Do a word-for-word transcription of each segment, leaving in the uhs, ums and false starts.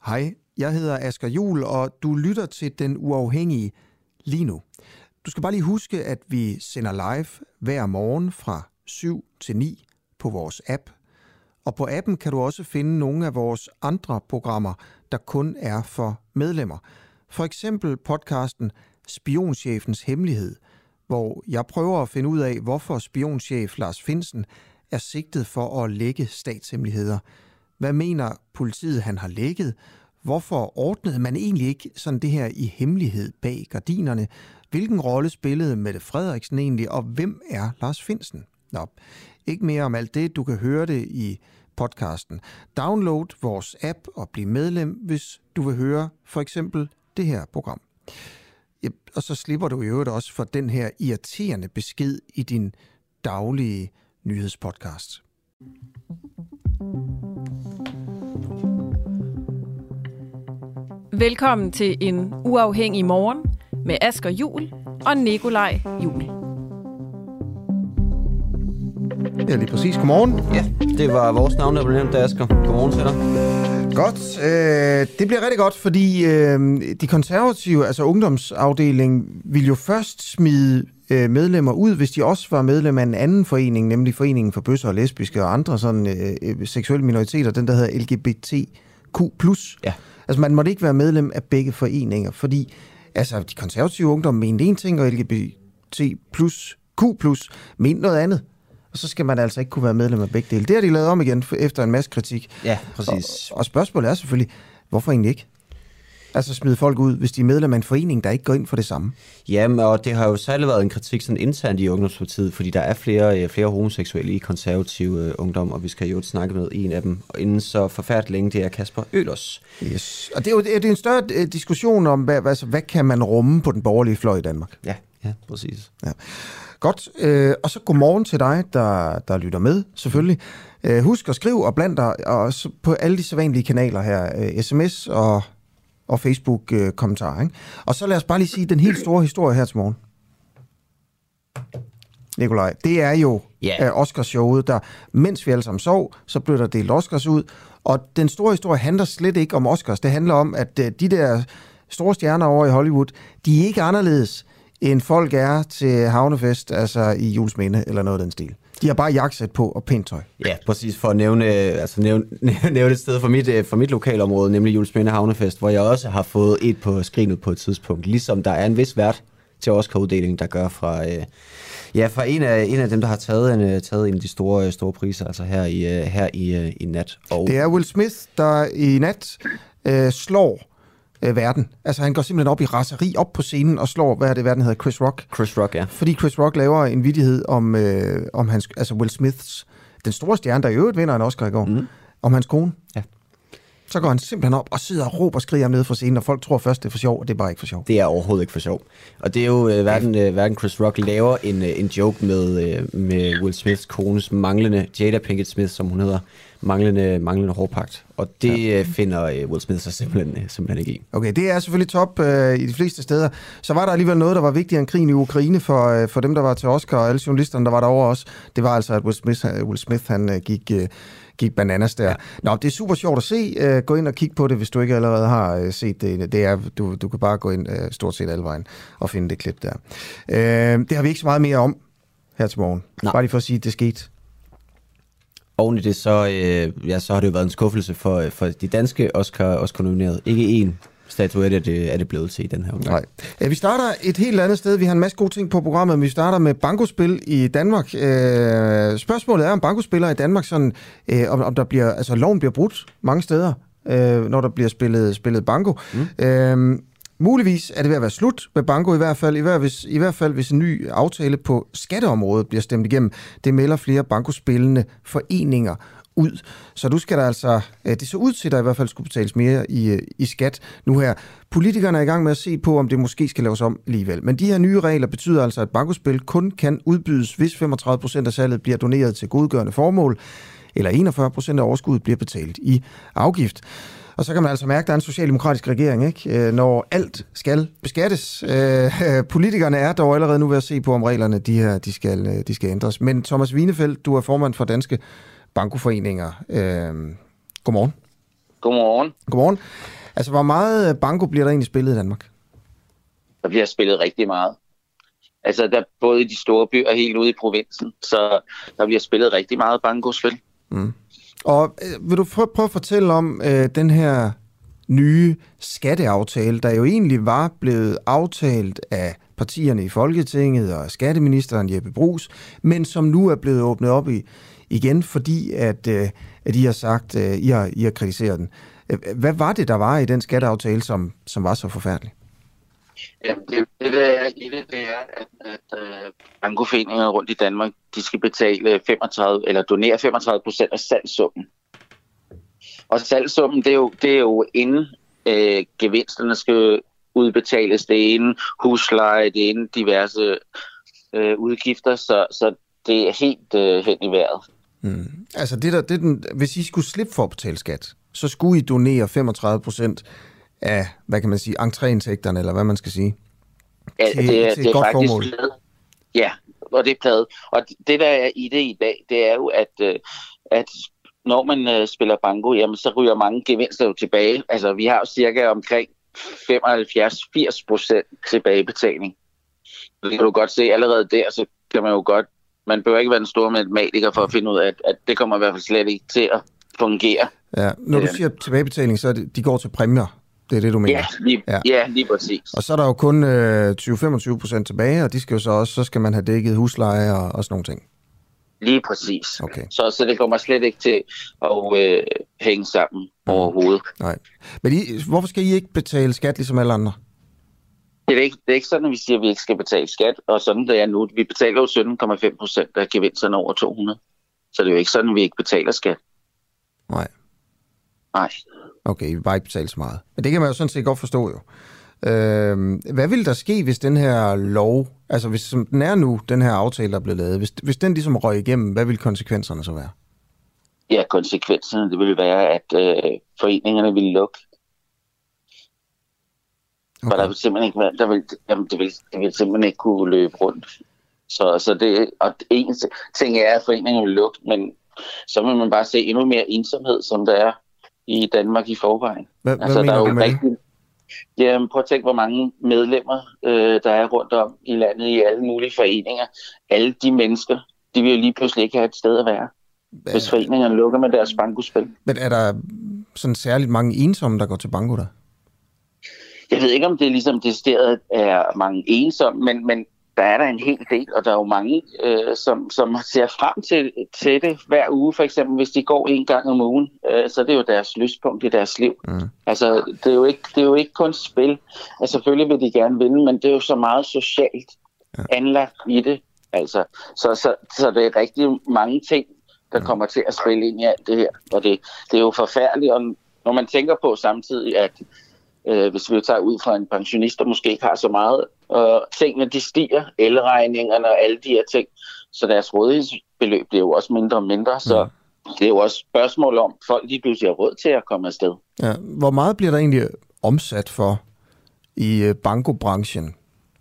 Hej, jeg hedder Asger Juhl, og du lytter til Den Uafhængige lige nu. Du skal bare lige huske, at vi sender live hver morgen fra syv til ni på vores app. Og på appen kan du også finde nogle af vores andre programmer, der kun er for medlemmer. For eksempel podcasten Spionchefens Hemmelighed, hvor jeg prøver at finde ud af, hvorfor spionchef Lars Findsen er sigtet for at lække statshemmeligheder. Hvad mener politiet, han har lækket? Hvorfor ordnede man egentlig ikke sådan det her i hemmelighed bag gardinerne? Hvilken rolle spillede Mette Frederiksen egentlig, og hvem er Lars Findsen? Nå, ikke mere om alt det. Du kan høre det i podcasten. Download vores app og bliv medlem, hvis du vil høre for eksempel det her program. Ja, og så slipper du i øvrigt også for den her irriterende besked i din daglige nyhedspodcast. Velkommen til en uafhængig morgen med Asger Juhl og Nikolaj Juhl. Ja, lige præcis. Godmorgen. Ja, det var vores navn, der blev nævnt, Asger. Godmorgen til dig. Godt. Øh, det bliver rigtig godt, fordi øh, de konservative, altså ungdomsafdelingen, vil jo først smide øh, medlemmer ud, hvis de også var medlem af en anden forening, nemlig Foreningen for Bøsser og Lesbiske og andre sådan øh, seksuelle minoriteter, den der hedder L G B T Q plus. Ja. Altså man måtte ikke være medlem af begge foreninger, fordi altså, de konservative ungdom mente en ting, og L G B T plus Q plus mente noget andet. Og så skal man altså ikke kunne være medlem af begge dele. Det har de lavet om igen efter en masse kritik. Ja, præcis. Og, og spørgsmålet er selvfølgelig, hvorfor egentlig ikke? Altså smide folk ud, hvis de er medlem af en forening, der ikke går ind for det samme. Jamen, og det har jo særligt været en kritik sådan internt i Ungdomspartiet, fordi der er flere, flere homoseksuelle i konservative uh, ungdom, og vi skal jo snakke med en af dem. Og inden så forfærdeligt længe, det er Kasper Øhlers. Yes. Og det er jo det er en større uh, diskussion om, hvad, altså, hvad kan man rumme på den borgerlige fløj i Danmark? Ja, ja, præcis. Ja. Godt, øh, og så godmorgen til dig, der, der lytter med, selvfølgelig. Øh, husk at skrive og bland dig og på alle de sædvanlige kanaler her, øh, sms og, og Facebook-kommentarer. Øh, og så lad os bare lige sige den helt store historie her til morgen. Nikolaj, det er jo yeah. øh, Oscarshowet, der mens vi alle sammen sov, så blev der delt Oscars ud. Og den store historie handler slet ikke om Oscars. Det handler om, at øh, de der store stjerner over i Hollywood, de er ikke anderledes end folk er til havnefest, altså i Juelsminde eller noget af den stil. De har bare jakkesæt på og pænt tøj. Ja, præcis, for at nævne, altså nævne, nævne et sted for mit, for mit lokalområde, nemlig Juelsminde Havnefest, hvor jeg også har fået et på skrinet på et tidspunkt. Ligesom der er en vis vært til Oscar-uddelingen, der gør fra, øh, ja, fra en, af, en af dem, der har taget en, taget en af de store, store priser, altså her i, her i, i nat. Og det er Will Smith, der i nat øh, slår verden. Altså han går simpelthen op i raseri, op på scenen og slår, hvad er det, verden hedder, Chris Rock. Chris Rock, ja. Fordi Chris Rock laver en vittighed om, øh, om hans, altså Will Smiths, den store stjerne, der i øvrigt vinder en Oscar i går, mm. om hans kone. Ja. Så går han simpelthen op og sidder og råber og skriger nede fra scenen, og folk tror først, det er for sjov, og det er bare ikke for sjov. Det er overhovedet ikke for sjov. Og det er jo, øh, hverken, øh, hverken Chris Rock laver en, øh, en joke med, øh, med Will Smiths kones manglende, Jada Pinkett Smith, som hun hedder, manglende, manglende hårpagt. Og det ja. øh, finder øh, Will Smith sig simpelthen, øh, simpelthen ikke i. Okay, det er selvfølgelig top øh, i de fleste steder. Så var der alligevel noget, der var vigtigere end krigen i Ukraine for, øh, for dem, der var til Oscar, og alle journalisterne, der var derovre også. Det var altså, at Will Smith, Will Smith han øh, gik... Øh, gik bananas der. Ja. Nå, det er super sjovt at se. Uh, gå ind og kig på det, hvis du ikke allerede har uh, set det. Det er, du, du kan bare gå ind uh, stort set alle vejen og finde det klip der. Uh, det har vi ikke så meget mere om her til morgen. Nej. Bare lige for at sige, at det skete. Oven i det, så, øh, ja, så har det jo været en skuffelse for, for de danske Oscar, Oscar-nominerede. Ikke én statuette er det, er det blevet til i den her omgang. Nej. Ja, vi starter et helt andet sted. Vi har en masse gode ting på programmet, men vi starter med bankospil i Danmark. Øh, spørgsmålet er, om bankospillere i Danmark, sådan, øh, om, om der bliver, altså loven bliver brudt mange steder, øh, når der bliver spillet, spillet banko. Mm. Øh, muligvis er det ved at være slut med banko, i hvert fald, i hvert, hvis, i hvert fald hvis en ny aftale på skatteområdet bliver stemt igennem. Det melder flere bankospillende foreninger ud. Så du skal der altså, det så ud til, at der i hvert fald skulle betales mere i, i skat nu her. Politikerne er i gang med at se på, om det måske skal laves om alligevel. Men de her nye regler betyder altså, at bankospil kun kan udbydes, hvis femogtredive procent af salget bliver doneret til godgørende formål, eller enogfyrre procent af overskuddet bliver betalt i afgift. Og så kan man altså mærke, at der er en socialdemokratisk regering, ikke? Når alt skal beskattes. Politikerne er dog allerede nu ved at se på, om reglerne de her, de skal, de skal ændres. Men Thomas Wienfeldt, du er formand for Danske Bankoforeninger. Øh, godmorgen. Godmorgen. Godmorgen. Altså, hvor meget banko bliver der egentlig spillet i Danmark? Der bliver spillet rigtig meget. Altså, der både i de store byer og helt ude i provinsen, så der bliver spillet rigtig meget bankospil. Mm. Og øh, vil du prøve, prøve at fortælle om øh, den her nye skatteaftale, der jo egentlig var blevet aftalt af partierne i Folketinget og skatteministeren Jeppe Bruus, men som nu er blevet åbnet op i, igen, fordi at, øh, at I har sagt, øh, I, har, I har kritiseret den. Hvad var det, der var i den skatteaftale, som, som var så forfærdelig? Jamen, det, det, der er i det, det er, at, at uh, bankoforeninger rundt i Danmark, de skal betale femogtredive, eller donere femogtredive procent af salgssummen. Og salgssummen, det er jo, det er jo inden øh, gevinsterne skal udbetales, det er inden husleje, det er inden diverse øh, udgifter, så, så det er helt øh, hen i vejret. Mm. Altså, det der, det den, hvis I skulle slippe for at betale skat, så skulle I donere femogtredive procent af, hvad kan man sige, entréindtægterne, eller hvad man skal sige, ja, til, det er, til et det er godt faktisk formål. Plade. Ja, og det er plade. Og det, der er i det i dag, det er jo, at, at når man uh, spiller banko, jamen, så ryger mange gevinster jo tilbage. Altså, vi har jo cirka omkring femoghalvfjerds til firs procent tilbagebetaling. Det kan du godt se allerede der, så kan man jo godt, man bør ikke være en stor matematiker for at finde ud af, at, at det kommer i hvert fald slet ikke til at fungere. Ja, når du siger tilbagebetaling, så er det, de går til præmier. Det er det, du mener? Ja, lige, ja. ja, lige præcis. Og så er der jo kun øh, tyve til femogtyve procent tilbage, og de skal jo så også, så skal man have dækket husleje og, og sådan nogle ting. Lige præcis. Okay. Så, så det kommer slet ikke til at øh, hænge sammen mm. overhovedet. Nej. Men I, hvorfor skal I ikke betale skat ligesom alle andre? Det er ikke, det er ikke sådan, at vi siger, at vi ikke skal betale skat, og sådan det er nu. Vi betaler jo sytten komma fem procent af gevinsterne over to hundrede. Så det er jo ikke sådan, at vi ikke betaler skat. Nej. Nej. Okay, I vil bare ikke betale så meget. Men det kan man jo sådan set godt forstå jo. Øh, hvad ville der ske, hvis den her lov, altså hvis som den er nu, den her aftale, der er blevet lavet, hvis, hvis den ligesom røg igennem, hvad ville konsekvenserne så være? Ja, konsekvenserne, det ville være, at øh, foreningerne ville lukke. Okay. For der ville simpelthen ikke være, der ville, jamen, det, ville, det ville simpelthen ikke kunne løbe rundt. Så, så det, og det eneste ting er, at foreningerne vil lukke, men så vil man bare se endnu mere ensomhed, som der er i Danmark i forvejen. Hvad, altså, hvad mener der er du jo med rigtig, det? Jamen, prøv at tænke, hvor mange medlemmer, øh, der er rundt om i landet i alle mulige foreninger. Alle de mennesker, de vil jo lige pludselig ikke have et sted at være, Hvad? hvis foreningerne lukker med deres bankospil. Men er der sådan særligt mange ensomme, der går til banko der? Jeg ved ikke, om det er ligesom decideret er mange ensomme, men, men der er der en hel del, og der er jo mange, øh, som, som ser frem til, til det hver uge. For eksempel, hvis de går en gang om ugen, øh, så er det jo deres lyspunkt i deres liv. Mm. Altså, det er, jo ikke, det er jo ikke kun spil. Altså, selvfølgelig vil de gerne vinde, men det er jo så meget socialt ja. anlagt i det. Altså, så, så, så det er rigtig mange ting, der mm. kommer til at spille ind i alt det her. Og det, det er jo forfærdeligt, og når man tænker på samtidig, at Øh, hvis vi tager ud fra en pensionist, der måske ikke har så meget, og tingene de stiger, elregningerne og alle de her ting, så deres rådighedsbeløb bliver jo også mindre og mindre, så mm. det er jo også spørgsmål om, folk de pludselig har råd til at komme afsted. Ja, hvor meget bliver der egentlig omsat for i bankobranchen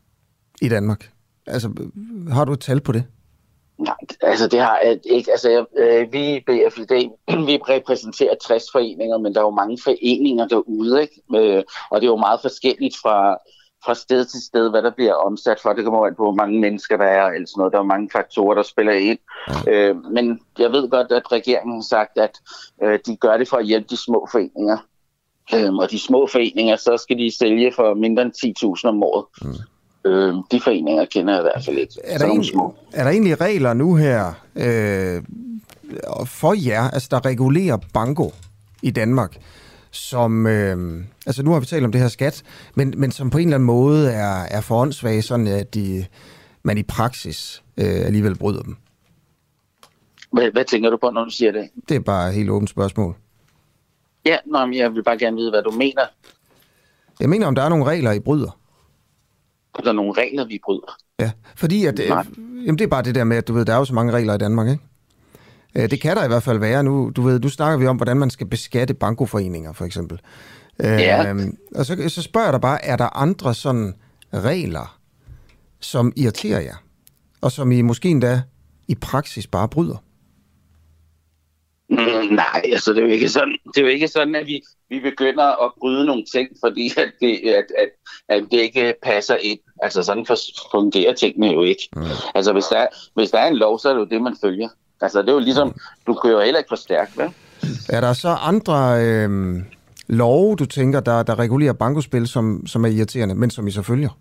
i Danmark? Altså, har du et tal på det? Nej, altså det har jeg ikke. Altså, øh, vi i B F I D, vi repræsenterer tres foreninger, men der er jo mange foreninger derude, ikke? Øh, og det er jo meget forskelligt fra, fra sted til sted, hvad der bliver omsat for. Det kommer jo an på, hvor mange mennesker der er, eller sådan noget. Der er mange faktorer, der spiller ind. Ja. Øh, men jeg ved godt, at regeringen har sagt, at øh, de gør det for at hjælpe de små foreninger. Øh, og de små foreninger, så skal de sælge for mindre end ti tusind om året. Mm. Øh, de foreninger kender jeg i hvert fald ikke. Er der, egentlig, er der egentlig regler nu her øh, for jer, altså der regulerer banko i Danmark, som, øh, altså nu har vi talt om det her skat, men, men som på en eller anden måde er, er for åndssvage, sådan at de, man i praksis øh, alligevel bryder dem? Hvad, hvad tænker du på, når du siger det? Det er bare et helt åbent spørgsmål. Ja, nå, men jeg vil bare gerne vide, hvad du mener. Jeg mener, om der er nogle regler, I bryder. Der er nogle regler, vi bryder. Ja, fordi at, jamen det er bare det der med, at du ved, der er jo så mange regler i Danmark, ikke? Det kan der i hvert fald være. Nu, du ved, nu snakker vi om, hvordan man skal beskatte bankoforeninger, for eksempel. Ja. Øhm, og så, så spørger jeg dig bare, er der andre sådan regler, som irriterer jer? Og som I måske endda i praksis bare bryder? Mm, nej, altså det er jo ikke sådan, det er jo ikke sådan at vi, vi begynder at bryde nogle ting, fordi at det, at, at, at det ikke passer ind. Altså sådan fungerer tingene jo ikke. Mm. Altså hvis der, hvis der er en lov, så er det jo det, man følger. Altså det er jo ligesom, du kører heller ikke for stærkt, vel? Er der så andre øh, love, du tænker, der, der regulerer bankospil, som, som er irriterende, men som I så følger?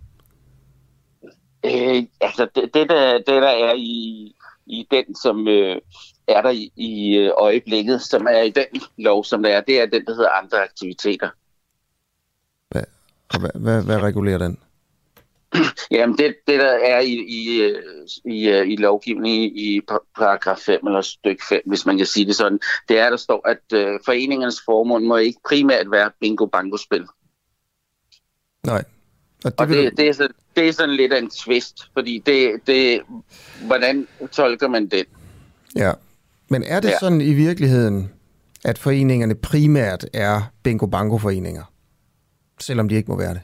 Øh, altså det, det, der, det der er i, i den, som øh, er der i, i øjeblikket, som er i den lov, som der er, det er den, der hedder andre aktiviteter. Hvad, hvad, hvad, hvad regulerer den? Jamen det, det der er i, i, i, i lovgivningen i paragraf fem eller stykke fem, hvis man kan sige det sådan, det er, der står, at øh, foreningernes formål må ikke primært være bingo-bango-spil. Nej. Og det, og det, det, er så, det er sådan lidt af en twist, fordi det, det, hvordan tolker man den? Ja, men er det ja. sådan i virkeligheden, at foreningerne primært er bingo-bango-foreninger, selvom de ikke må være det?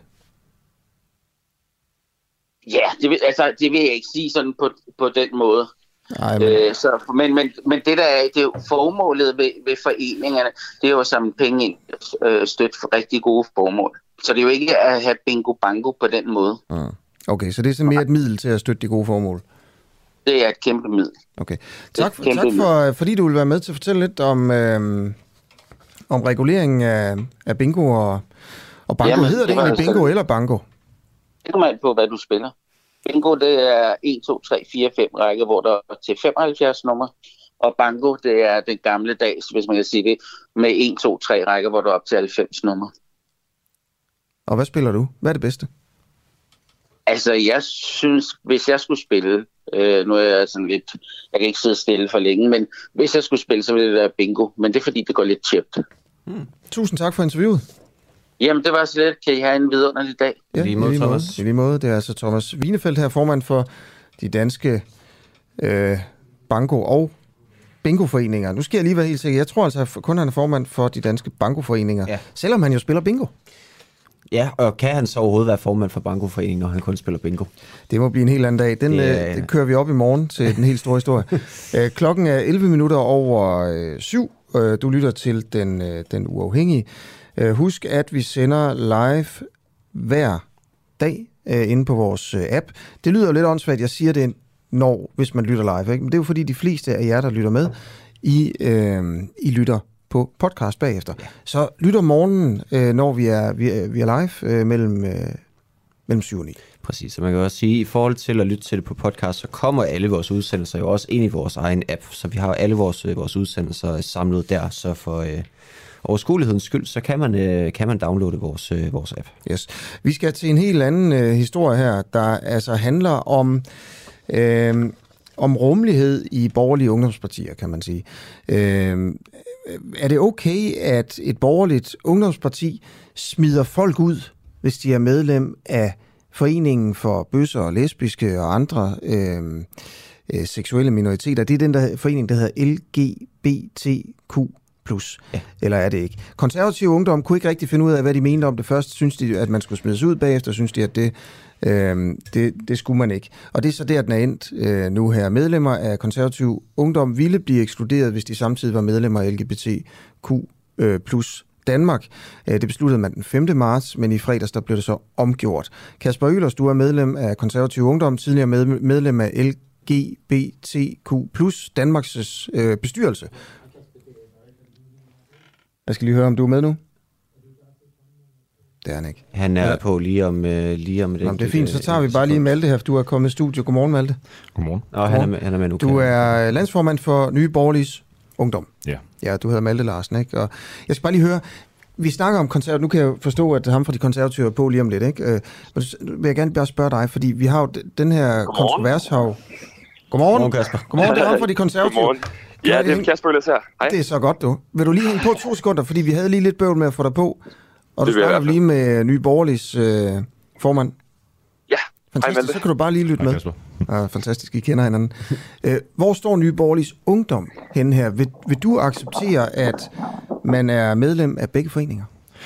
Ja, det vil, altså, det vil jeg ikke sige sådan på, på den måde. Ej, men... Øh, så, men, men, men det der er, det er jo formålet ved, ved foreningerne, det er jo at samle penge ind, øh, støtte for rigtig gode formål. Så det er jo ikke at have bingo-bango på den måde. Mm. Okay, så det er sådan mere et middel til at støtte de gode formål? Det er et kæmpe middel. Okay. Tak, for, tak for, fordi du vil være med til at fortælle lidt om, øh, om reguleringen af, af bingo og, og banko. Jamen, hedder det, det egentlig bingo sådan, eller banko? Det kommer an på, hvad du spiller. Bingo, det er en, to, tre, fire, fem række, hvor der er til femoghalvfjerds nummer. Og banko, det er den gamle dags, hvis man kan sige det, med en, to, tre række, hvor der er op til halvfems nummer. Og hvad spiller du? Hvad er det bedste? Altså, jeg synes, hvis jeg skulle spille, øh, nu er jeg sådan lidt, jeg kan ikke sidde stille for længe, men hvis jeg skulle spille, så ville det være bingo. Men det er fordi, det går lidt tjept. Hmm. Tusind tak for interviewet. Jamen, det var så lidt. Kan I have en vidunderlig dag? Ja, i lige måde, Thomas. I lige måde. Det er altså Thomas Wienefeld her, formand for de danske øh, banko- og bingoforeninger. Nu skal jeg lige være helt sikker. Jeg tror altså, at kun han er formand for de danske bankoforeninger, ja. Selvom han jo spiller bingo. Ja, og kan han så overhovedet være formand for bankoforeningen, når han kun spiller bingo? Det må blive en helt anden dag. Den, yeah. øh, den kører vi op i morgen til den helt store historie. øh, klokken er elleve minutter over øh, syv. Øh, du lytter til den, øh, den uafhængige. Øh, husk, at vi sender live hver dag øh, inde på vores øh, app. Det lyder jo lidt åndssvagt, jeg siger det, når, hvis man lytter live. Ikke? Men det er jo fordi, de fleste af jer, der lytter med, I, øh, I lytter på podcast bagefter. Ja. Så lyt om morgenen, øh, når vi er, vi er, vi er live øh, mellem, øh, mellem syv og ni. Præcis, så man kan også sige, at i forhold til at lytte til det på podcast, så kommer alle vores udsendelser jo også ind i vores egen app. Så vi har alle vores, vores udsendelser samlet der, så for øh, overskuelighedens skyld, så kan man, øh, kan man downloade vores, øh, vores app. Yes. Vi skal til en helt anden øh, historie her, der altså handler om... Øh, om rummelighed i borgerlige ungdomspartier, kan man sige. Øh, er det okay, at et borgerligt ungdomsparti smider folk ud, hvis de er medlem af Foreningen for bøsser og lesbiske og andre øh, øh, seksuelle minoriteter? Det er den der forening, der hedder L G B T Q plus, ja. Eller er det ikke? Konservative Ungdom kunne ikke rigtig finde ud af, hvad de mente om det først. Synes de, at man skulle smides ud bagefter? Synes de, at det, øh, det, det skulle man ikke? Og det er så der, den er endt øh, nu her. Medlemmer af Konservative Ungdom ville blive ekskluderet, hvis de samtidig var medlemmer af L G B T Q plus Danmark. Det besluttede man den femte marts, men i fredags der blev det så omgjort. Kasper Øhlers, du er medlem af Konservative Ungdom, tidligere medlem af L G B T Q plus Danmarks øh, bestyrelse. Jeg skal lige høre, om du er med nu. Det er han ikke. Han er ja. på lige om, øh, lige om det. Nå, det er fint, så tager vi bare lige Malte her, for du er kommet i studiet. Godmorgen, Malte. Godmorgen. Nå, han er med, han er med nu. Du er landsformand for Nye Borgerliges Ungdom. Ja. Ja, du hedder Malte Larsen, ikke? Og jeg skal bare lige høre, vi snakker om konservative, nu kan jeg forstå, at ham fra de konservative er på lige om lidt, ikke? Men vil jeg gerne bare spørge dig, fordi vi har jo den her kontrovers her. Godmorgen. Godmorgen, Kasper. Godmorgen, det er ham fra de konservative. Godmorgen. Ja, det er Kasper Øhlers her. Hej. Det er så godt, du. Vil du lige hænge på to sekunder, fordi vi havde lige lidt bøvl med at få dig på, og du snakker lige med Nye Borgerliges øh, formand. Ja. Fantastisk, hej, så kan du bare lige lytte med. Ja, fantastisk, I kender hinanden. Øh, hvor står Nye Borgerliges Ungdom henne her? Vil, vil du acceptere, at man er medlem af begge foreninger?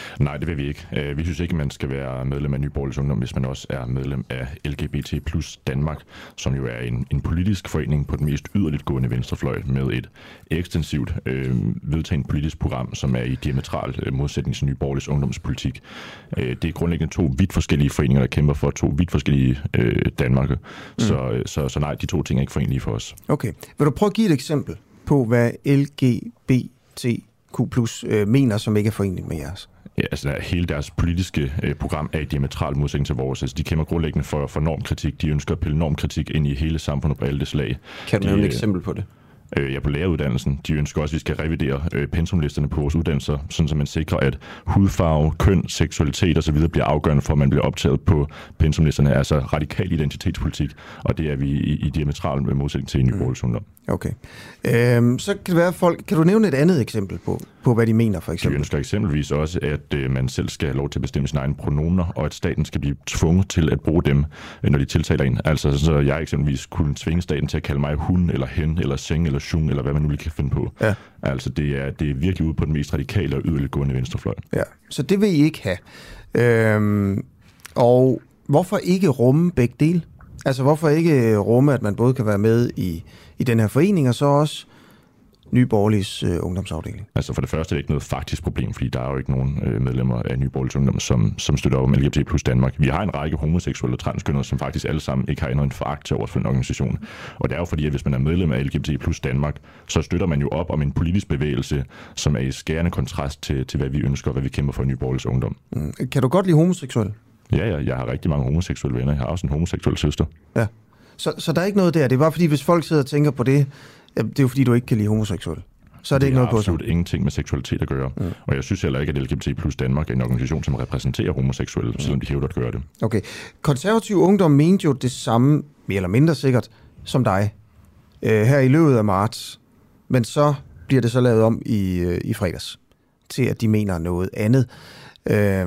Nej, det vil vi ikke. Vi synes ikke, at man skal være medlem af Nye Borgerliges Ungdom, hvis man også er medlem af L G B T plus Danmark, som jo er en, en politisk forening på den mest yderligt gående venstrefløj med et ekstensivt øh, vedtaget politisk program, som er i diametral øh, modsætning til Nye Borgerliges Ungdomspolitik. Øh, det er grundlæggende to vidt forskellige foreninger, der kæmper for to vidt forskellige øh, Danmark. Mm. Så, så, så nej, de to ting er ikke forenelige for os. Okay. Vil du prøve at give et eksempel på, hvad L G B T Q plus øh, mener, som ikke er foreneligt med jeres? Ja, altså hele deres politiske øh, program er i diametral modsætning til vores. Altså, de kæmper grundlæggende for, for normkritik. De ønsker at pille normkritik ind i hele samfundet på alle det slag. Kan du nævne et eksempel på det? Øh, ja, på læreruddannelsen. De ønsker også, at vi skal revidere øh, pensumlisterne på vores uddannelser, sådan så man sikrer, at hudfarve, køn, seksualitet osv. bliver afgørende for, at man bliver optaget på pensumlisterne. Altså radikal identitetspolitik, og det er vi i, i diametral modsætning til i Nye Borgerliges Ungdom. Okay. Øhm, så kan det være, folk, kan du nævne et andet eksempel på, på hvad de mener, for eksempel? De ønsker eksempelvis også, at øh, man selv skal have lov til at bestemme sine egne pronomer, og at staten skal blive tvunget til at bruge dem, øh, når de tiltaler en. Altså, så jeg eksempelvis kunne tvinge staten til at kalde mig hun, eller hen, eller seng, eller shun, eller hvad man nu lige kan finde på. Ja. Altså, det er, det er virkelig ude på den mest radikale og yderligt gående venstrefløj. Ja, så det vil I ikke have. Øhm, og hvorfor ikke rumme begge dele? Altså, hvorfor ikke rumme, at man både kan være med i, i den her forening, og så også Nye Borgerliges øh, ungdomsafdeling? Altså for det første er det ikke noget faktisk problem, fordi der er jo ikke nogen øh, medlemmer af Nye Borgerliges Ungdom, som, som støtter op om L G B T plus Danmark. Vi har en række homoseksuelle og transkønnede, som faktisk alle sammen ikke har endnu en foragt til over for en organisation. Og det er jo fordi, at hvis man er medlem af L G B T plus Danmark, så støtter man jo op om en politisk bevægelse, som er i skærende kontrast til, til hvad vi ønsker og hvad vi kæmper for i Nye Borgerliges Ungdom. Mm. Kan du godt lide homoseksuelle? Ja, ja, jeg har rigtig mange homoseksuelle venner. Jeg har også en homoseksuel søster. Ja, så, så der er ikke noget der. Det er bare fordi, hvis folk sidder og tænker på det, det er jo fordi, du ikke kan lide homoseksuelle. Så er det, det ikke noget på sig. Det har absolut ingenting med seksualitet at gøre. Mm. Og jeg synes heller ikke, at L G B T plus Danmark er en organisation, som repræsenterer homoseksuelle, mm. selvom de hævder at gøre det. Okay. Konservativ Ungdom mente jo det samme, mere eller mindre sikkert, som dig, øh, her i løbet af marts. Men så bliver det så lavet om i, øh, i fredags, til at de mener noget andet. Øh,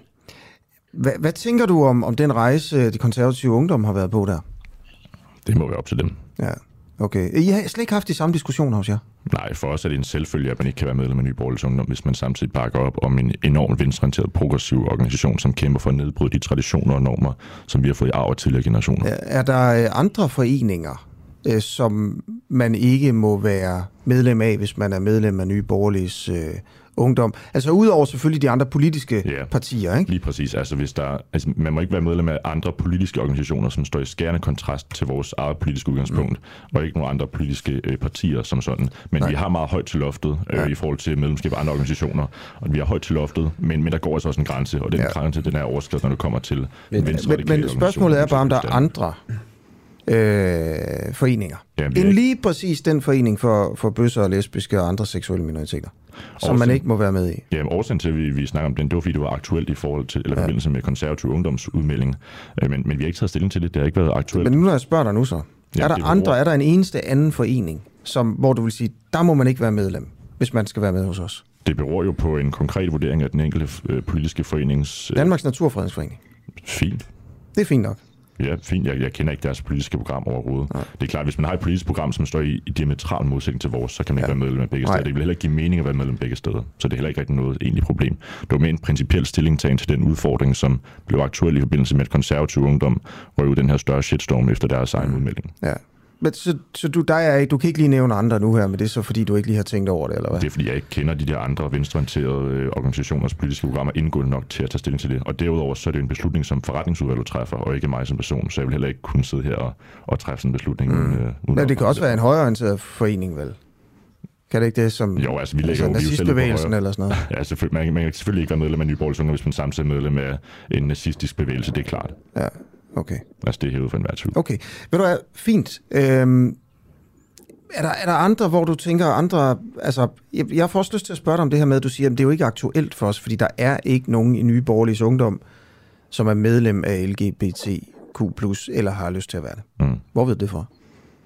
hvad, hvad tænker du om, om den rejse, de konservative ungdom har været på der? Det må være op til dem. Ja. Okay. I har slet ikke haft de samme diskussioner hos jer? Nej, for os er det en selvfølge, at man ikke kan være medlem af Nye Borgerliges Ungdom, hvis man samtidig bakker op om en enormt venstreorienteret progressiv organisation, som kæmper for at nedbryde de traditioner og normer, som vi har fået i arv af tidligere generationer. Er der andre foreninger, som man ikke må være medlem af, hvis man er medlem af Nye Borgerliges øh, Ungdom? Altså udover selvfølgelig de andre politiske ja, partier, ikke? Lige præcis. Altså, hvis der, altså, man må ikke være medlem af andre politiske organisationer, som står i skærende kontrast til vores eget politiske udgangspunkt, mm. og ikke nogen andre politiske øh, partier som sådan. Men Nej. vi har meget højt til loftet øh, ja. i forhold til medlemskab af andre organisationer, og vi har højt til loftet, men, men der går altså også en grænse, og den ja. grænse, den er overskredet, når det kommer til men, men, men spørgsmålet er bare, om der er andre øh, foreninger. Jamen, end lige præcis den forening for, for bøsser og lesbiske og andre seksuelle minoriteter, som Årsagen, man ikke må være med i. Ja, årsagen til, at vi, vi snakker om den, det var fordi, det var aktuelt i forhold til, eller ja. forbindelse med konservativ ungdomsudmelding. Men, men vi har ikke taget stilling til det, det har ikke været aktuelt. Men nu når jeg spørger dig nu så, ja, er der andre, over... er der en eneste anden forening, som, hvor du vil sige, der må man ikke være medlem, hvis man skal være med hos os? Det beror jo på en konkret vurdering af den enkelte øh, politiske forenings... Øh... Danmarks Naturfredningsforening. Fint. Det er fint nok. Ja, fint. Jeg, jeg kender ikke deres politiske program overhovedet. Nej. Det er klart, hvis man har et politisk program, som står i, i diametral modsætning til vores, så kan man ja. ikke være medlem af begge Nej. steder. Det vil heller ikke give mening at være medlem af begge steder. Så det er heller ikke rigtig noget egentligt problem. Det var med en principiel stillingtagen til den udfordring, som blev aktuel i forbindelse med, at konservativ ungdom røg ud den her større shitstorm efter deres egen udmelding. Ja. Men så, så du, der er, du kan ikke lige nævne andre nu her, men det er så fordi, du ikke lige har tænkt over det, eller hvad? Det er fordi, jeg ikke kender de der andre venstreorienterede organisationers politiske programmer indgående nok til at tage stilling til det. Og derudover så er det en beslutning, som forretningsudvalget træffer, og ikke mig som person. Så jeg vil heller ikke kunne sidde her og, og træffe sådan en beslutning. Mm. Øh, men det kan også være en højreorienteret forening, vel? Kan det ikke det som jo, altså, vi lægger altså, nazistbevægelsen eller sådan noget? Ja, selvfølgelig. Man, man kan selvfølgelig ikke være medlem af Nye Borgerliges Ungdom, hvis man samtidig er medlem af en nazistisk bevægelse, det er klart. Ja, okay. Altså, det er hævet for enhver tvivl. Okay. Ved du hvad, fint. Øhm, er, der, er der andre, hvor du tænker andre... Altså, jeg, jeg får også lyst til at spørge dig om det her med, at du siger, at det er jo ikke aktuelt for os, fordi der er ikke nogen i Nye Borgerliges Ungdom, som er medlem af L G B T Q plus, eller har lyst til at være det. Mm. Hvor ved det fra?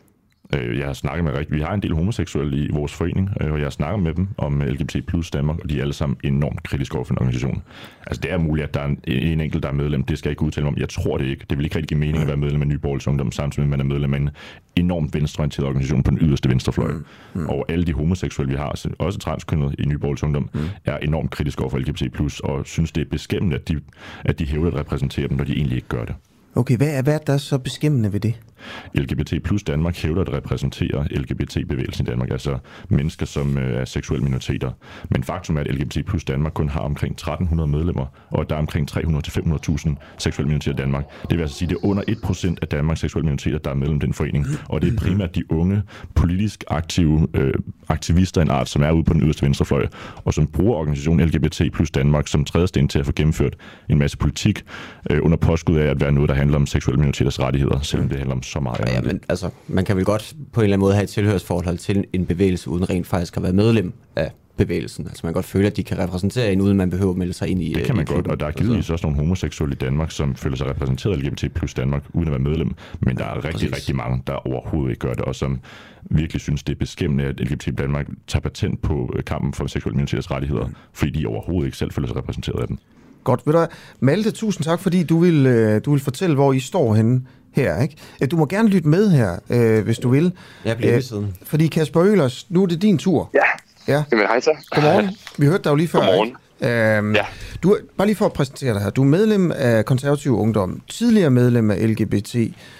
Jeg har snakket med rigtig... Vi har en del homoseksuelle i vores forening, og jeg har snakket med dem om L G B T plus Danmark, og de er alle sammen enormt kritiske over for en organisation. Altså, det er muligt, at der er en, en enkelt, der er medlem. Det skal jeg ikke udtale mig om. Jeg tror det ikke. Det vil ikke rigtig give mening at være medlem af Nye Borgerlige Ungdom, samtidig med, at man er medlem af en enormt venstreorienteret organisation på den yderste venstrefløj. Mm. Mm. Og alle de homoseksuelle, vi har, også transkønnede i Nye Borgerlige Ungdom, mm. er enormt kritiske over for L G B T plus, og synes, det er beskæmmende, at de, at de hævder at repræsentere dem, når de egentlig ikke gør det. Okay, hvad er, hvad er der så beskæmmende ved det? L G B T plus Danmark hævder at repræsentere L G B T-bevægelsen i Danmark, altså mennesker, som øh, er seksuelle minoriteter. Men faktum er, at L G B T plus Danmark kun har omkring tretten hundrede medlemmer, og at der er omkring tre hundrede til fem hundrede tusind seksuelle minoriteter i Danmark. Det vil altså sige, at det er under et procent af Danmarks seksuelle minoriteter, der er medlem af den forening. Og det er primært de unge, politisk aktive øh, aktivister af en art, som er ude på den yderste venstrefløj, og som bruger organisationen L G B T plus Danmark som trædesten til at få gennemført en masse politik øh, under påskud af at være noget, der handler om seksuelle minoriteters rettigheder, selvom det handler om så meget. Ja, men altså, man kan vel godt på en eller anden måde have et tilhørsforhold til en bevægelse, uden rent faktisk at være medlem af bevægelsen. Altså man kan godt føle, at de kan repræsentere en, uden man behøver at melde sig ind i... Det kan man i godt, og der er givetvis også nogle homoseksuelle i Danmark, som føler sig repræsenteret af L G B T plus Danmark, uden at være medlem. Men der er rigtig, Præcis. rigtig mange, der overhovedet ikke gør det, og som virkelig synes, det er beskæmmende, at L G B T Danmark tager patent på kampen for seksuelle minoriteters rettigheder, mm. fordi de overhovedet ikke selv føler sig repræsenteret af dem. Godt, ved du Malte, tusind tak, fordi du vil, du vil fortælle, hvor I står henne her, ikke? Du må gerne lytte med her, øh, hvis du vil. Jeg bliver ved siden. Fordi Kasper Øhlers, nu er det din tur. Ja, ja. Jamen, hej så. Godmorgen. Vi hørte dig jo lige før. Godmorgen. Øhm, ja. Du, bare lige for at præsentere dig her. Du er medlem af Konservativ Ungdom, tidligere medlem af L G B T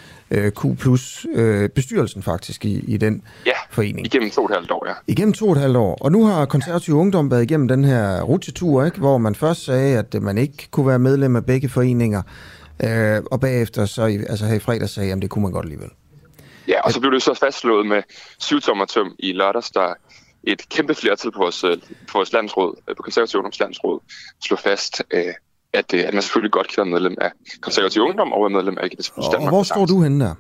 Q plus øh, bestyrelsen faktisk i, i den ja, forening. igennem to og et halvt år, ja. Igennem to og et halvt år. Og nu har Konservativ Ungdom været igennem den her rutsjetur, ikke? Hvor man først sagde, at man ikke kunne være medlem af begge foreninger, øh, og bagefter så altså her i fredag sagde, at det kunne man godt alligevel. Ja, og så blev det så fastslået med syvtommertøm i lørdags, der et kæmpe flertal på vores, på vores landsråd, på Konservativ Ungdoms landsråd, slog fast, øh, At, at man selvfølgelig godt kan være medlem af Konservativ Ungdom og være medlem af L G B T plus Danmark. Og hvor står du henne der?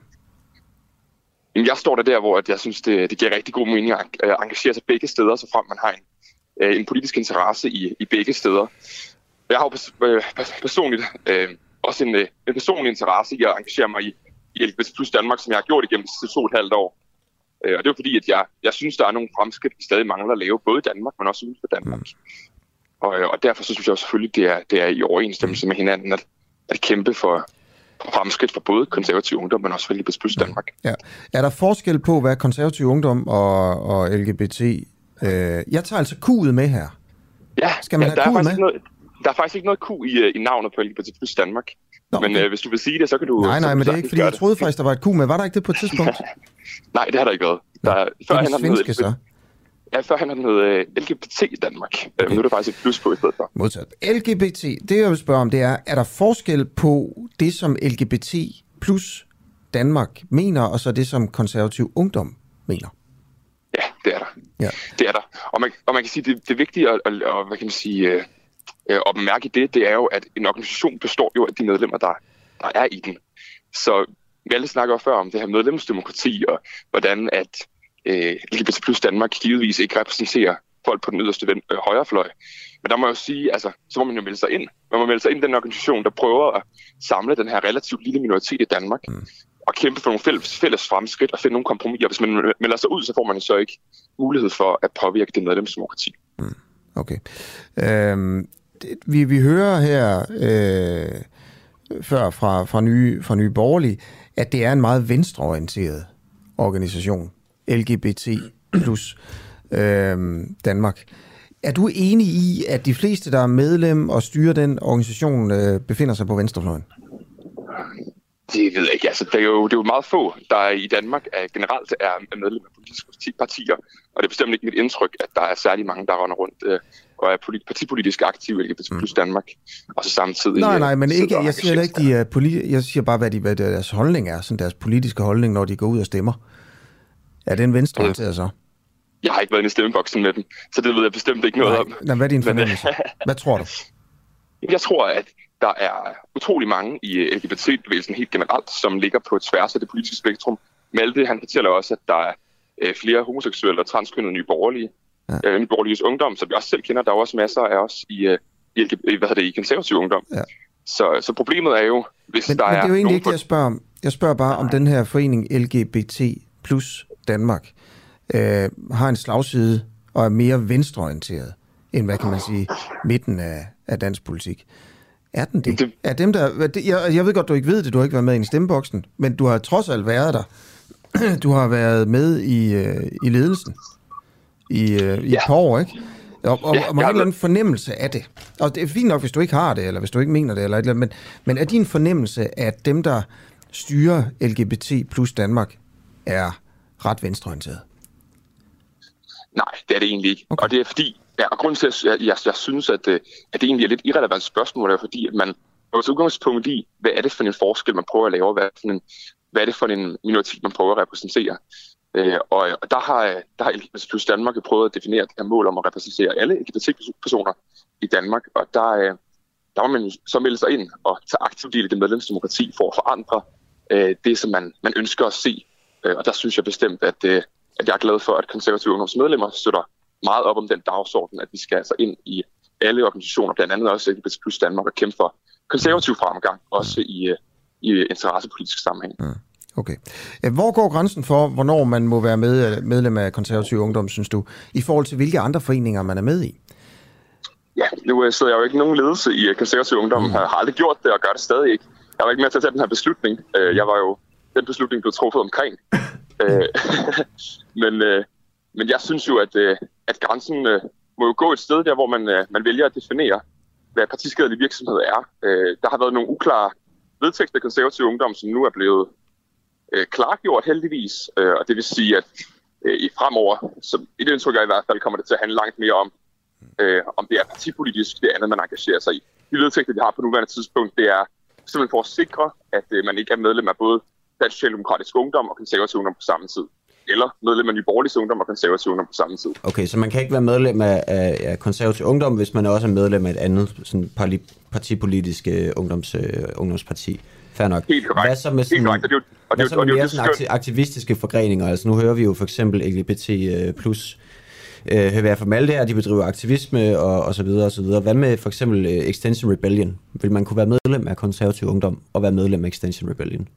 Jamen, jeg står der der, hvor jeg synes, det, det giver rigtig god mening at engagere sig begge steder, så frem man har en, en politisk interesse i, i begge steder. Jeg har jo personligt øh, også en, en personlig interesse i at engagere mig i, i L G B T plus Danmark, som jeg har gjort igennem de sidste to og et halvt år. Og det er fordi, at jeg, jeg synes, der er nogle fremskridt, vi stadig mangler at lave, både i Danmark, men også uden for Danmark. Mm. Og, og derfor så synes jeg selvfølgelig, det er, det er i overensstemmelse med hinanden at, at kæmpe for, for fremskridt for både Konservativ Ungdom, men også for L G B T plus Danmark. Ja. Er der forskel på, hvad Konservativ Ungdom og, og L G B T... Øh, jeg tager altså Q'et med her. Ja, Skal man ja, have der, er med? noget, der er faktisk ikke noget Q i, i navnet på L G B T plus Danmark. Nå, okay. Men øh, hvis du vil sige det, så kan du... Nej, nej, men det er ikke, fordi jeg troede det. faktisk, der var et Q med. Var der ikke det på et tidspunkt? Nej, det har der ikke været. Der, Nå, det er det svenske så. Ja, før han havde uh, L G B T i Danmark. Okay. Nu er der faktisk et plus på i stedet for. Modtaget. L G B T, det jeg vil spørge om, det er, er der forskel på det, som L G B T plus Danmark mener, og så det, som Konservativ Ungdom mener? Ja, det er der. Ja. Det er der. Og man, og man kan sige, det, det vigtige at, at, at, hvad kan man sige, øh, at bemærke i det, det er jo, at en organisation består jo af de medlemmer, der, der er i den. Så vi alle snakker jo før om det her medlemsdemokrati, og hvordan at L G B T plus Danmark givetvis ikke repræsenterer folk på den yderste øh, højrefløj. Men der må jeg jo sige, altså, så må man jo melde sig ind. Man må melde sig ind i den organisation, der prøver at samle den her relativt lille minoritet i Danmark, mm. og kæmpe for nogle fælles, fælles fremskridt og finde nogle kompromiser. Hvis man melder sig ud, så får man så ikke mulighed for at påvirke det medlemsdemokrati. Mm. Okay. Øhm, det, vi, vi hører her øh, før fra, fra, nye, fra Nye Borgerlige, at det er en meget venstreorienteret organisation. L G B T plus øh, Danmark. Er du enig i, at de fleste, der er medlem og styrer den organisation, øh, befinder sig på venstrefløjen? Det ved jeg ikke. Altså, det, er jo, det er jo meget få, der i Danmark er, generelt er medlem af politiske partier, og det er bestemt ikke mit indtryk, at der er særlig mange, der render rundt øh, og er politi- partipolitisk aktive i L G B T plus Danmark, og så samtidig... Nej, nej, men ikke, jeg siger ikke, de er politi- jeg siger bare, hvad, de, hvad deres holdning er, sådan deres politiske holdning, når de går ud og stemmer. Er det en venstreorienteret så? Jeg har ikke været inde i stemmeboksen med dem, så det ved jeg bestemt ikke noget Nej, om. Nej, hvad er din fornemmelse? Hvad tror du? Jeg tror, at der er utrolig mange i L G B T-bevægelsen helt generelt, som ligger på tværs af det politiske spektrum. Malte, han fortæller også, at der er flere homoseksuelle og transkønnede nye borgerlige. Ja. Nye borgerliges ungdom, som vi også selv kender. Der er også masser af os i, i, hvad det, i konservativ ungdom. Ja. Så, så problemet er jo, hvis men, der men er... Men det er jo egentlig ikke det, jeg spørger om. Jeg spørger bare om den her forening L G B T plus Danmark øh, har en slagside og er mere venstreorienteret end, hvad kan man sige, midten af, af dansk politik. Er den det? det? Er dem, der, jeg, jeg ved godt, du ikke ved det, du har ikke været med i stemmeboksen, men du har trods alt været der. Du har været med i, øh, i ledelsen i, øh, i ja. et par år, ikke? Og, og, ja, og man har en eller anden fornemmelse af det. Og det er fint nok, hvis du ikke har det, eller hvis du ikke mener det, eller et eller andet, men, men er din fornemmelse, at dem, der styrer L G B T plus Danmark, er ret venstreorienteret? Nej, det er det egentlig ikke. Okay. Og det er fordi, ja, og grunden til, at jeg, jeg, jeg synes, at, at det egentlig er lidt irrelevant spørgsmål, er fordi, at man har så udgangspunkt i, hvad er det for en forskel, man prøver at lave, hvad er det for en, hvad er det for en minoritet, man prøver at repræsentere. Øh, og, og der har, der har L G B T plus Danmark prøvet at definere det her mål om at repræsentere alle L G B T-personer i Danmark, og der, der må man så melde sig ind og tage aktivt del i det medlemsdemokrati for at forandre øh, det, som man, man ønsker at se. Øh, og der synes jeg bestemt, at, øh, at jeg er glad for, at konservative ungdomsmedlemmer støtter meget op om den dagsorden, at vi skal altså ind i alle organisationer, blandt andet også L G B T plus Danmark, og kæmpe for konservativ fremgang, også i, i interessepolitisk sammenhæng. Mm. Okay. Hvor går grænsen for, hvornår man må være med, medlem af konservativ ungdom, synes du, i forhold til hvilke andre foreninger man er med i? Ja, nu sidder jeg jo ikke i nogen ledelse i konservativ ungdom. Mm. Jeg har aldrig gjort det og gør det stadig ikke. Jeg var ikke med til at tage den her beslutning. Jeg var jo, den beslutning blev truffet omkring. men, men jeg synes jo, at, at grænsen må jo gå et sted der, hvor man, man vælger at definere, hvad partiskadelig virksomhed er. Der har været nogle uklare vedtægter af konservativ ungdom, som nu er blevet øh, klargjort heldigvis. Øh, og det vil sige, at øh, i fremover, så i det indtryk i hvert fald, kommer det til at handle langt mere om, øh, om det er partipolitisk, det andet, man engagerer sig i. De vedtægter, vi har på nuværende tidspunkt, det er simpelthen for at sikre, at øh, man ikke er medlem af både Dansk Socialdemokratisk Ungdom og konservativ ungdom på samme tid. Eller medlem af Nye Borgerlige Ungdom og konservativ ungdom på samme tid. Okay, så man kan ikke være medlem af, af, af konservativ ungdom, hvis man også er medlem af et andet sådan partipolitisk uh, ungdoms, uh, ungdomsparti. Fair nok. Helt korrekt. Hvad så med sådan, Helt korrekt. Og det er jo, og det er jo, mere sådan akti- aktivistiske forgreninger? Altså nu hører vi jo for eksempel L G B T plus uh, H V R for Malte her, de bedriver aktivisme og, og så videre og så videre. Hvad med for eksempel uh, Extinction Rebellion? Vil man kunne være medlem af konservativ ungdom og være medlem af Extinction Rebellion?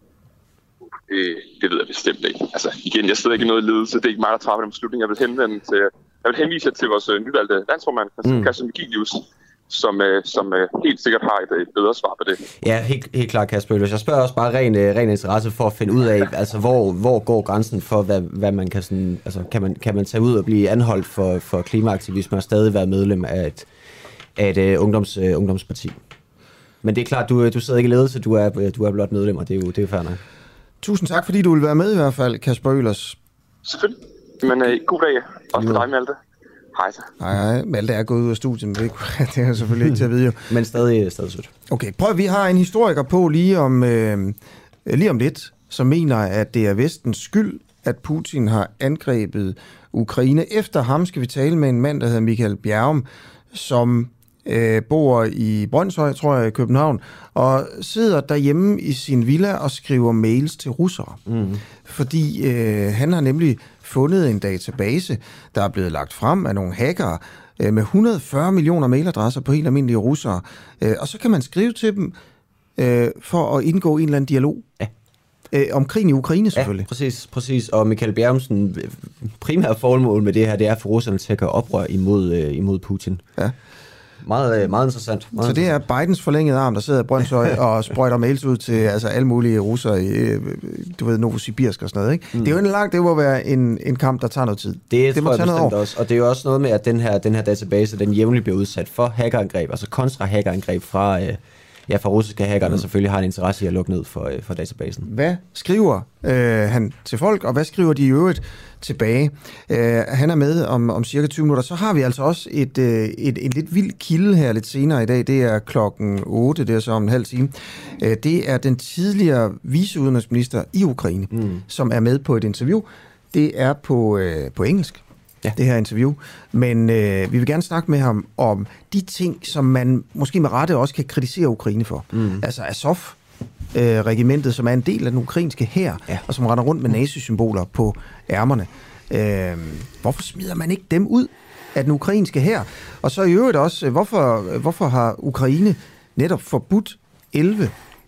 Det, det ved jeg bestemt ikke. Altså igen, jeg sidder ikke i noget ledelse. Det er ikke mig, der træffer den beslutning. Jeg vil henvende til, jeg vil henvise til vores nyvalgte landsformand, mm. Kasper Vigilius, som, som helt sikkert har et, et bedre svar på det. Ja, helt, helt klart, Kasper. Jeg spørger også bare ren, ren interesse for at finde ud af, altså hvor, hvor går grænsen for, hvad, hvad man kan sådan, altså kan man, kan man tage ud og blive anholdt for, for klimaaktivisme og stadig være medlem af et, af et uh, ungdoms, uh, ungdomsparti. Men det er klart, du, du sidder ikke i ledelse, du er, du er blot medlem, og det er jo, det er jo fair nok. Tusind tak, fordi du vil være med i hvert fald, Kasper Øhlers. Selvfølgelig. Men uh, god dag. Også for dig, Malte. Hej så. Hej, hej. Malte er gået ud af studiet, men det er jo selvfølgelig ikke til at vide jo. Men stadig, stadig sødt. Okay, prøv, vi har en historiker på lige om, øh, lige om lidt, som mener, at det er Vestens skyld, at Putin har angrebet Ukraine. Efter ham skal vi tale med en mand, der hedder Michael Bjerrum, som øh, bor i Brøndshøj, tror jeg, i København, og sidder derhjemme i sin villa og skriver mails til russere. Mm. Fordi øh, han har nemlig fundet en database, der er blevet lagt frem af nogle hackere, øh, med et hundrede og fyrre millioner mailadresser på helt almindelige russere. Øh, og så kan man skrive til dem øh, for at indgå en eller anden dialog. Ja. Øh, om krigen i Ukraine selvfølgelig. Ja, præcis, præcis. Og Michael Bjerrumsen, primære formål med det her, det er for russerne til at gøre oprør imod, øh, imod Putin. Ja. Meget, meget interessant. Meget så det er Bidens forlængede arm, der sidder i Brøndshøj og sprøjter mails ud til altså, alle mulige russere i, du ved, Novosibirsk og sådan noget, ikke? Mm. Det er jo en lang, det må være en, en kamp, der tager noget tid. Det, det må tage noget også. Og det er jo også noget med, at den her, den her database, den jævnligt bliver udsat for hackerangreb, altså kontra-hackerangreb fra, øh, ja, fra russiske hacker, der mm. selvfølgelig har en interesse i at lukke ned for, øh, for databasen. Hvad skriver øh, han til folk, og hvad skriver de i øvrigt tilbage? Øh, han er med om, om cirka tyve minutter. Så har vi altså også et, øh, et, en lidt vild kilde her lidt senere i dag. Det er klokken otte, det er så om en halv time. Øh, det er den tidligere viceudenrigsminister i Ukraine, mm. som er med på et interview. Det er på, øh, på engelsk. Ja. Det her interview, men øh, vi vil gerne snakke med ham om de ting, som man måske med rette også kan kritisere Ukraine for. Mm. Altså Azov-regimentet, øh, som er en del af den ukrainske hær, ja. Og som render rundt med nazisymboler på ærmerne. Øh, hvorfor smider man ikke dem ud af den ukrainske hær? Og så i øvrigt også, hvorfor, hvorfor har Ukraine netop forbudt elleve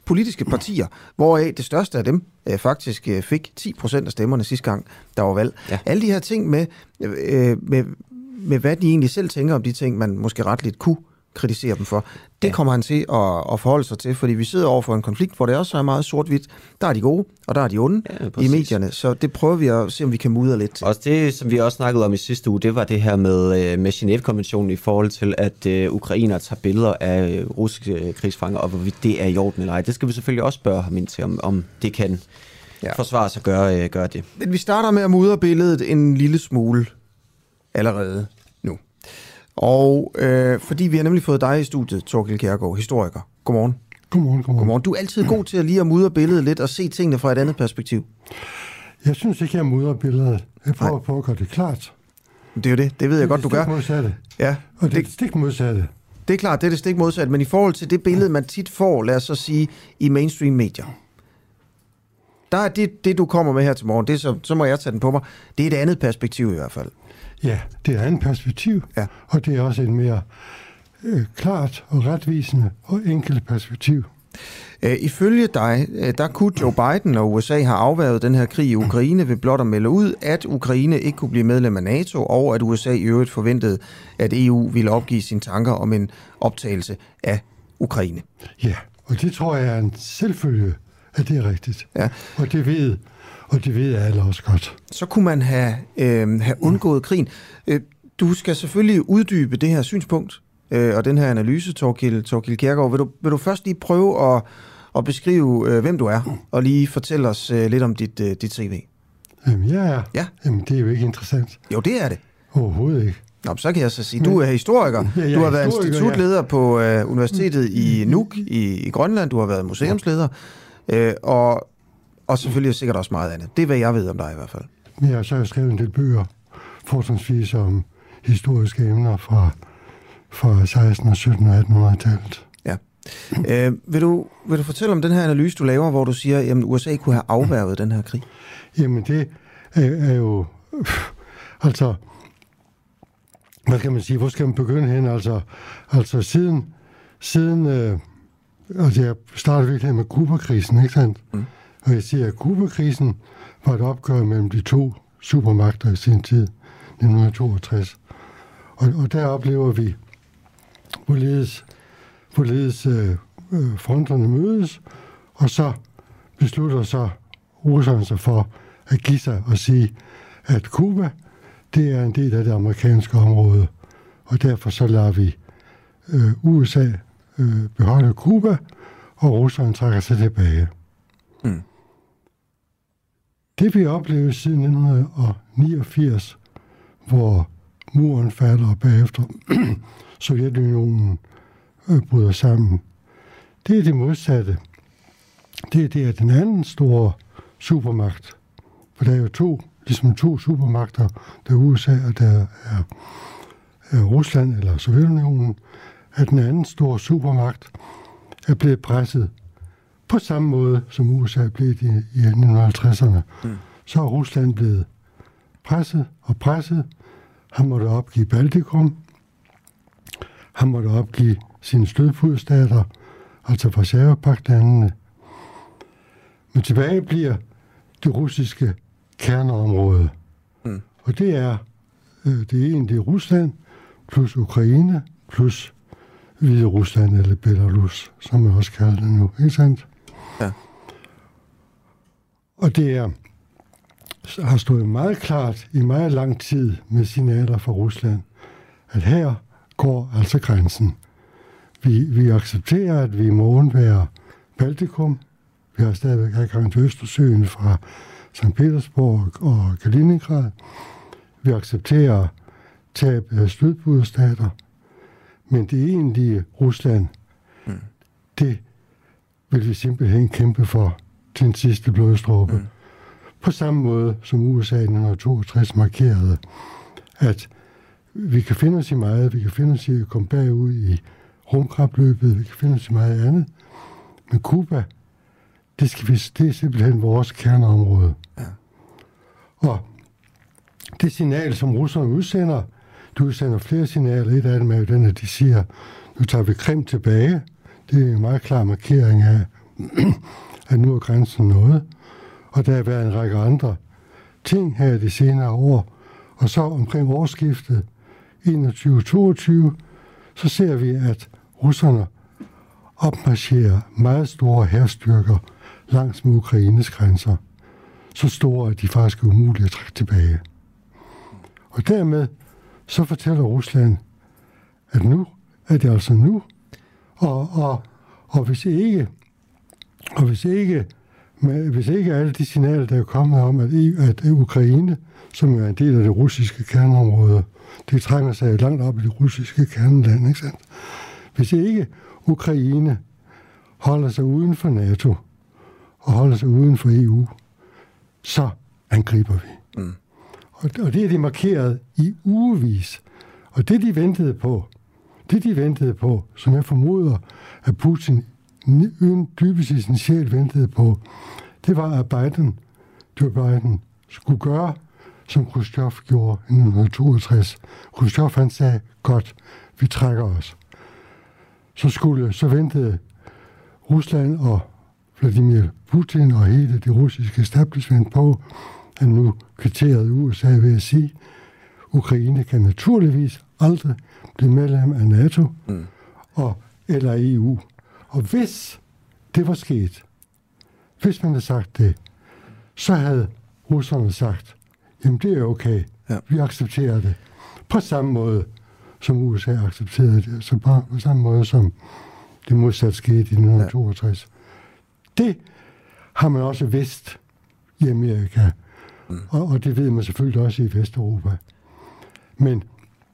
politiske partier, hvoraf det største af dem øh, faktisk øh, fik ti procent af stemmerne sidste gang, der var valg. Ja. Alle de her ting med, øh, med, med, hvad de egentlig selv tænker om de ting, man måske retligt kunne kritisere dem for, det ja. kommer han til at, at forholde sig til, fordi vi sidder over for en konflikt, hvor det også er meget sort-hvidt. Der er de gode, og der er de onde ja, i medierne, så det prøver vi at se, om vi kan mudre lidt til. Også det, som vi også snakkede om i sidste uge, det var det her med, med Genève-konventionen i forhold til, at uh, ukrainer tager billeder af uh, russiske krigsfanger, og hvorvidt det er i orden eller ej. Det skal vi selvfølgelig også spørge ham ind til, om, om det kan ja. forsvare sig at gøre, uh, gøre det. Men vi starter med at mudre billedet en lille smule allerede nu. Og øh, fordi vi har nemlig fået dig i studiet, Thorkild Kjærgaard, historiker. Godmorgen. Godmorgen, godmorgen. Godmorgen. Du er altid god til at lige at mudre billedet lidt og se tingene fra et andet perspektiv. Jeg synes ikke, jeg mudrer billedet. Jeg prøver på at gøre det klart. Det er jo det. Det ved jeg det godt, du gør. Det er det stik modsatte. Ja. Og det er det stik modsatte. Det er klart, det er det stik modsatte. Men i forhold til det billede, man tit får, lad os så sige, i mainstream medier, der er det, det du kommer med her til morgen, det er så, så må jeg tage den på mig. Det er et andet perspektiv i hvert fald. Ja, det er et andet perspektiv, ja. Og det er også et mere øh, klart og retvisende og enkelt perspektiv. Æ, ifølge dig, der kunne Joe Biden og U S A have afværget den her krig i Ukraine ved blot at melde ud, at Ukraine ikke kunne blive medlem af NATO, og at U S A i øvrigt forventede, at E U ville opgive sine tanker om en optagelse af Ukraine. Ja, og det tror jeg er en selvfølge, at det er rigtigt. Ja. Og det ved Og det ved alle også godt. Så kunne man have, øh, have undgået krigen. Øh, du skal selvfølgelig uddybe det her synspunkt øh, og den her analyse, Thorkild, Thorkild Kjærgaard. Vil du, vil du først lige prøve at, at beskrive, øh, hvem du er, og lige fortælle os øh, lidt om dit, øh, dit C V? Jamen, jeg er. Ja. Jamen, det er jo ikke interessant. Jo, det er det. Overhovedet ikke. Nå, så kan jeg så sige, du er historiker. Ja, du har været institutleder ja. på øh, universitetet i Nuuk i, i Grønland. Du har været museumsleder. Øh, og Og selvfølgelig sikkert også meget andet. Det er, hvad jeg ved om dig i hvert fald. Ja, så har jeg skrevet en del bøger, fortrinsvis om historiske emner fra, fra seksten-, og sytten- og attenhundredetallet. Ja. Øh, vil, du, vil du fortælle om den her analyse, du laver, hvor du siger, at U S A kunne have afværget den her krig? Jamen, det er, er jo... Altså, hvad skal man sige? Hvor skal man begynde hen? Altså, altså siden... siden øh, altså, jeg startede virkelig med Cuba-krisen, ikke sandt? Mm. Og jeg siger, at Cuba-krisen var et opgør mellem de to supermagter i sin tid, nitten toogtres. Og, og der oplever vi, hvorledes, hvorledes øh, fronterne mødes, og så beslutter så russerne sig for at give sig og sige, at Cuba, det er en del af det amerikanske område, og derfor så lader vi øh, U S A øh, beholde Cuba, og russerne trækker sig tilbage. Mm. Det vi oplevede siden nitten niogfirs, hvor muren falder og bagefter Sovjetunionen øh, bryder sammen, det er det modsatte. Det er det, at den anden store supermagt, for der er jo to, ligesom to supermagter, der er U S A og der er, er Rusland eller Sovjetunionen, at den anden store supermagt er blevet presset på samme måde, som U S A blev i, i nitten halvtredserne. Mm. Så er Rusland blevet presset og presset. Han måtte opgive Baltikum. Han måtte opgive sine stødpudstater, altså Warszawapagtlandene. Men tilbage bliver det russiske kerneområde. Mm. Og det er, øh, det er egentlig Rusland plus Ukraine plus Hvide Rusland eller Belarus, som man også kalder det nu. Ikke sandt? Ja. Og det er, har stået meget klart i meget lang tid med signaler fra Rusland, at her går altså grænsen. Vi, vi accepterer, at vi må undvære Baltikum. Vi har stadigvæk adgang til Østersøen fra Sankt Petersborg og Kaliningrad. Vi accepterer tab af stødpudstater. Men det egentlige Rusland, mm. det vil vi simpelthen kæmpe for til den sidste blodstråbe. Mm. På samme måde som U S A i nitten toogtres markerede, at vi kan finde os i meget, vi kan finde os i at komme bagud i rumkapløbet, vi kan finde os i meget andet. Men Cuba, det, skal vi, det er simpelthen vores kerneområde. Ja. Og det signal, som russerne udsender, du udsender flere signaler, et af dem er jo den, at de siger, nu tager vi Krim tilbage. Det er en meget klar markering af, at nu er grænsen nået. Og der har været en række andre ting her de senere år. Og så omkring årsskiftet enogtyve toogtyve, så ser vi, at russerne opmarcherer meget store hærstyrker langs med Ukraines grænser. Så store, at de faktisk er umulige at trække tilbage. Og dermed så fortæller Rusland, at nu er det altså nu, og, og, og hvis ikke, og hvis ikke, med, hvis ikke alle de signaler, der er kommet om, at, at Ukraine, som er en del af det russiske kerneområde, det trænger sig langt op i det russiske kerneland, ikke sandt? Hvis ikke Ukraine holder sig uden for NATO og holder sig uden for E U, så angriber vi. Mm. Og, og det er de markeret i ugevis. Og det, de ventede på, det, de ventede på, som jeg formoder, at Putin dybest i sin sjæl ventede på, det var, at Biden, Joe Biden, skulle gøre, som Khrushchev gjorde i nitten toogtres. Khrushchev, han sagde, godt, vi trækker os. Så skulle, så ventede Rusland og Vladimir Putin og hele det russiske establishment på, at nu kvitterede U S A ved at sige, Ukraine kan naturligvis aldrig blive medlem af NATO mm. og, eller E U. Og hvis det var sket, hvis man havde sagt det, så havde russerne sagt, jamen det er okay, ja. Vi accepterer det. På samme måde, som U S A accepterede det, så på, på samme måde, som det modsat skete i nitten toogtres. Ja. Det har man også vidst i Amerika, mm. og, og det ved man selvfølgelig også i Vesteuropa. Men,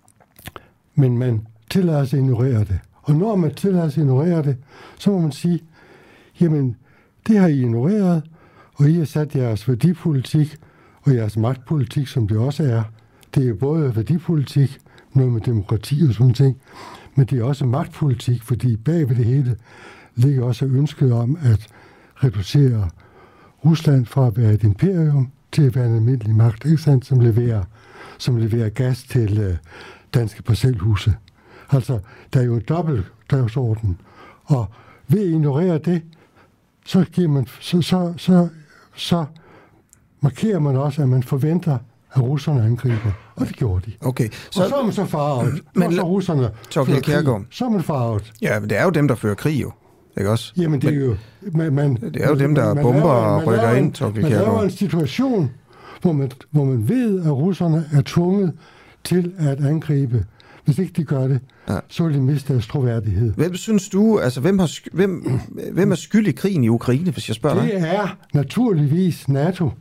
men man tillader sig at ignorere det. Og når man tillader sig at ignorere det, så må man sige, jamen, det har I ignoreret, og I har sat jeres værdipolitik og jeres magtpolitik, som det også er. Det er jo både værdipolitik, noget med demokrati og sådan ting, men det er også magtpolitik, fordi bag ved det hele ligger også ønsket om at reducere Rusland fra at være et imperium til at være en almindelig magt, ikke sandt, som leverer, som leverer gas til øh, danske parcelhuse. Altså, der er jo en dobbelt dagsorden, og ved at ignorere det, så, giver man, så, så, så, så markerer man også, at man forventer, at russerne angriber. Og det gjorde de. Okay. Så, og så er man så farvet. Men så russerne fører krig. Så er man farvet. Ja, men det er jo dem, der fører krig jo. Ikke også? Jamen, det er jo... Man, man, det er jo dem, der man, bomber man og rykker ind, Torkild Kjærgaard. Man laver en situation, hvor man, hvor man ved, at russerne er tvunget til at angribe. Hvis ikke de gør det, ja. Så vil de miste deres troværdighed. Hvem synes du, altså hvem, har, hvem, hvem er skyld i krigen i Ukraine, hvis jeg spørger dig? Det er naturligvis NATO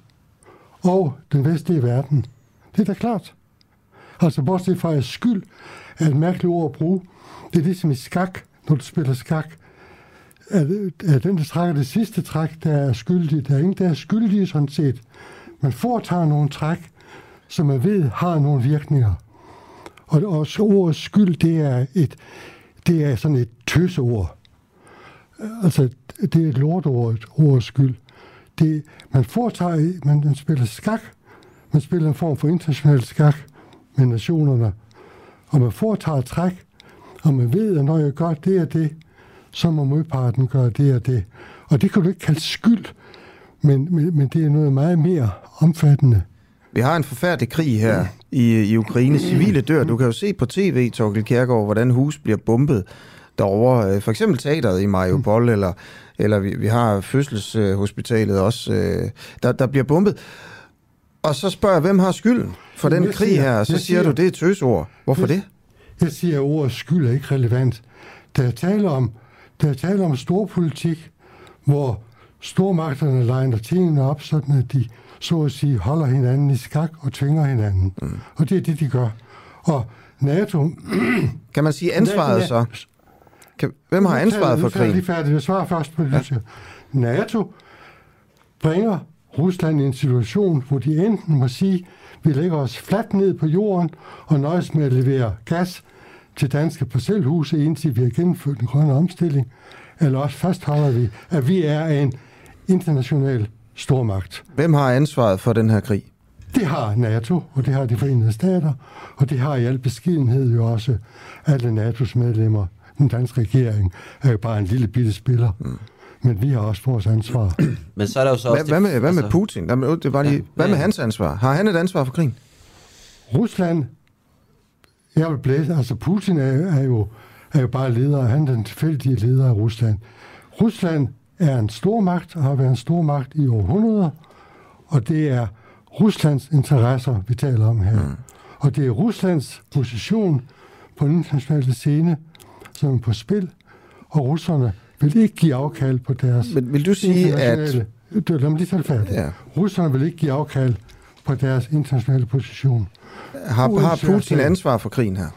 og den vestlige verden. Det er da klart. Altså bortset fra, at skyld er et mærkeligt ord at bruge. Det er ligesom i skak, når du spiller skak. At, at den, der trækker det sidste træk, der er skyldig. Der er ingen, der er skyldige sådan set. Man foretager nogle træk, som man ved har nogle virkninger. Og, og så ordets skyld, det er, et, det er sådan et tøseord. Altså, det er et lortord, et ordets skyld. Det, man foretager, man, man spiller skak, man spiller en form for international skak med nationerne, og man foretager træk, og man ved, at når jeg gør det og det, så må modparten gøre det og det. Og det kan du ikke kalde skyld, men, men, men det er noget meget mere omfattende. Vi har en forfærdelig krig her i, i Ukraine. Civile dør. Du kan jo se på tv, Torkild Kjærgaard, hvordan hus bliver bombet derovre. For eksempel teateret i Mariupol, eller, eller vi, vi har fødselshospitalet også, der, der bliver bombet. Og så spørger jeg, hvem har skylden for den jeg krig siger, her? Og så siger, siger du, det er et tøsord. Hvorfor jeg, det? Jeg siger, at ordets skyld er ikke relevant. Der taler om, der taler om storpolitik, hvor stormagterne legner tingene op, sådan at de så at sige holder hinanden i skak og tvinger hinanden. Mm. Og det er det, de gør. Og NATO... Kan man sige ansvaret så? Kan, hvem har ansvaret for krigen? Jeg er færdig. Jeg svarer først på det. Ja. NATO bringer Rusland i en situation, hvor de enten må sige, vi lægger os fladt ned på jorden og nøjes med at levere gas til danske parcelhuse, indtil vi har gennemført en grønne omstilling, eller også fastholder vi, at vi er en international stormagt. Hvem har ansvaret for den her krig? Det har NATO, og det har de Forenede Stater, og det har i al beskedenhed jo også alle NATO's medlemmer. Den danske regering er jo bare en lille bitte spiller. Mm. men vi har også vores ansvar. Men så er der jo så også... Hvad, hvad med, hvad med altså, Putin? Det var lige, ja, hvad ja. med hans ansvar? Har han et ansvar for krigen? Rusland, jeg vil blæse, altså Putin er, er, jo, er jo bare leder, han er den tilfældige leder af Rusland. Rusland er en stormagt, og har været en stormagt i århundreder, og det er Ruslands interesser, vi taler om her. Mm. Og det er Ruslands position på den internationale scene, som er på spil, og russerne vil ikke give afkald på deres... Men vil du sige, at... Lad mig lige tage færdigt. Ja. Russerne vil ikke give afkald på deres internationale position. Har, har Putin ansvar for krigen her?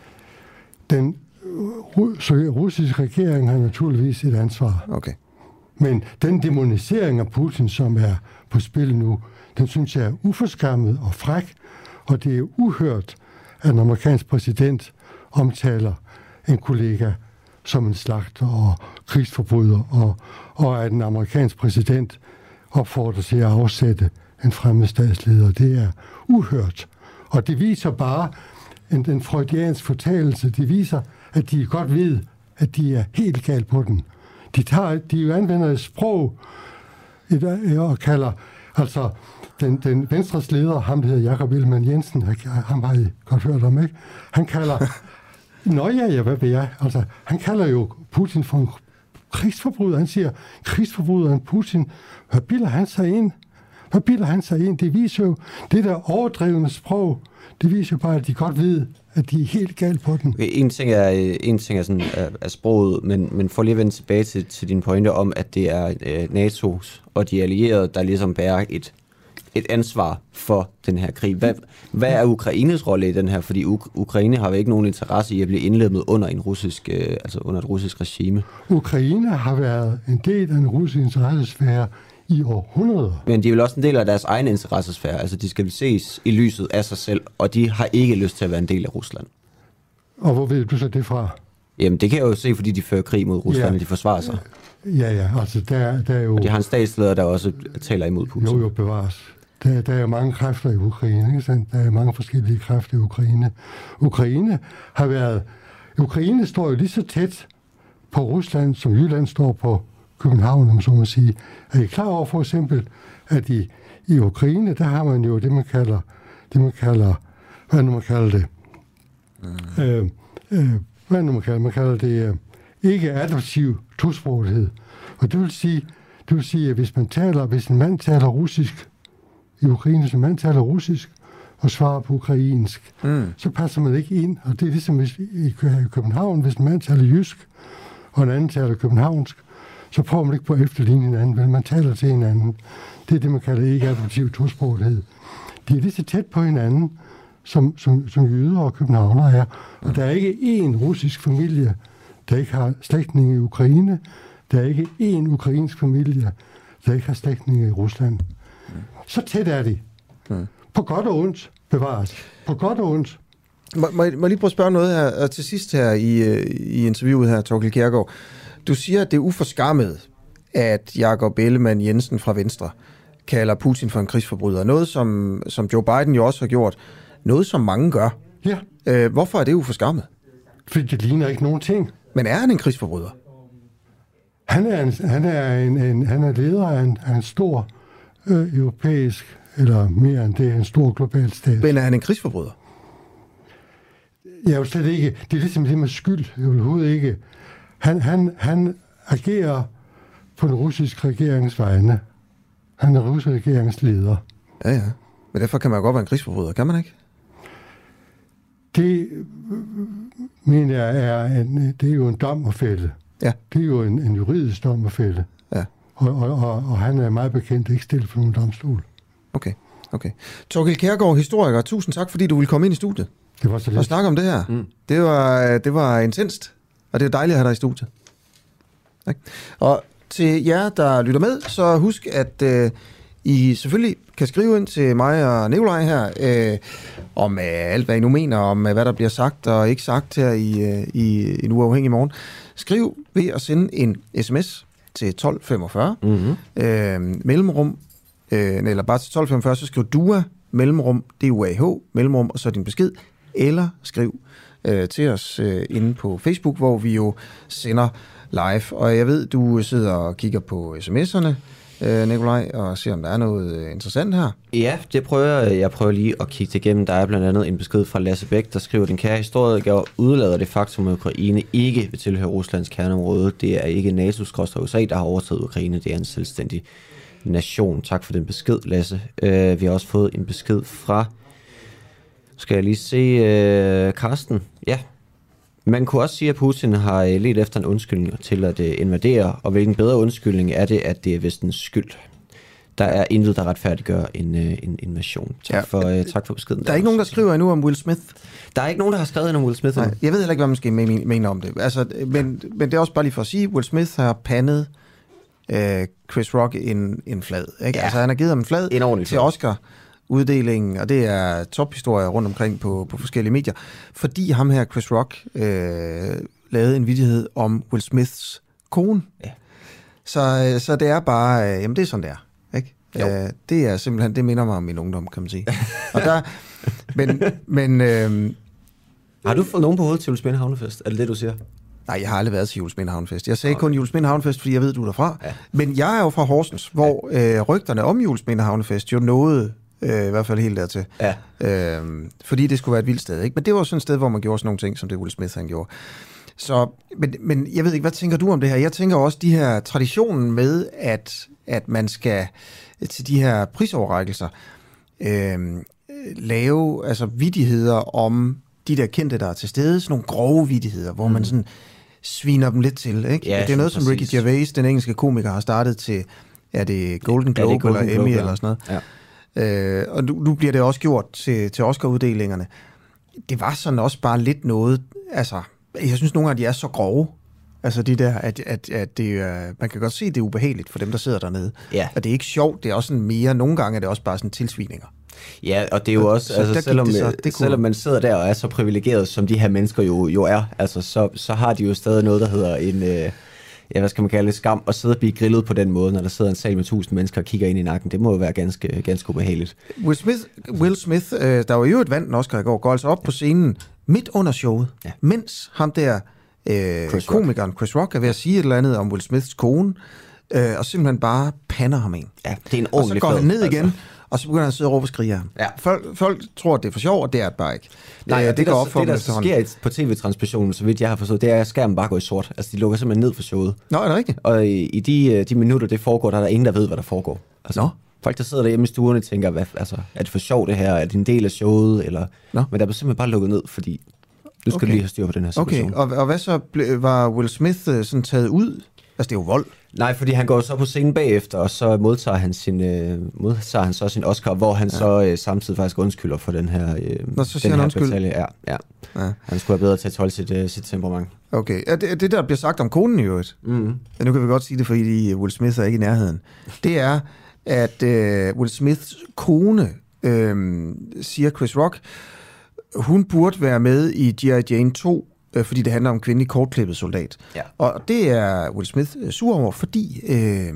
Den russiske regering har naturligvis et ansvar. Okay. Men den demonisering af Putin, som er på spil nu, den synes jeg er uforskammet og fræk, og det er uhørt, at en amerikansk præsident omtaler en kollega som en slagter og krigsforbryder, og, og at en amerikansk præsident opfordrer til at afsætte en fremmed statsleder. Det er uhørt. Og det viser bare en, en freudiansk fortalelse. Det viser, at de godt ved, at de er helt galt på den. De, tager, de jo anvender et sprog et, og kalder, altså den, den venstres leder, ham der hedder Jakob Ellemann-Jensen, ham har I godt hørt om, ikke? Han kalder, nå ja, ja, hvad ved jeg? Altså, han kalder jo Putin for en krigsforbryder. Han siger, krigsforbryderen Putin, hvad bilder han sig ind? Hvad bilder han sig ind? Det viser jo, det der overdrevne sprog, det viser jo bare, at de godt ved, at de er helt galt på den. En ting er, en ting er, sådan, er, er sproget, men, men for lige at vende tilbage til, til din pointe om, at det er øh, NATO's og de allierede, der ligesom bærer et, et ansvar for den her krig. Hvad, hvad er Ukraines rolle i den her? Fordi Uk- Ukraine har jo ikke nogen interesse i at blive indlemmet under en russisk, øh, altså under et russisk regime. Ukraine har været en del af en russisk interessesfære i århundreder. Men de er vel også en del af deres egen interessesfære. Altså, de skal ses i lyset af sig selv, og de har ikke lyst til at være en del af Rusland. Og hvor ved du så det fra? Jamen, det kan jeg jo se, fordi de fører krig mod Rusland, Ja. og de forsvarer sig. Ja, ja, altså der, der er jo... Og de har en statsleder, der også taler imod Putin. Jo, jo, bevares. Der, der er jo mange kræfter i Ukraine, ikke sandt? Der er mange forskellige kræfter i Ukraine. Ukraine har været... Ukraine står jo lige så tæt på Rusland, som Jylland står på København, om så må sige. Er I klar over for eksempel, at i, i Ukraine, der har man jo det, man kalder, det man kalder, hvad nu man kalder det? Mm. Øh, øh, hvad nu man kalder, man kalder det øh, ikke adoptiv tosprogethed. Og det vil sige, det vil sige, at hvis man taler, hvis en mand taler russisk i Ukraine, hvis en mand taler russisk og svarer på ukrainsk, mm. så passer man ikke ind. Og det er ligesom hvis, i København, hvis en mand taler jysk, og en anden taler københavnsk, så prøver man ikke på at efterligne hinanden, men man taler til hinanden. Det er det, man kalder ikke-adoptiv tosprogethed. De er lige så tæt på hinanden, som, som, som jyder og københavnere er. Og der er ikke én russisk familie, der ikke har slægtninge i Ukraine. Der er ikke én ukrainsk familie, der ikke har slægtninge i Rusland. Så tæt er de. På godt og ondt bevares. På godt og ondt. Må, må, jeg, må jeg lige prøve at spørge noget her til sidst her i, i interviewet her, Thorkild Kjærgaard. Du siger, at det er uforskammet, at Jakob Ellemann-Jensen fra Venstre kalder Putin for en krigsforbryder. Noget, som, som Joe Biden jo også har gjort. Noget, som mange gør. Ja. Øh, hvorfor er det uforskammet? Fordi det ligner ikke nogen ting. Men er han en krigsforbryder? Han er, en, han er, en, en, han er leder af en, af en stor øh, europæisk, eller mere end det, en stor global stat. Men er han en krigsforbryder? Jeg er jo slet ikke... Det er ligesom det med skyld. Jeg vil overhovedet ikke... Han, han, han agerer på den russiske regerings vegne. Han er russisk regerings leder. Ja, ja. Men derfor kan man godt være en krigsforbryder, kan man ikke? Det, mener jeg, er, en, det er jo en dom og fælde. Ja. Det er jo en, en juridisk dom og fælde. Ja. Og, og, og, og han er meget bekendt ikke stillet for nogen domstol. Okay, okay. Thorkild Kjærgaard, historiker, tusind tak, fordi du ville komme ind i studiet. Det var så lidt. Og snakke om det her. Mm. Det var, det var intenst, og det er dejligt at have dig i studiet. Tak. Og til jer, der lytter med, så husk, at øh, I selvfølgelig kan skrive ind til mig og Nikolaj her, øh, om øh, alt, hvad I nu mener, om øh, hvad der bliver sagt og ikke sagt her i, øh, i en uafhængig morgen. Skriv ved at sende en sms til tolv femogfyrre, mm-hmm. øh, mellemrum, øh, eller bare til tolv femogfyrre, så skriv D U A, mellemrum, D U A H, mellemrum, og så din besked, eller skriv øh, til os øh, inde på Facebook, hvor vi jo sender live. Og jeg ved, du sidder og kigger på sms'erne, øh, Nikolaj, og ser, om der er noget øh, interessant her. Ja, det prøver jeg. Jeg prøver lige at kigge det igennem. Der er blandt andet en besked fra Lasse Bæk, der skriver, den kære historiker udlader det faktum, at Ukraine ikke vil tilhøre Ruslands kerneområde. Det er ikke NATO-U S A, der har overtaget Ukraine. Det er en selvstændig nation. Tak for den besked, Lasse. Uh, vi har også fået en besked fra, skal jeg lige se, uh, Karsten. Ja, man kunne også sige, at Putin har uh, ledt efter en undskyldning til at uh, invadere, og hvilken bedre undskyldning er det, at det er vestens skyld. Der er intet, der retfærdiggør en, uh, en invasion. Tak, ja, for, uh, tak for beskeden. Der er der ikke nogen, der skriver endnu om Will Smith. Der er ikke nogen, der har skrevet endnu om Will Smith. Nej, jeg ved heller ikke, hvad man skal mene om det. Altså, men, men det er også bare lige for at sige, at Will Smith har pandet Chris Rock en, en flad. Ikke? Ja. Altså, han har givet ham en flad en til Oscar-uddelingen, og det er tophistorier rundt omkring på, på forskellige medier, fordi ham her, Chris Rock, øh, lavede en vittighed om Will Smiths kone. Ja. Så, så det er bare, øh, jamen det er sådan, det er. Ikke? Øh, det er simpelthen, det minder mig om min ungdom, kan man sige. Og der, men, men øh, har du fået nogen på hovedet til Jules Minde Havnefest? Er det det, du siger? Nej, jeg har aldrig været til Jules Minde Havnefest. Jeg sagde okay. kun Jules Minde Havnefest, fordi jeg ved, du er derfra. Ja. Men jeg er jo fra Horsens, hvor ja. øh, rygterne om Jules Minde Havnefest jo nåede øh, i hvert fald helt dertil. Ja. Øh, fordi det skulle være et vildt sted. Ikke? Men det var sådan et sted, hvor man gjorde sådan nogle ting, som det Will Smith han gjorde. Så, men, men jeg ved ikke, hvad tænker du om det her? Jeg tænker også de her traditionen med, at, at man skal til de her prisoverrækkelser øh, lave altså vittigheder om de der kendte, der er til stede, sådan nogle grove vittigheder, hvor mm. man sådan sviner dem lidt til, ikke? Ja, det er noget, som Ricky Gervais, den engelske komiker, har startet til, er det Golden Globe, ja, det Golden eller Emmy, Globe, ja. Eller sådan noget. Ja. Øh, og nu, nu bliver det også gjort til, til Oscar-uddelingerne. Det var sådan også bare lidt noget, altså, jeg synes nogle gange, de er så grove, altså de der, at, at, at det, uh, man kan godt se, at det er ubehageligt for dem, der sidder dernede. Ja. Og det er ikke sjovt, det er også sådan mere, nogle gange er det også bare sådan tilsvininger. Ja, og det er jo også, altså, selvom, det så, det kunne... selvom man sidder der og er så privilegeret, som de her mennesker jo, jo er, altså, så, så har de jo stadig noget, der hedder en, øh, ja, hvad skal man kalde det, skam, at sidde og blive grillet på den måde, når der sidder en sal med tusind mennesker og kigger ind i nakken. Det må jo være ganske, ganske ubehageligt. Will Smith, Will Smith øh, der var jo et vandt en Oscar i går, går altså op på scenen midt under showet, ja. Mens ham der øh, Chris komikeren Chris Rock er ved at sige et eller andet om Will Smiths kone, øh, og simpelthen bare pander ham en. Ja, det er en ordentlig. Og så går han ned igen, altså. Og så begynder han at sidde og råbe og skrige af ham. Ja. Folk, folk tror, at det er for sjov, og det er det bare ikke. Nej, det, det, der, det, der sker på tv-transmissionen, så vidt jeg har forstået, det er, at skærmen bare går i sort. Altså, de lukker simpelthen ned for showet. Nå, er det rigtigt? Og i, i de, de minutter, det foregår, der er der ingen, der ved, hvad der foregår. Altså, Nå. Folk, der sidder derhjemme i stuerne, tænker, hvad, altså, er det for sjov det her? Er det en del af showet? Eller? Men der er simpelthen bare lukket ned, fordi nu skal okay. du lige have styr på den her situation. Okay, og, og hvad så? Var Will Smith sådan taget ud? Altså, det er jo vold. Nej, fordi han går så på scenen bagefter, og så modtager han, sin, øh, modtager han så sin Oscar, hvor han ja. så øh, samtidig faktisk undskylder for den her øh, Nå, så siger han undskyld. Ja, ja. ja. Han skulle have bedre til at holde sit, øh, sit temperament. Okay, er det, det der bliver sagt om konen i øvrigt, mm. ja, nu kan vi godt sige det, fordi Will Smith er ikke i nærheden, det er, at øh, Will Smiths kone, øh, siger Chris Rock, hun burde være med i G I. Jane to, fordi det handler om kvindelig kortklippet soldat. Ja. Og det er Will Smith sur over, fordi øh,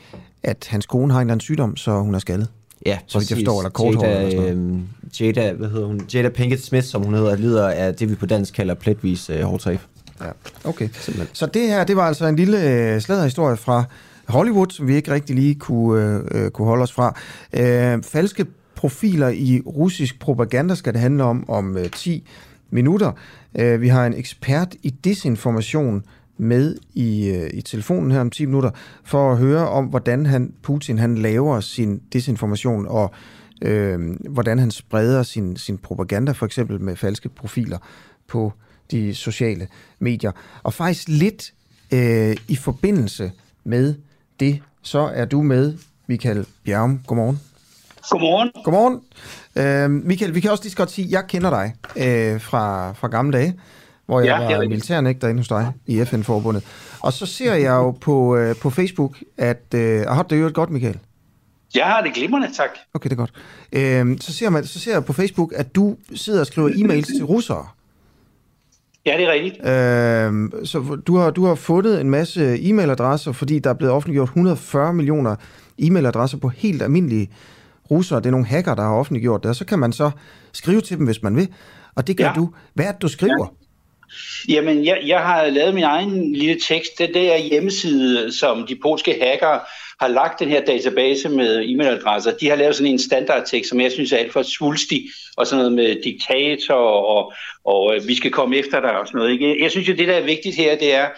at hans kone har en eller anden sygdom, så hun er skaldet. Ja, så vidt jeg forstår, eller korthåret eller sådan noget. Øh, Jada, hvad hedder hun? Jada Pinkett Smith, som hun hedder, lider af det, vi på dansk kalder pletvis øh, hårtab. Ja, okay. Simpelthen. Så det her, det var altså en lille øh, sladderhistorie fra Hollywood, som vi ikke rigtig lige kunne, øh, kunne holde os fra. Øh, falske profiler i russisk propaganda skal det handle om om øh, ti minutter. Uh, vi har en ekspert i desinformation med i, uh, i telefonen her om ti minutter, for at høre om, hvordan han, Putin han laver sin desinformation, og uh, hvordan han spreder sin, sin propaganda, for eksempel med falske profiler på de sociale medier. Og faktisk lidt uh, i forbindelse med det, så er du med, Michael Bjerrum. Godmorgen. Godmorgen. Godmorgen. Øh, Michael, vi kan også lige så godt sige, at jeg kender dig øh, fra, fra gamle dage, hvor jeg ja, var militærnægter inde hos dig i F N-forbundet. Og så ser jeg jo på, øh, på Facebook, at... Øh, har du det gjort godt, Michael? Jeg har det glimrende, tak. Okay, det er godt. Øh, så, ser man, så ser jeg på Facebook, at du sidder og skriver e-mails til russere. Ja, det er rigtigt. Øh, så du har, du har fundet en masse e-mailadresser, fordi der er blevet offentliggjort et hundrede og fyrre millioner e-mailadresser på helt almindelige russere. Det er nogle hacker, der har offentliggjort det, og så kan man så skrive til dem, hvis man vil. og det gør Ja. du. Hvad er det, du skriver? Jamen, jeg, jeg har lavet min egen lille tekst. Det der hjemmeside, som de polske hackere har lagt den her database med e-mailadresser. De har lavet sådan en standardtekst, som jeg synes er alt for svulstig, og sådan noget med diktator, og, og vi skal komme efter dig og sådan noget. Ikke? Jeg synes jo, det der er vigtigt her, det er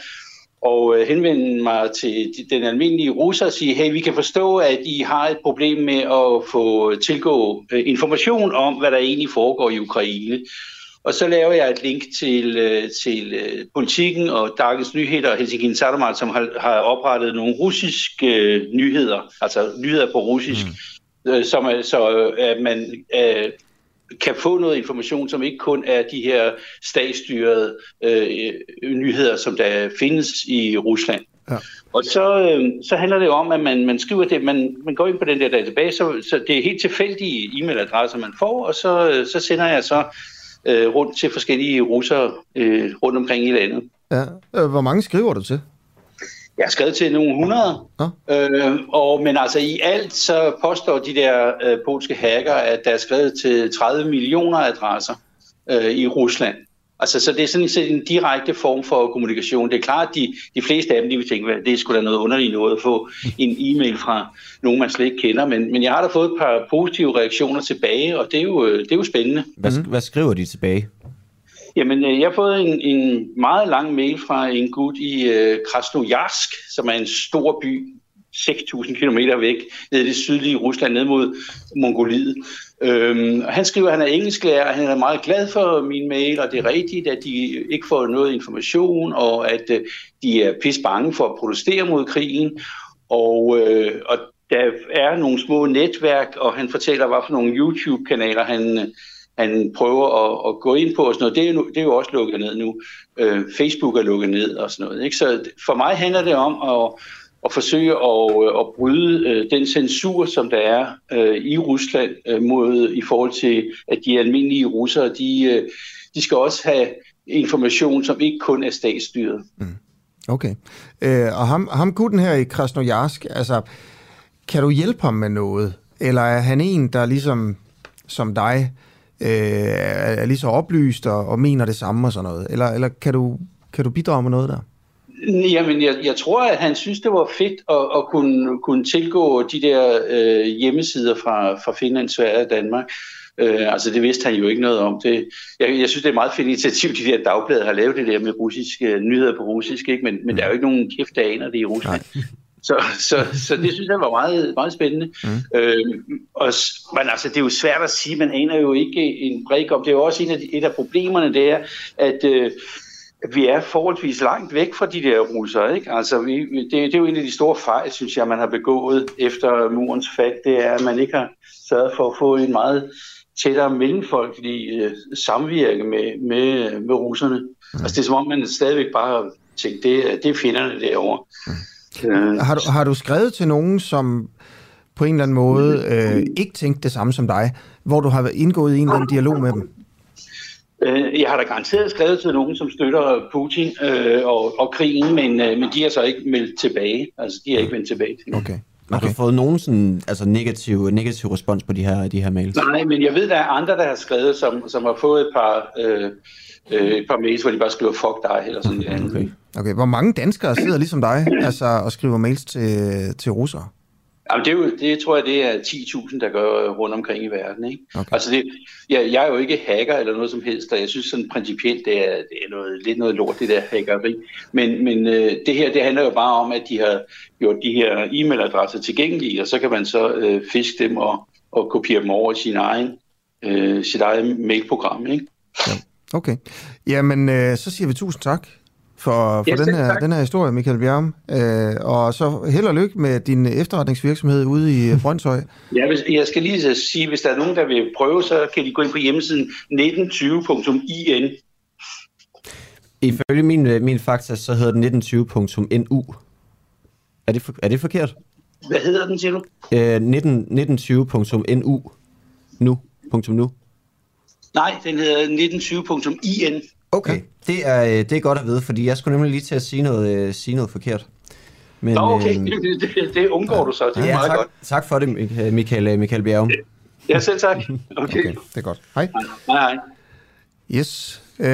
at henvende mig til den almindelige russer og sige, hey, vi kan forstå, at I har et problem med at få tilgå information om, hvad der egentlig foregår i Ukraine. Og så laver jeg et link til, til Politiken og Dagens Nyheder og Helsingin Sanomat, som har, har oprettet nogle russiske nyheder, altså nyheder på russisk, mm. som er, så at man øh, kan få noget information, som ikke kun er de her statsstyrede øh, nyheder, som der findes i Rusland. Ja. Og så, øh, så handler det om, at man, man skriver det, man, man går ind på den der database, så, så det er helt tilfældige e-mailadresser, man får, og så, så sender jeg så øh, rundt til forskellige russere øh, rundt omkring i landet. Ja. Hvor mange skriver du til? Jeg har skrevet til nogle hundrede, ja. øh, og, men altså i alt så påstår de der øh, polske hacker, at der er skrevet til tredive millioner adresser øh, i Rusland. Altså, så det er sådan set en direkte form for kommunikation. Det er klart, at de, de fleste af dem, de vil tænke, at det skulle da noget underligt noget at få en e-mail fra nogen, man slet ikke kender. Men, men jeg har da fået et par positive reaktioner tilbage, og det er jo, det er jo spændende. Hvad, hvad skriver de tilbage? Jamen, jeg har fået en, en meget lang mail fra en gut i uh, Krasnojarsk, som er en stor by, seks tusind kilometer væk, nede i det sydlige Rusland, ned mod Mongoliet. Øhm, han skriver, at han er engelsklærer, og han er meget glad for min mail, og det er rigtigt, at de ikke får noget information, og at uh, de er pisse bange for at protestere mod krigen. Og, uh, og der er nogle små netværk, og han fortæller, hvad for nogle YouTube-kanaler han... han prøver at, at gå ind på og sådan noget. Det er jo, det er jo også lukket ned nu. Øh, Facebook er lukket ned og sådan noget. Ikke? Så for mig handler det om at, at forsøge at, at bryde øh, den censur, som der er øh, i Rusland øh, mod, i forhold til, at de almindelige russere, de, øh, de skal også have information, som ikke kun er statsstyret. Mm. Okay. Øh, og ham, ham gutten her i Krasnojarsk, altså, kan du hjælpe ham med noget? Eller er han en, der ligesom som dig Øh, er lige så oplyst og, og mener det samme og sådan noget? Eller, eller kan, du, kan du bidrage med noget der? Jamen, jeg, jeg tror, at han synes, det var fedt at, at kunne, kunne tilgå de der øh, hjemmesider fra, fra Finland, Sverige og Danmark. Øh, altså, det vidste han jo ikke noget om. Det, jeg, jeg synes, det er et meget fedt initiativ, de der dagblade har lavet det der med russiske nyheder på russisk, ikke? Men, men der er jo ikke nogen kæft, der aner det i Rusland. Nej. Så, så, så det synes jeg var meget, meget spændende. Mm. Øh, og, men altså, det er jo svært at sige, man aner jo ikke en brik om. Det er jo også en af de, et af problemerne, det er, at, øh, at vi er forholdsvis langt væk fra de der russere. Ikke? Altså, vi, det, det er jo en af de store fejl, synes jeg, man har begået efter murens fald. Det er, at man ikke har sørget for at få en meget tættere mellemfolkelig øh, samvirke med, med, med russerne. Mm. Altså, det er som om, man stadigvæk bare tænker, det, det er fjenderne derovre. Mm. Har du, har du skrevet til nogen, som på en eller anden måde øh, ikke tænkte det samme som dig, hvor du har indgået i en eller anden dialog med dem? Jeg har da garanteret skrevet til nogen, som støtter Putin øh, og, og krigen, men, øh, men de har så ikke meldt tilbage. Altså, de har ikke vendt tilbage til. Okay. Har du fået nogen sådan, altså negativ, negativ respons på de her, de her mails? Nej, men jeg ved, der er andre, der har skrevet, som, som har fået et par... Øh, et par mails, hvor de bare skriver fuck dig, eller sådan noget. Okay. Okay, hvor mange danskere sidder ligesom dig altså, og skriver mails til, til russere? Jamen, det, er jo, det tror jeg, det er ti tusind, der gør rundt omkring i verden. Ikke? Okay. Altså det, jeg, jeg er jo ikke hacker eller noget som helst, og jeg synes sådan principielt, det er, det er noget, lidt noget lort, det der hackeri. Men, men øh, det her, det handler jo bare om, at de har gjort de her e-mailadresser tilgængelige, og så kan man så øh, fiske dem og, og kopiere dem over i sin egen, øh, sit eget mailprogram. Ikke? Ja. Okay. Jamen, øh, så siger vi tusind tak for, for ja, den, her, den her historie, Michael Bjerrum. Øh, og så held og lykke med din efterretningsvirksomhed ude i Brøndshøj. Ja, hvis, jeg skal lige sige, hvis der er nogen, der vil prøve, så kan de gå ind på hjemmesiden nitten tyve punktum i n. Ifølge min, min fakta, så hedder den nitten tyve punktum n u. Er det, for, er det forkert? Hvad hedder den, siger du? Øh, nitten tyve punktum n u. Nu. Punktum nu. Nej, den hedder nitten tyve punktum i n. Okay, det er, det er godt at vide, fordi jeg skulle nemlig lige til at sige noget, sige noget forkert. Men, Nå, okay, øh, det, det, det undgår du så, det er ja, meget tak, godt. Tak for det, Michael, Michael Bjerrum. Ja, selv tak. Okay. Okay, det er godt. Hej. Hej, hej. Yes. Øh,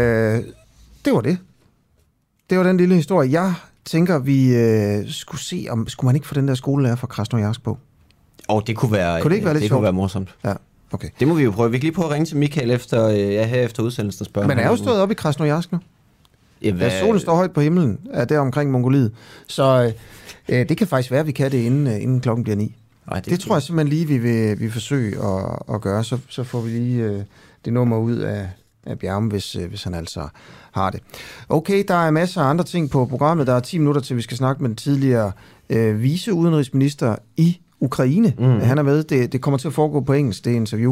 det var det. Det var den lille historie. Jeg tænker, vi øh, skulle se, om skulle man ikke få den der skolelærer fra Krasnojarsk på? Og det kunne være, kunne det ikke være lidt det sjovt? Kunne være morsomt. Ja, okay. Det må vi jo prøve. Vi kan lige prøve at ringe til Michael efter, ja, her efter udsendelsen og spørge. Men er jo stået op i Krasnojarsk nu. Ja, hvad... ja, solen står højt på himlen, er der omkring Mongoliet. Så øh, det kan faktisk være, at vi kan det, inden, inden klokken bliver ni. Ej, det det tror jeg simpelthen lige, vi vil, vi vil forsøge at, at gøre. Så, så får vi lige øh, det nummer ud af, af Bjerme, hvis, øh, hvis han altså har det. Okay, der er masser af andre ting på programmet. Der er ti minutter til, vi skal snakke med den tidligere øh, viceudenrigsminister i Ukraine. Mm. Han er med. Det, det kommer til at foregå på engelsk, det interview.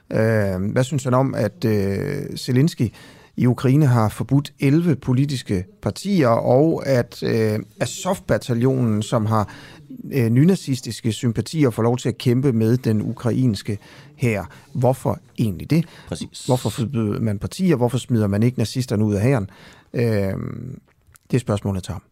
Øh, hvad synes han om, at øh, Zelensky i Ukraine har forbudt elleve politiske partier, og at øh, Azov-bataljonen, som har øh, nynazistiske sympatier, får lov til at kæmpe med den ukrainske hær. Hvorfor egentlig det? Præcis. Hvorfor forbyder man partier? Hvorfor smider man ikke nazisterne ud af hæren? Øh, det er spørgsmålet til ham.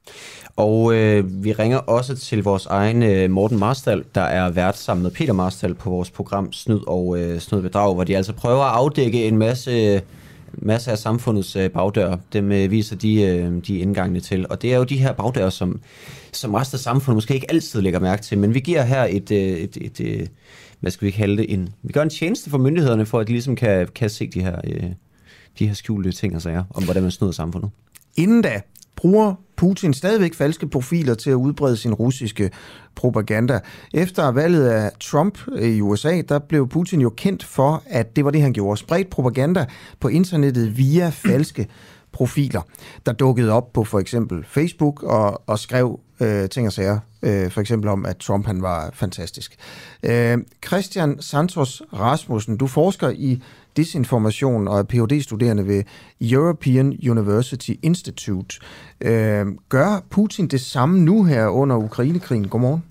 Og øh, vi ringer også til vores egen øh, Morten Marstal, der er vært sammen med Peter Marstal på vores program Snyd og øh, Snyd Bedrag, hvor de altså prøver at afdække en masse... masser af samfundets øh, bagdøre, dem øh, viser de, øh, de indgangene til. Og det er jo de her bagdøre, som, som resten af samfundet måske ikke altid lægger mærke til. Men vi giver her et, øh, et, et, et hvad skal vi kalde det, en, vi gør en tjeneste for myndighederne, for at de ligesom kan, kan se de her, øh, de her skjulte ting og sager, om hvordan man snyder samfundet. Inden da bruger Putin stadigvæk falske profiler til at udbrede sin russiske propaganda. Efter valget af Trump i U S A, der blev Putin jo kendt for, at det var det, han gjorde. Spredt propaganda på internettet via falske profiler, der dukkede op på for eksempel Facebook og, og skrev øh, ting og sager, øh, for eksempel om, at Trump han var fantastisk. Øh, Christian Santos Rasmussen, du forsker i desinformation og er P H D-studerende ved European University Institute. Øh, gør Putin det samme nu her under Ukrainekrigen? Godmorgen.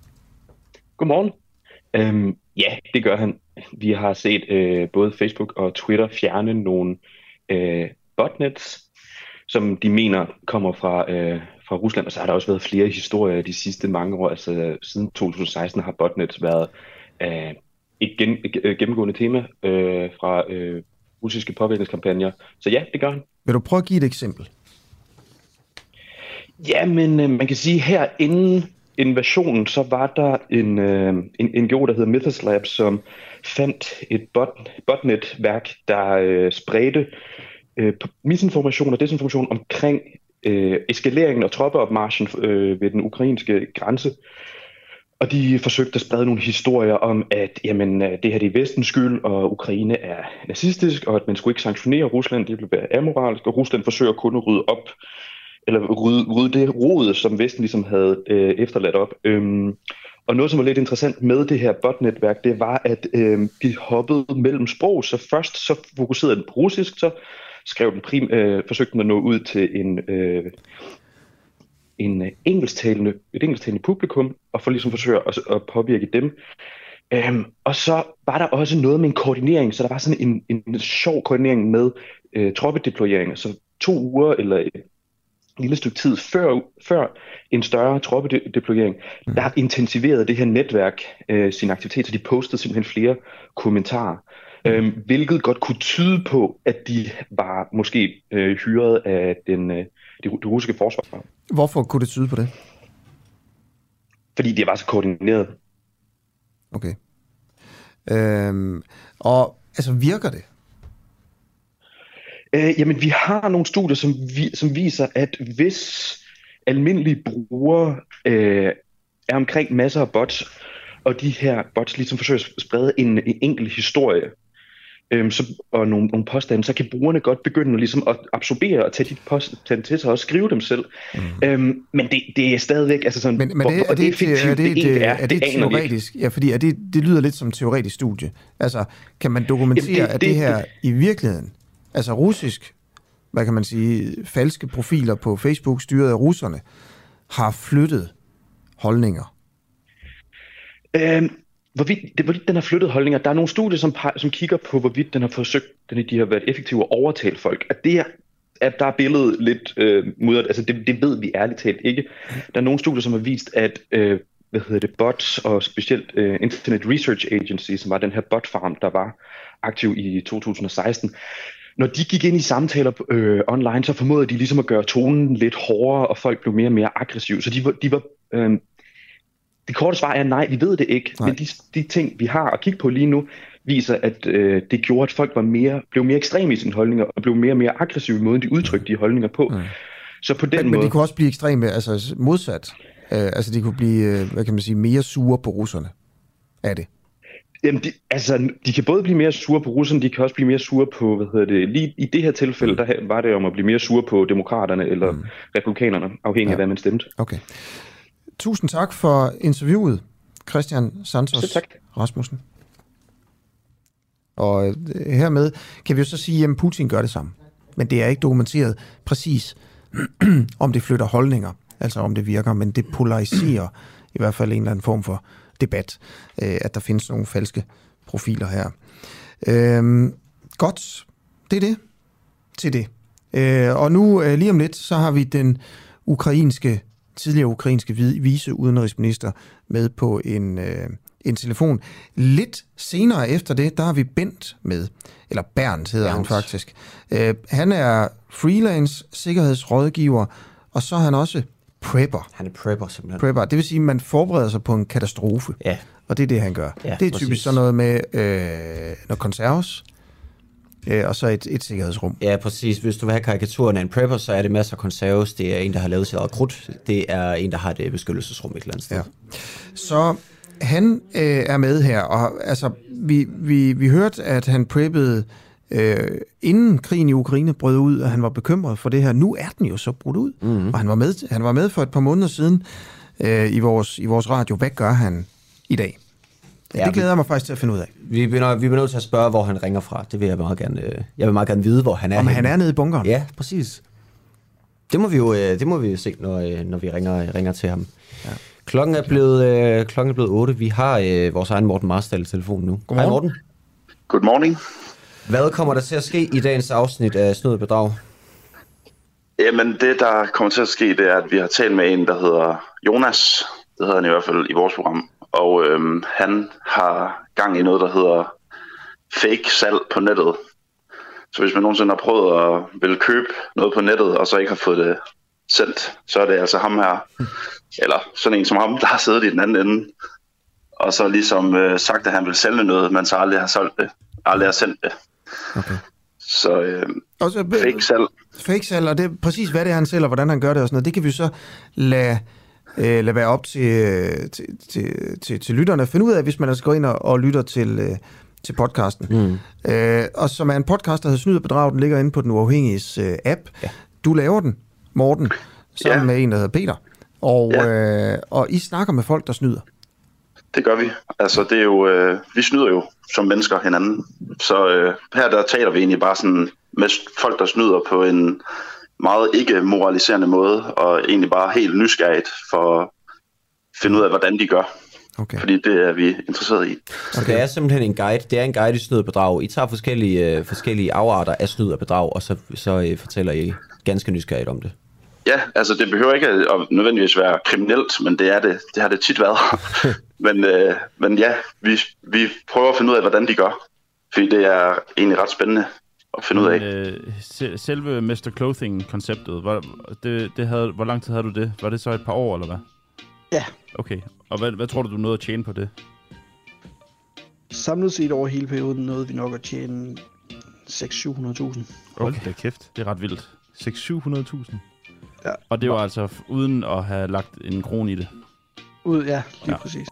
Godmorgen. Øhm, ja, det gør han. Vi har set øh, både Facebook og Twitter fjerne nogle øh, botnets, som de mener kommer fra, øh, fra Rusland, og så har der også været flere historier de sidste mange år. Altså siden to tusind og seksten har botnets været øh, et, gen, et gennemgående tema øh, fra øh, russiske påvirkningskampagner. Så ja, det gør han. Vil du prøve at give et eksempel? Ja, men øh, man kan sige, her inden invasionen, så var der en, øh, en N G O, der hedder Mythos Lab, som fandt et bot, botnetværk, der øh, spredte øh, misinformation og desinformation omkring øh, eskaleringen og troppeopmarchen øh, ved den ukrainske grænse. Og de forsøgte at sprede nogle historier om, at jamen, det her det er vestens skyld, og Ukraine er nazistisk, og at man skulle ikke sanktionere Rusland, det ville være amoralsk, og Rusland forsøger kun at rydde op, eller rydde, rydde det rod, som Vesten ligesom havde øh, efterladt op. Øhm, og noget, som var lidt interessant med det her botnetværk, det var, at øh, de hoppede mellem sprog, så først så fokuserede den på russisk, så skrev den prim, øh, forsøgte den at nå ud til en... Øh, en engelsktalende, et engelsktalende publikum, og for ligesom forsøge at, at påvirke dem. Øhm, og så var der også noget med en koordinering, så der var sådan en, en sjov koordinering med øh, troppedeployeringer. Så to uger eller et lille stykke tid før, før en større troppedeployering, mm. der intensiverede det her netværk øh, sin aktivitet, så de postede simpelthen flere kommentarer. Øhm, hvilket godt kunne tyde på, at de var måske øh, hyret af den, øh, det, det russiske forsvar. Hvorfor kunne det tyde på det? Fordi det var så koordineret. Okay. Øhm, og altså virker det? Øh, jamen vi har nogle studier, som, vi, som viser, at hvis almindelige brugere øh, er omkring masser af bots, og de her bots ligesom forsøger at sprede en, en enkelt historie, Øhm, så, og nogle, nogle påstande, så kan brugerne godt begynde ligesom at absorbere og tage de påstande til sig og skrive dem selv. Mm. Øhm, men det, det er stadigvæk altså sådan, men, men det, hvor, er det, det, det, er det, det, er, er det, det teoretisk? Ja, fordi er det, det lyder lidt som teoretisk studie. Altså, kan man dokumentere, Jamen det, at det, det her det, i virkeligheden, altså russisk, hvad kan man sige, falske profiler på Facebook, styret af russerne, har flyttet holdninger? Øhm, Hvorvidt, det, hvorvidt den har flyttet holdninger. Der er nogle studier, som, som kigger på, hvorvidt den har forsøgt, den, de har været effektive at overtale folk. At, det er, at der er billedet lidt øh, mudret, altså det, det ved vi ærligt talt ikke. Der er nogle studier, som har vist, at øh, hvad hedder det, bots og specielt øh, Internet Research Agency, som var den her botfarm, der var aktiv i to tusind og seksten, når de gik ind i samtaler øh, online, så formåede de ligesom at gøre tonen lidt hårdere, og folk blev mere og mere aggressive. Så de var, de var øh, det korte svar er nej, vi ved det ikke. Nej. Men de, de ting, vi har at kigge på lige nu, viser, at øh, det gjorde, at folk var mere, blev mere ekstreme i sine holdninger, og blev mere og mere aggressive i måden, de udtrykte de holdninger på. Mm. Så på den men, måde... Men de kunne også blive ekstreme, altså modsat. Øh, altså de kunne blive, hvad kan man sige, mere sure på russerne. Er det? Jamen, de, altså, de kan både blive mere sure på russerne, de kan også blive mere sure på, hvad hedder det, lige i det her tilfælde, mm. der var det om at blive mere sure på demokraterne eller mm. republikanerne, afhængig ja. af, hvad man stemte. Okay. Tusind tak for interviewet, Christian Santos Rasmussen. Og hermed kan vi jo så sige, at Putin gør det samme. Men det er ikke dokumenteret præcis, om det flytter holdninger, altså om det virker, men det polariserer i hvert fald en eller anden form for debat, at der findes nogle falske profiler her. Øhm, godt, det er det til det. Øh, og nu lige om lidt, så har vi den ukrainske, tidligere ukrainske viceudenrigsminister med på en, øh, en telefon. Lidt senere efter det, der har vi Bent med, eller Bernd hedder Bernd. han faktisk. Øh, han er freelance sikkerhedsrådgiver, og så er han også prepper. Han er prepper simpelthen. Prepper, det vil sige, at man forbereder sig på en katastrofe. Ja. Og det er det, han gør. Ja, det er typisk præcis. Sådan noget med øh, noget konserves, øh, og så et, et sikkerhedsrum. Ja, præcis. Hvis du vil have karikaturen af en prepper, så er det masser af konserves. Det er en, der har lavet sit eget krudt. Det er en, der har et beskyttelsesrum et eller andet sted. Ja. Så han øh, er med her, og altså, vi, vi, vi hørte, at han preppede øh, inden krigen i Ukraine brød ud, og han var bekymret for det her. Nu er den jo så brudt ud, mm-hmm. og han var, med, han var med for et par måneder siden øh, i, vores, i vores radio. Hvad gør han i dag? Ja, det glæder jeg mig faktisk til at finde ud af. Vi bliver, vi bliver nødt til at spørge, hvor han ringer fra. Det vil jeg meget gerne, jeg vil meget gerne vide, hvor han er. Om han er nede i bunkeren? Ja, præcis. Det må vi jo det må vi jo se, når, når vi ringer, ringer til ham. Ja. Klokken er blevet klokken er blevet otte. Vi har øh, vores egen Morten Marstal i telefonen nu. Godmorgen. Hej Morten. Good morning. Hvad kommer der til at ske i dagens afsnit af Snyd og Bedrag? Jamen det, der kommer til at ske, det er, at vi har talt med en, der hedder Jonas. Det hedder han i hvert fald i vores program. Og øhm, han har gang i noget, der hedder fake salg på nettet. Så hvis man nogensinde har prøvet at vil købe noget på nettet, og så ikke har fået det sendt, så er det altså ham her, eller sådan en som ham, der har siddet i den anden ende, og så ligesom øh, sagt, at han vil sælge noget, men så aldrig har solgt det, aldrig har sendt det. Okay. Så øh, Også, fake salg. Fake salg, og det er præcis, hvad det er, han sælger, hvordan han gør det og sådan noget. Det kan vi så lade, øh, lade være op til, til, til, til, til lytterne at finde ud af, hvis man altså går ind og, og lytter til, øh, til podcasten. Mm. Øh, og som er en podcast, der hedder Snyd og Bedrag, den ligger inde på Den Uafhængiges øh, app. Ja. Du laver den, Morten, sammen ja. med en, der hedder Peter. Og, ja. øh, og I snakker med folk, der snyder. Det gør vi. Altså, det er jo, øh, vi snyder jo som mennesker hinanden. Så øh, her der taler vi egentlig bare sådan med folk, der snyder på en meget ikke-moraliserende måde, og egentlig bare helt nysgerrigt for at finde ud af, hvordan de gør. Okay. Fordi det er vi interesseret i. Så okay. Det er simpelthen en guide. Det er en guide i snyd og bedrag. I tager forskellige, øh, forskellige afarter af snyd og bedrag, og så, så øh, fortæller I ganske nysgerrigt om det. Ja, altså det behøver ikke at nødvendigvis være kriminelt, men det er det. Det har det tit været. men, øh, men ja, vi, vi prøver at finde ud af, hvordan de gør. Fordi det er egentlig ret spændende at finde men, ud af. Øh, selve mister Clothing-konceptet, hvor, det, det havde, hvor lang tid havde du det? Var det så et par år, eller hvad? Ja. Okay, og hvad, hvad tror du, du nåede at tjene på det? Samlet set over hele perioden nåede vi nok at tjene seks til syv hundrede tusind. Hold da kæft, det er ret vildt. seks til syv hundrede tusind? Ja. Og det var altså uden at have lagt en krone i det? Ud, ja, lige ja. præcis.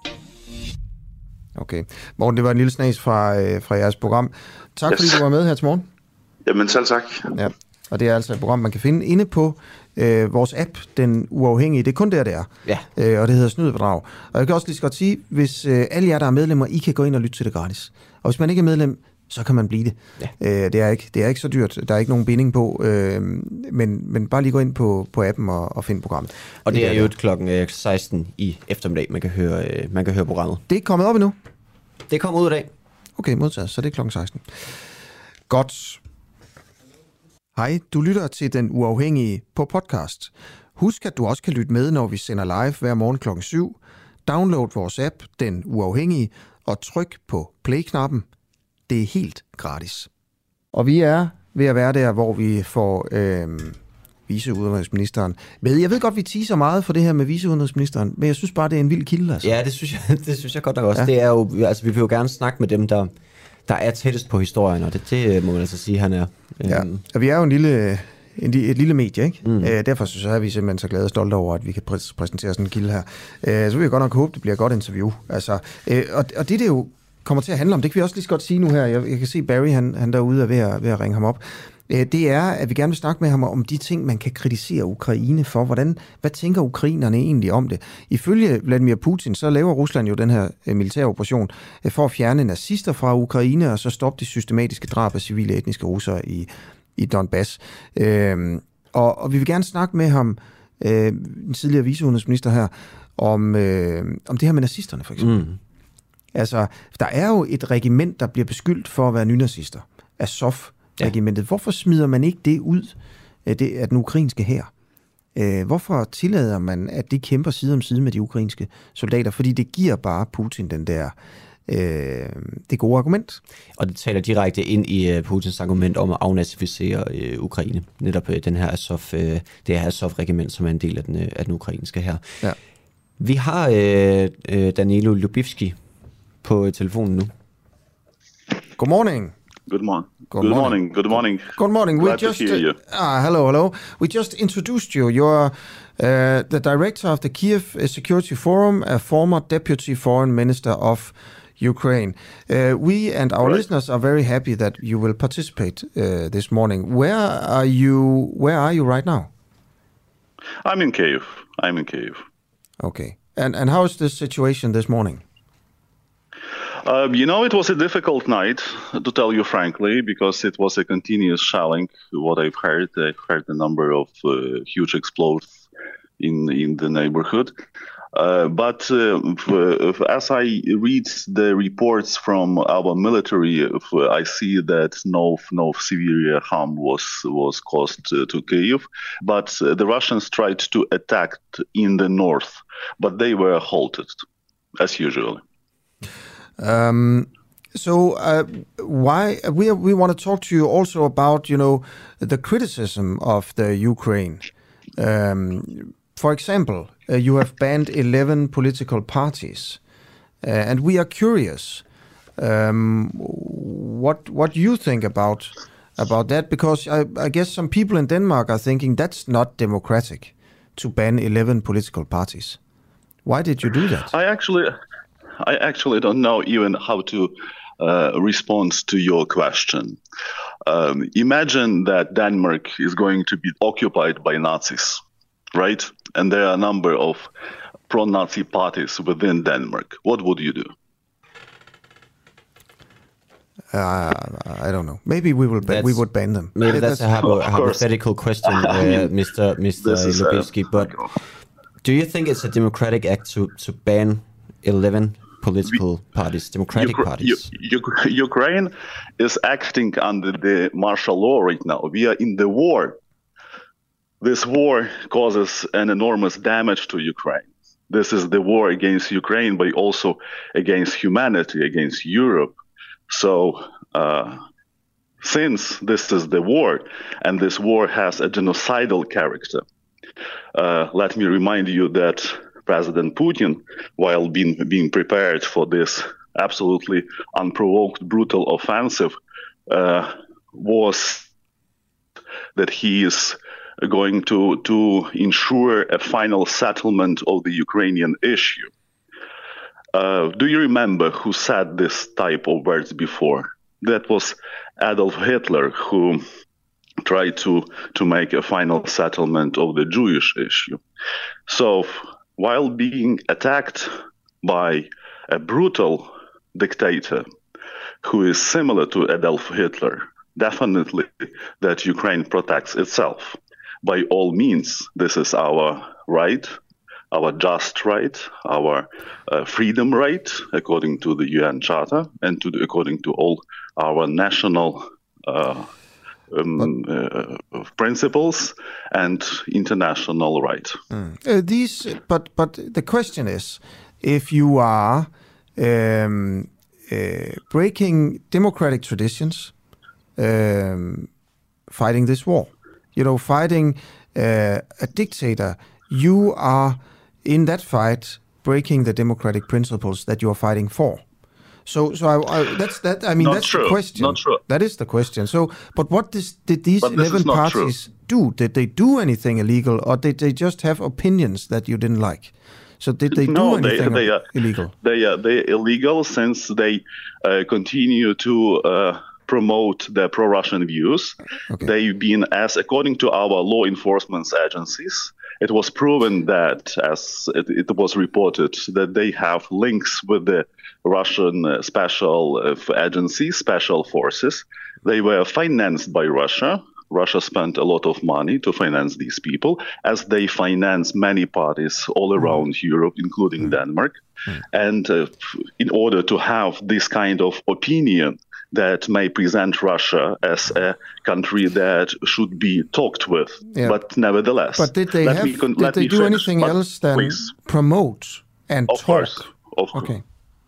Okay. Morten, det var en lille snas fra, øh, fra jeres program. Tak yes. fordi du var med her til morgen. Jamen selv tak. Ja. Og det er altså et program, man kan finde inde på øh, vores app, Den Uafhængige. Det er kun der, det er. Ja. Øh, og det hedder Snyd og Bedrag. Og jeg kan også lige så godt sige, hvis øh, alle jer, der er medlemmer, I kan gå ind og lytte til det gratis. Og hvis man ikke er medlem, så kan man blive det. Ja. Øh, det, er ikke, det er ikke så dyrt. Der er ikke nogen binding på. Øh, men, men bare lige gå ind på, på appen og, og finde programmet. Og det, det er, er jo klokken seksten i eftermiddag, man kan høre, øh, man kan høre programmet. Det er ikke kommet op endnu? Det er kommet ud i dag. Okay, modtaget. Så det er klokken seksten. Godt. Hej, du lytter til Den Uafhængige på podcast. Husk, at du også kan lytte med, når vi sender live hver morgen klokken syv. Download vores app, Den Uafhængige, og tryk på play-knappen. Det er helt gratis. Og vi er ved at være der, hvor vi får øh, viceudenrigsministeren med. Jeg ved godt, vi teaser meget for det her med viceudenrigsministeren, men jeg synes bare, det er en vild kilde. Altså. Ja, det synes jeg, det synes jeg godt nok også. Ja. Ja. Det er jo, altså, vi vil jo gerne snakke med dem, der, der er tættest på historien, og det, det må man altså sige, han er. Ja, og vi er jo en lille, en, et lille medie, ikke? Mm. Æ, derfor synes jeg, at vi er simpelthen så glade og stolte over, at vi kan præ- præsentere sådan en kilde her. Æ, så vil jeg godt nok håbe, det bliver et godt interview. Altså, øh, og, og det, det jo kommer til at handle om, det kan vi også lige så godt sige nu her. Jeg, jeg kan se, Barry, han, han derude er ved at, ved at ringe ham op. Æ, det er, at vi gerne vil snakke med ham om de ting, man kan kritisere Ukraine for. Hvordan, hvad tænker ukrainerne egentlig om det? Ifølge Vladimir Putin, så laver Rusland jo den her øh, militære operation øh, for at fjerne nazister fra Ukraine, og så stoppe de systematiske drab af civile etniske russere i, i Donbass. Øhm, og, og vi vil gerne snakke med ham, øh, den tidligere viceudenrigsminister her, om, øh, om det her med nazisterne, for eksempel. Mm. Altså, der er jo et regiment, der bliver beskyldt for at være nynazister. Azov-regimentet. Ja. Hvorfor smider man ikke det ud af, det, af den ukrainske hær? Øh, hvorfor tillader man, at de kæmper side om side med de ukrainske soldater? Fordi det giver bare Putin den der øh, det gode argument. Og det taler direkte ind i uh, Putins argument om at afnazificere uh, Ukraine. Netop uh, den her Azov, uh, det her Azov-regiment, som er en del af den, uh, af den ukrainske hær. Ja. Vi har uh, uh, Danilo Lubivsky på telefonen nu. Good morning. Good morning. Good, Good morning. morning. Good morning. Good morning. Glad we just to hear you. Ah, hello, hello. We just introduced you. You're uh, the director of the Kiev Security Forum, a former deputy foreign minister of Ukraine. Uh, we and our right. listeners are very happy that you will participate uh, this morning. Where are you? Where are you right now? I'm in Kyiv. I'm in Kyiv. Okay. And and how is the situation this morning? Uh, you know, it was a difficult night, to tell you frankly, because it was a continuous shelling. What I've heard, I've heard a number of uh, huge explosions in in the neighborhood. Uh, but uh, if, uh, if, as I read the reports from our military, if, uh, I see that no no severe harm was was caused uh, to Kyiv. But uh, the Russians tried to attack in the north, but they were halted, as usual. Um, so uh, why we we want to talk to you also about, you know, the criticism of the Ukraine. Um, for example, uh, you have banned eleven political parties, uh, and we are curious um, what what you think about about that, because I, I guess some people in Denmark are thinking that's not democratic to ban eleven political parties. Why did you do that? I actually. I actually don't know even how to uh, respond to your question. Um, imagine that Denmark is going to be occupied by Nazis, right? And there are a number of pro-Nazi parties within Denmark. What would you do? Uh, I don't know. Maybe we will. Ba- we would ban them. Maybe that's, that's a hypothetical question, uh, I mean, Mister Mister Lubivsky. But do you think it's a democratic act to to ban eleven political parties, democratic Ukra- parties? U- U- Ukraine is acting under the martial law right now. We are in the war. This war causes an enormous damage to Ukraine. This is the war against Ukraine, but also against humanity, against Europe. So, uh, since this is the war, and this war has a genocidal character, uh, let me remind you that President Putin, while being being prepared for this absolutely unprovoked, brutal offensive, uh, was that he is going to to ensure a final settlement of the Ukrainian issue. Uh, do you remember who said this type of words before? That was Adolf Hitler, who tried to to make a final settlement of the Jewish issue. So, while being attacked by a brutal dictator who is similar to Adolf Hitler, definitely that Ukraine protects itself. By all means, this is our right, our just right, our uh, freedom right, according to the U N Charter and to the, according to all our national uh, Um, uh, principles and international right. Mm. Uh, these, but but the question is, if you are um, uh, breaking democratic traditions, um, fighting this war. You know, fighting uh, a dictator. You are, in that fight, breaking the democratic principles that you are fighting for. So, so I, I, that's that. I mean, Not that's true. the question. Not true. That is the question. So, but what this, did these But this eleven is not parties do? Did they do anything illegal, or did they just have opinions that you didn't like? So, did they no, do anything they, they are illegal? They are they illegal since they uh, continue to uh, promote their pro-Russian views. Okay. They've been, as according to our law enforcement agencies, it was proven that, as it, it was reported, that they have links with the Russian uh, special uh, agency, special forces. They were financed by Russia. Russia spent a lot of money to finance these people, as they finance many parties all around mm. Europe, including mm. Denmark. Mm. And uh, in order to have this kind of opinion that may present Russia as a country that should be talked with, yeah. but nevertheless. But did they let have? Me con- did they do finish. anything but else than please. promote and of talk? Course, of course. Okay.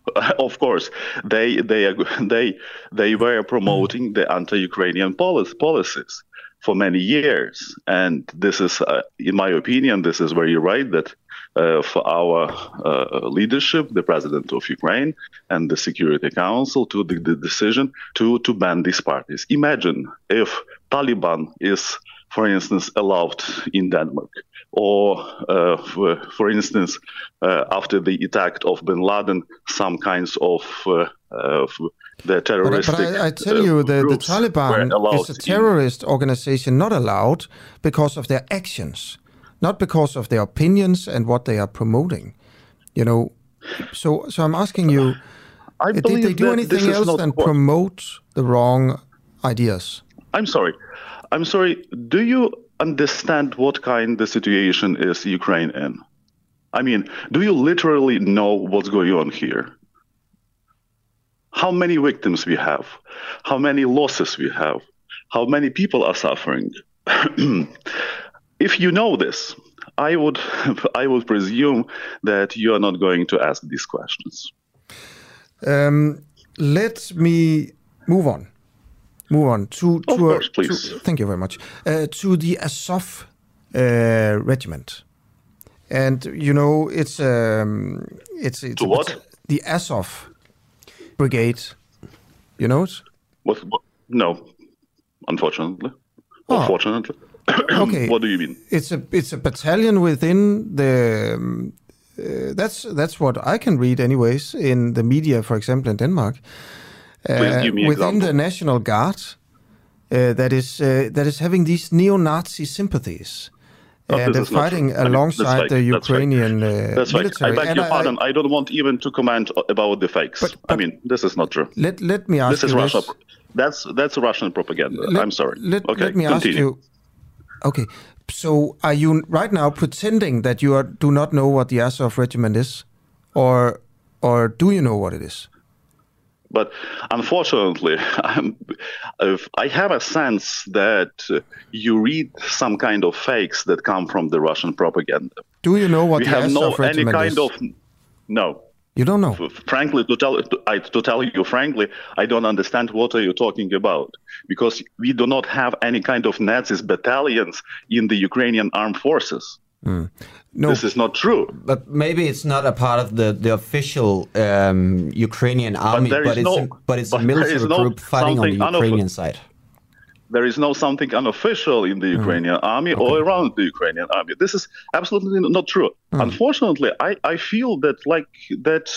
Of course, they they they they were promoting the anti-Ukrainian policies for many years, and this is, uh, in my opinion, this is very right that uh, for our uh, leadership, the president of Ukraine and the Security Council, to the, the decision to to ban these parties. Imagine if Taliban is, for instance, allowed in Denmark. Or, uh, for, for instance, uh, after the attack of Bin Laden, some kinds of uh, uh, the terroristic. But, but I, I tell you, the, the Taliban is a terrorist in... organization not allowed because of their actions, not because of their opinions and what they are promoting. You know, so so I'm asking you, I did they do anything else than what... promote the wrong ideas? I'm sorry. I'm sorry. Do you understand what kind the situation is Ukraine in? I mean, do you literally know what's going on here? How many victims we have? How many losses we have? How many people are suffering? If you know this, I would I would presume that you are not going to ask these questions. Um, let me move on. Move on to, to, of course, uh, please. To, thank you very much. Uh, to the Azov uh, regiment, and you know it's um, it's it's to a, what? The Azov brigade. You know it? What? what? No, unfortunately. Oh. Unfortunately. Okay. What do you mean? It's a it's a battalion within the. Um, uh, that's that's what I can read, anyways, in the media, for example, in Denmark. Uh, within example. the National Guard, uh, that is uh, that is having these neo-Nazi sympathies, oh, and they're fighting I mean, alongside right. the Ukrainian that's right. that's uh, military. Right. I beg and your I, pardon. I don't want even to comment about the fakes. But, but I mean, this is not true. Let let me ask this you is this. Russia. That's that's Russian propaganda. Let, I'm sorry. Let, okay, let me continue. ask you. Okay, so are you right now pretending that you are, do not know what the Azov regiment is, or or do you know what it is? But unfortunately, I'm, I have a sense that you read some kind of fakes that come from the Russian propaganda. Do you know what we the have Azov no regiment any kind is? of no. You don't know. Frankly, to tell to, I, to tell you frankly, I don't understand what are you talking about, because we do not have any kind of Nazis battalions in the Ukrainian armed forces. Mm. No, this is not true. But maybe it's not a part of the, the official um, Ukrainian army, but, but it's, no, a, but it's but a military no group fighting on the Ukrainian side. There is no something unofficial in the Ukrainian mm. army okay. or around the Ukrainian army. This is absolutely not true. Mm. Unfortunately, I, I feel that like that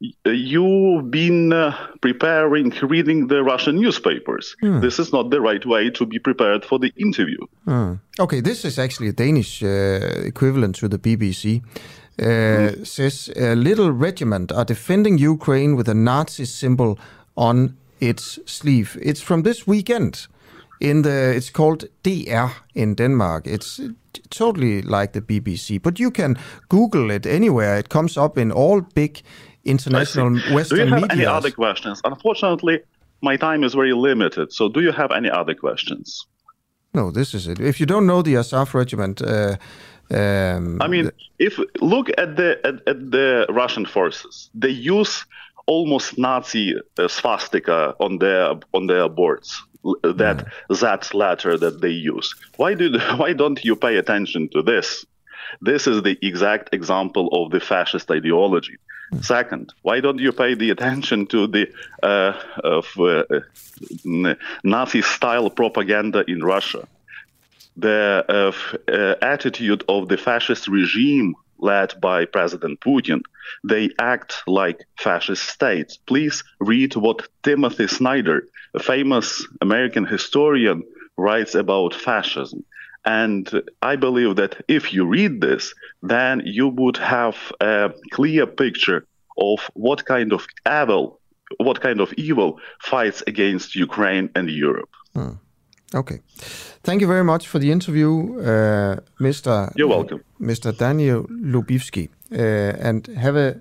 you've been uh, preparing, reading the Russian newspapers. Mm. This is not the right way to be prepared for the interview. Mm. Okay, this is actually a Danish uh, equivalent to the B B C. Uh, mm. Says a little regiment are defending Ukraine with a Nazi symbol on its sleeve. It's from this weekend. In the, it's called D R in Denmark. It's totally like the B B C, but you can Google it anywhere. It comes up in all big international Western media. Do you have medias. any other questions? Unfortunately, my time is very limited. So, do you have any other questions? No, this is it. If you don't know the Azov regiment, uh, um, I mean, the, if look at the at, at the Russian forces, they use almost Nazi uh, swastika on their on their boards. that mm. that letter that they use. Why do why don't you pay attention to this? This is the exact example of the fascist ideology. Mm. Second, why don't you pay the attention to the uh, of uh, Nazi-style propaganda in Russia? The uh, uh, attitude of the fascist regime led by President Putin, they act like fascist states. Please read what Timothy Snyder, a famous American historian, writes about fascism. And I believe that if you read this, then you would have a clear picture of what kind of evil, what kind of evil fights against Ukraine and Europe. Hmm. Okay. Thank you very much for the interview, uh, Mister You're welcome. Uh, Mister Daniel Lubivsky, uh, and have a.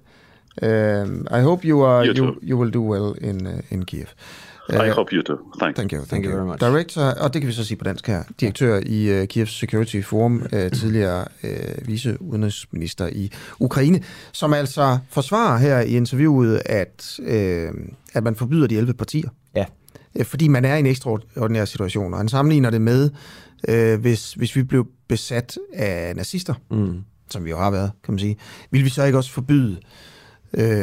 Um, I hope you are you you, you will do well in uh, in Kiev. Uh, I hope you too. Thank, thank you. Thank, thank you very much. Director, og det kan vi så sige på dansk her, direktør i uh, Kiev's Security Forum, uh, tidligere uh, viceudenrigsminister i Ukraine, som altså forsvarer her i interviewet, at, uh, at man forbyder de elleve partier. Ja. Fordi man er i en ekstraordinær situation, og han sammenligner det med, øh, hvis, hvis vi blev besat af nazister, mm. som vi jo har været, kan man sige, ville vi så ikke også forbyde, øh,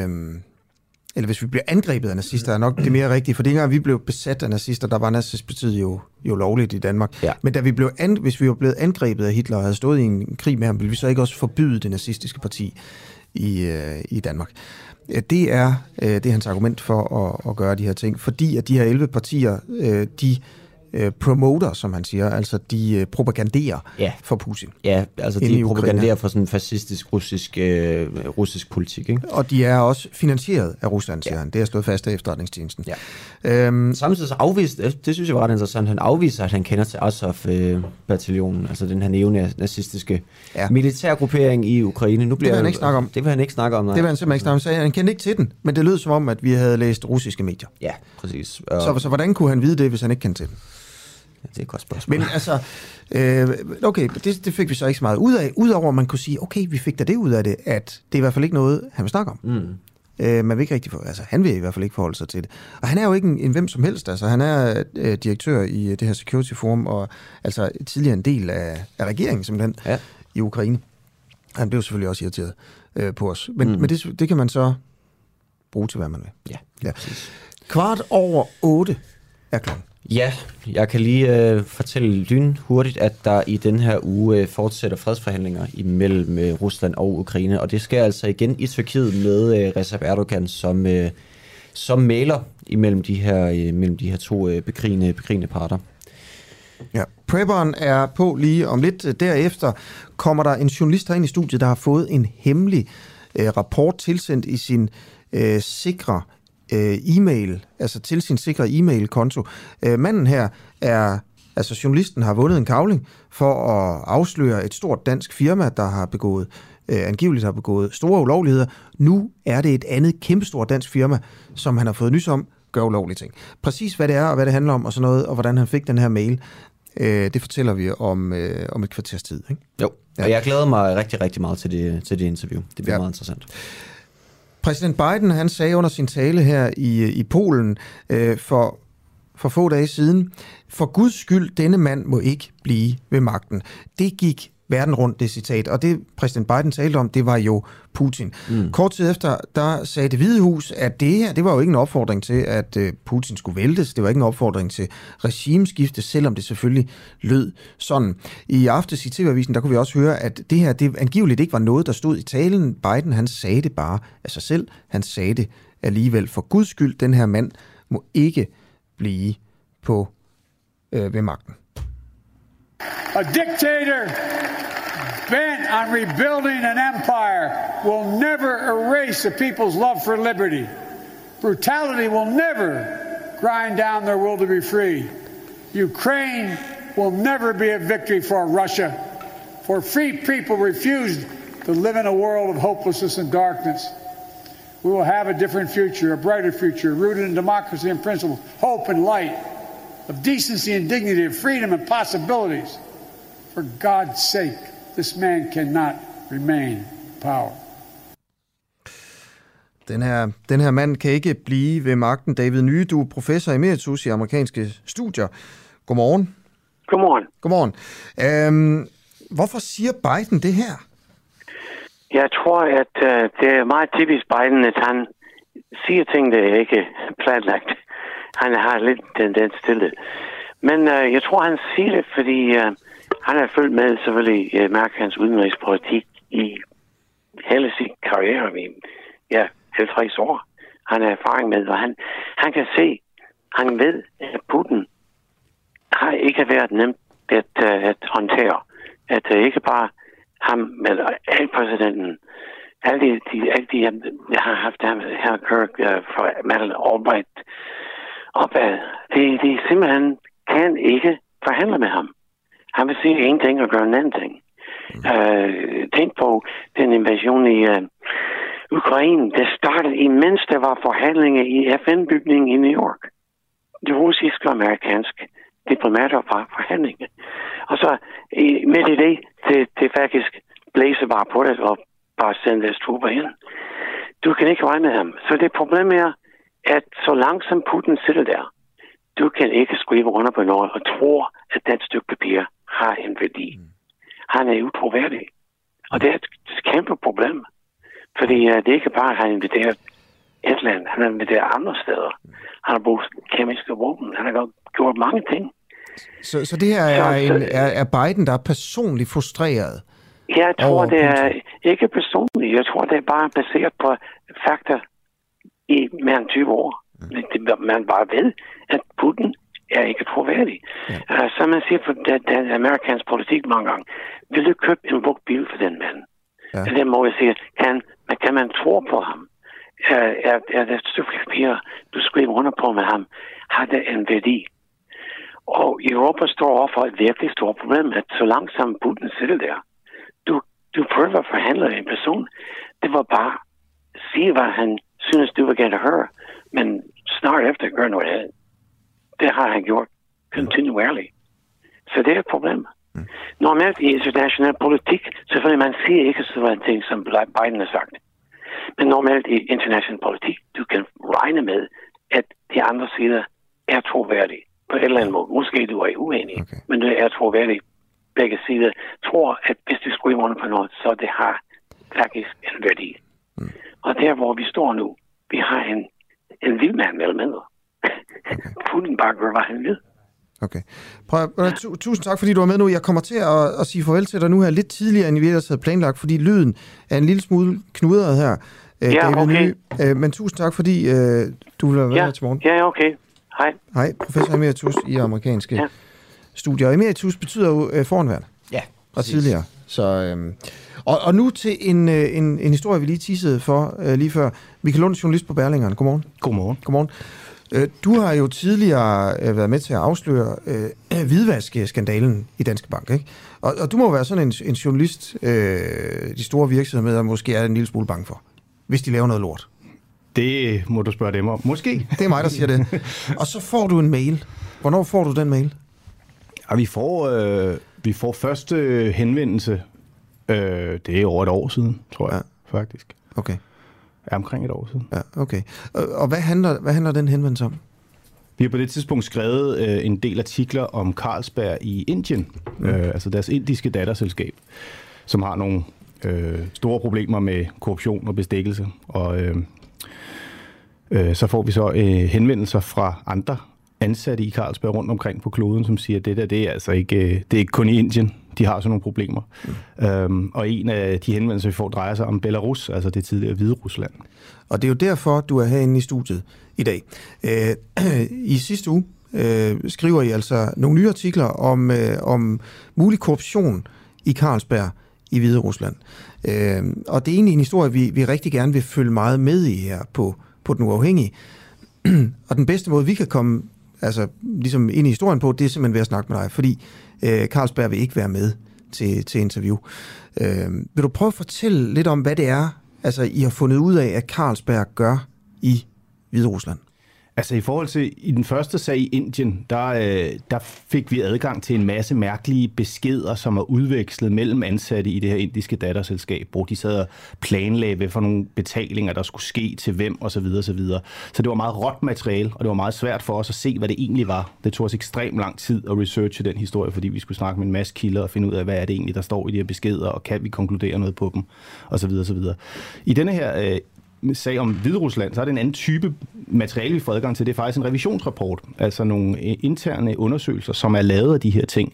eller hvis vi blev angrebet af nazister, er nok det mere rigtige, for dengang vi blev besat af nazister, der var nazistpartiet jo, jo lovligt i Danmark, ja. Men da vi blev an, hvis vi var blevet angrebet af Hitler og havde stået i en krig med ham, ville vi så ikke også forbyde det nazistiske parti i, øh, i Danmark. Det er, øh, det er hans argument for at, at gøre de her ting, fordi at de her elleve partier, øh, de øh, promoter, som han siger, altså de øh, propaganderer ja. for Putin. Ja, altså de propaganderer for sådan en fascistisk russisk, øh, russisk politik, ikke? Og de er også finansieret af Rusland, siger ja. han. Det er slået fast af efterretningstjenesten. Ja. Øhm, Samtidig så afviste, det synes jeg var ret interessant, han afviser, at han kender til Azov-bataljonen, øh, altså den her neonazistiske ja. militærgruppering i Ukraine. Nu bliver det vil han ikke snakke om. Det vil han ikke snakke om, nej. Det vil han simpelthen ikke snakke om. Han kendte ikke til den, men det lød som om, at vi havde læst russiske medier. Ja, præcis. Og så, så hvordan kunne han vide det, hvis han ikke kendte til den? Ja, det er et godt spørgsmål. Men altså, øh, okay, det, det fik vi så ikke så meget ud af. Udover at man kunne sige, okay, vi fik da det ud af det, at det er i hvert fald ikke noget, han vil snakke om. Mm. Øh, man vil ikke rigtig for, altså han vil i hvert fald ikke forholde sig til det. Og han er jo ikke en, en hvem som helst, altså han er øh, direktør i det her Security Forum, og altså tidligere en del af, af regeringen simpelthen ja. i Ukraine. Han blev selvfølgelig også irriteret øh, på os. Men, mm. men det, det kan man så bruge til, hvad man vil. Ja, ja. Kvart over otte er klokken. Ja, jeg kan lige øh, fortælle lynhurtigt, at der i den her uge øh, fortsætter fredsforhandlinger imellem øh, Rusland og Ukraine, og det sker altså igen i Tyrkiet med øh, Recep Erdogan som, øh, som mægler imellem de her, øh, mellem de her to øh, bekrigende, bekrigende parter. Ja, prepperen er på lige om lidt. Derefter kommer der en journalist herind i studiet, der har fået en hemmelig øh, rapport tilsendt i sin øh, sikre e-mail, altså til sin sikre e-mail-konto. Manden her er, altså journalisten har vundet en kavling for at afsløre et stort dansk firma, der har begået, øh, angiveligt har begået store ulovligheder. Nu er det et andet kæmpestort dansk firma, som han har fået nys om, gør ulovlige ting. Præcis hvad det er, og hvad det handler om, og sådan noget, og hvordan han fik den her mail, øh, det fortæller vi om, øh, om et kvarters tid, ikke? Jo, ja. Og jeg glæder mig rigtig, rigtig meget til det, til det interview. Det bliver ja. meget interessant. Præsident Biden, han sagde under sin tale her i, i Polen øh, for, for få dage siden, for Guds skyld, denne mand må ikke blive ved magten. Det gik verden rundt, det citat, og det præsident Biden talte om, det var jo Putin. Mm. Kort tid efter, der sagde Det Hvide Hus, at det her, det var jo ikke en opfordring til, at øh, Putin skulle væltes, det var ikke en opfordring til regimeskifte, selvom det selvfølgelig lød sådan. I aftes i T V-avisen, der kunne vi også høre, at det her, det angiveligt ikke var noget, der stod i talen. Biden, han sagde det bare af sig selv, han sagde det alligevel. For Guds skyld, den her mand må ikke blive på øh, ved magten. A dictator bent on rebuilding an empire will never erase a people's love for liberty. Brutality will never grind down their will to be free. Ukraine will never be a victory for Russia, for free people refused to live in a world of hopelessness and darkness. We will have a different future, a brighter future, rooted in democracy and principles, hope and light, of decency and dignity, of freedom and possibilities. For God's sake, this man cannot remain in power. Den her, den her mand kan ikke blive ved magten. David Nye, du er professor emeritus i amerikanske studier. Godmorgen. Godmorgen. Godmorgen. Øhm, hvorfor siger Biden det her? Jeg tror, at uh, det er meget typisk Biden, at han siger ting, der er ikke planlagt. Han har lidt tendens til det. Men uh, jeg tror, han siger det, fordi uh, han har følt med selvfølgelig i Amerikans udenrigspolitik i hele sin karriere. Ja, halvtreds år. Han har erfaring med, og han, han kan se, han ved, at Putin har ikke været nemt at, uh, at håndtere. At uh, ikke bare ham, men alle præsidenten, alle de, de, alle de jeg har haft ham her Kirk uh, fra Madeleine Albright opad, de, de simpelthen kan ikke forhandle med ham. Han vil sige en ting og gøre en anden ting. Uh, tænk på den invasion i uh, Ukraine. Det startede imens der var forhandlinger i F N-bygningen i New York. Det russiske og amerikanske diplomater var forhandlinger. Og så midt i det, det, det faktisk blæser bare på det og bare sende deres trupper ind. Du kan ikke regne med ham. Så det problem er, at så langt som Putin sidder der, du kan ikke skrive under på noget og tro, at det stykke papir har en værdi. Han er utroværdig. Og det er et kæmpe problem. Fordi uh, det er ikke bare, at han inviterer et land, han har inviteret andre steder. Han har brugt kemiske våben. Han har gjort mange ting. Så, så det her er, så, en, er, er Biden, der er personligt frustreret? Jeg tror, det er ikke personligt. Jeg tror, det er bare baseret på fakta i mere end tyve år. Mm. Man bare ved, at Putin er ikke troværdig. Ja. Uh, så man siger på den, den amerikanske politik mange gange, vil du købe en brugt bil for den mand? Ja. Det er må jeg sige, kan, kan man tro på ham? Uh, er, er det et stykke papir, du skriver under på med ham, har det en værdi? Og Europa står overfor et virkelig stort problem, at så langsomt Putin sidder der, du, du prøver at forhandle en person. Det var bare at sige, hvad han synes, du vil gerne høre, men snart efter gør noget andet. Det har han gjort kontinuerligt. Så det er et problem. Mm. Normalt i international politik, selvfølgelig man siger ikke sådan ting, som Biden har sagt. Men normalt i international politik, du kan regne med, at de andre sider er troværdige. På et eller andet måde. Måske du er uenig, okay. Men det er troværdigt. Begge sider tror, at hvis de skriver under på noget, så det har faktisk en værdi. Mm. Og der, hvor vi står nu, vi har en, en vild mand mellem mindre. Okay. Putin bare gør, hvad han vil. Okay. Prøv, ja. Tusind tak, fordi du var med nu. Jeg kommer til at, at sige farvel til dig nu her lidt tidligere, end vi ellers havde planlagt, fordi lyden er en lille smule knudret her. Ja, David okay. Nye. Men tusind tak, fordi uh, du vil være med ja. her til morgen. Ja, okay. Hej. Hej, professor emeritus i amerikanske ja. studier. Emeritus betyder jo øh, foranværende. Ja, og tidligere. Så, øhm, og, og nu til en, øh, en, en historie, vi lige teasede for øh, lige før. Michael Lund, journalist på Berlingeren. Godmorgen. Godmorgen. Godmorgen. Øh, du har jo tidligere øh, været med til at afsløre øh, hvidvaskeskandalen i Danske Bank, ikke? Og, og du må være sådan en, en journalist, øh, de store virksomheder måske er en lille smule bange for, hvis de laver noget lort. Det må du spørge dem om. Måske. Det er mig, der siger det. Og så får du en mail. Hvornår får du den mail? Ja, vi får, øh, vi får første henvendelse. Øh, det er over et år siden, tror jeg, ja. faktisk. Okay. Ja, omkring et år siden. Ja, okay. Og, og hvad, handler, hvad handler den henvendelse om? Vi har på det tidspunkt skrevet øh, en del artikler om Carlsberg i Indien. Mm. Øh, altså deres indiske datterselskab, som har nogle øh, store problemer med korruption og bestikkelse. Og øh, øh, så får vi så øh, henvendelser fra andre ansatte i Carlsberg rundt omkring på kloden, som siger, at det der, det er altså ikke, øh, det er ikke kun i Indien. De har sådan nogle problemer. Mm. Øhm, og en af de henvendelser, vi får, drejer sig om Belarus, altså det tidligere Hvide Rusland. Og det er jo derfor, du er herinde i studiet i dag. Øh, I sidste uge øh, skriver I altså nogle nye artikler om, øh, om mulig korruption i Carlsberg i Hvide Rusland. Øh, og det er egentlig en historie, vi, vi rigtig gerne vil følge meget med i her på, på Den Uafhængige. Og den bedste måde, vi kan komme altså, ligesom ind i historien på, det er simpelthen ved at snakke med dig, fordi øh, Carlsberg vil ikke være med til, til interview. Øh, vil du prøve at fortælle lidt om, hvad det er, altså I har fundet ud af, at Carlsberg gør i Hvide Rusland? Altså i forhold til i den første sag i Indien, der, øh, der fik vi adgang til en masse mærkelige beskeder, som er udvekslet mellem ansatte i det her indiske datterselskab, hvor de sad og planlagde, hvad for nogle betalinger, der skulle ske til hvem osv. osv. Så det var meget råt materiale, og det var meget svært for os at se, hvad det egentlig var. Det tog os ekstremt lang tid at researche den historie, fordi vi skulle snakke med en masse kilder og finde ud af, hvad er det egentlig, der står i de her beskeder, og kan vi konkludere noget på dem osv. osv. I denne her øh, sag om Hviderusland, så er det en anden type materiale, vi får adgang til. Det er faktisk en revisionsrapport, altså nogle interne undersøgelser, som er lavet af de her ting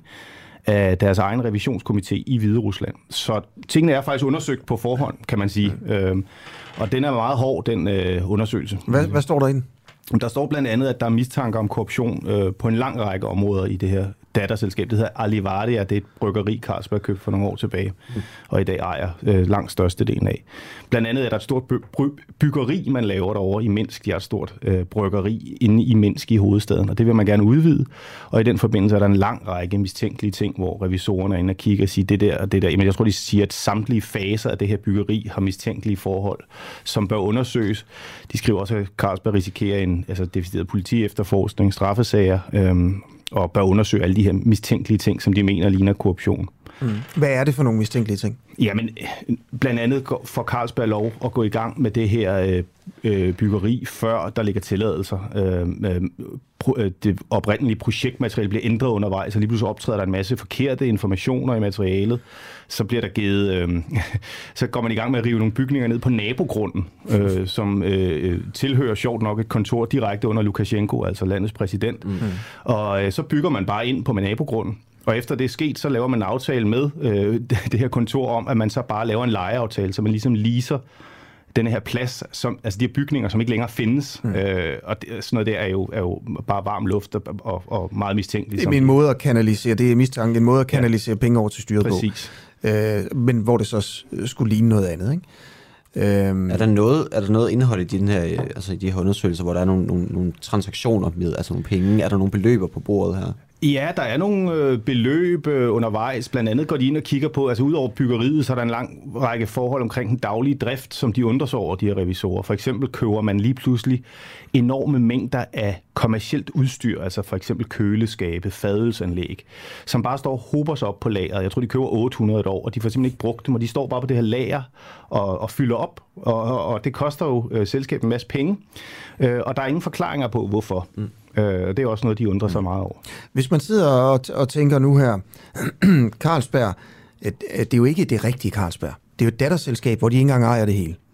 af deres egen revisionskomité i Hviderusland. Så tingene er faktisk undersøgt på forhånd, kan man sige. Øhm, og den er meget hård, den øh, undersøgelse. Hvad, hvad står der i den? Der står blandt andet, at der er mistanker om korruption øh, på en lang række områder i det her datterselskab. Det hedder Alivardia, det er et bryggeri, Carlsberg købte for nogle år tilbage, mm. og i dag ejer øh, langt størstedelen af. Blandt andet er der et stort by- by- byggeri, man laver derovre i Minsk. De har et stort øh, bryggeri inde i Minsk i hovedstaden, og det vil man gerne udvide. Og i den forbindelse er der en lang række mistænkelige ting, hvor revisorerne er inde og kigger og siger, det der og det der. Men jeg tror, de siger, at samtlige faser af det her byggeri har mistænkelige forhold, som bør undersøges. De skriver også, at Carlsberg risikerer en altså decideret politi efterforskning, straffesager, øh, og bør undersøge alle de her mistænkelige ting, som de mener ligner korruption. Mm. Hvad er det for nogle mistænkelige ting? Jamen, blandt andet får Carlsberg lov at gå i gang med det her øh, byggeri, før der ligger tilladelser. Øh, øh, det oprindelige projektmateriale bliver ændret undervejs, og lige pludselig optræder der en masse forkerte informationer i materialet. Så bliver der givet, øh, så går man i gang med at rive nogle bygninger ned på nabogrunden, øh, som øh, tilhører sjovt nok et kontor direkte under Lukashenko, altså landets præsident. Mm. Og øh, så bygger man bare ind på med nabogrunden. Og efter det er sket, så laver man en aftale med øh, det her kontor om, at man så bare laver en lejeaftale, så man ligesom leaser den her plads, som, altså de her bygninger, som ikke længere findes. Mm. Øh, og det, sådan noget der er jo, er jo bare varm luft og, og, og meget mistænkeligt. Det er en måde at kanalisere, det er mistanke, en måde at kanalisere ja. penge over til styret Præcis. på. Øh, men hvor det så skulle ligne noget andet, ikke? Øhm. Er der noget, er der noget indhold i den her, altså i de her undersøgelser, hvor der er nogle, nogle, nogle transaktioner med, altså nogle penge? Er der nogle beløber på bordet her? Ja, der er nogle øh, beløb øh, undervejs. Blandt andet går de ind og kigger på, altså ud over byggeriet, så er der en lang række forhold omkring den daglige drift, som de undrer sig over, de her revisorer. For eksempel køber man lige pludselig enorme mængder af kommercielt udstyr, altså for eksempel køleskabe, fadelsanlæg, som bare står og hober sig op på lageret. Jeg tror, de køber otte hundrede et år, og de får simpelthen ikke brugt dem, og de står bare på det her lager og, og fylder op, og, og, og det koster jo øh, selskabet en masse penge, øh, og der er ingen forklaringer på, hvorfor. Mm. Det er også noget, de undrer sig meget over. Hvis man sidder og, og tænker nu her, Carlsberg, det er jo ikke det rigtige Carlsberg. Det er jo et datterselskab, hvor de ikke engang ejer det hele.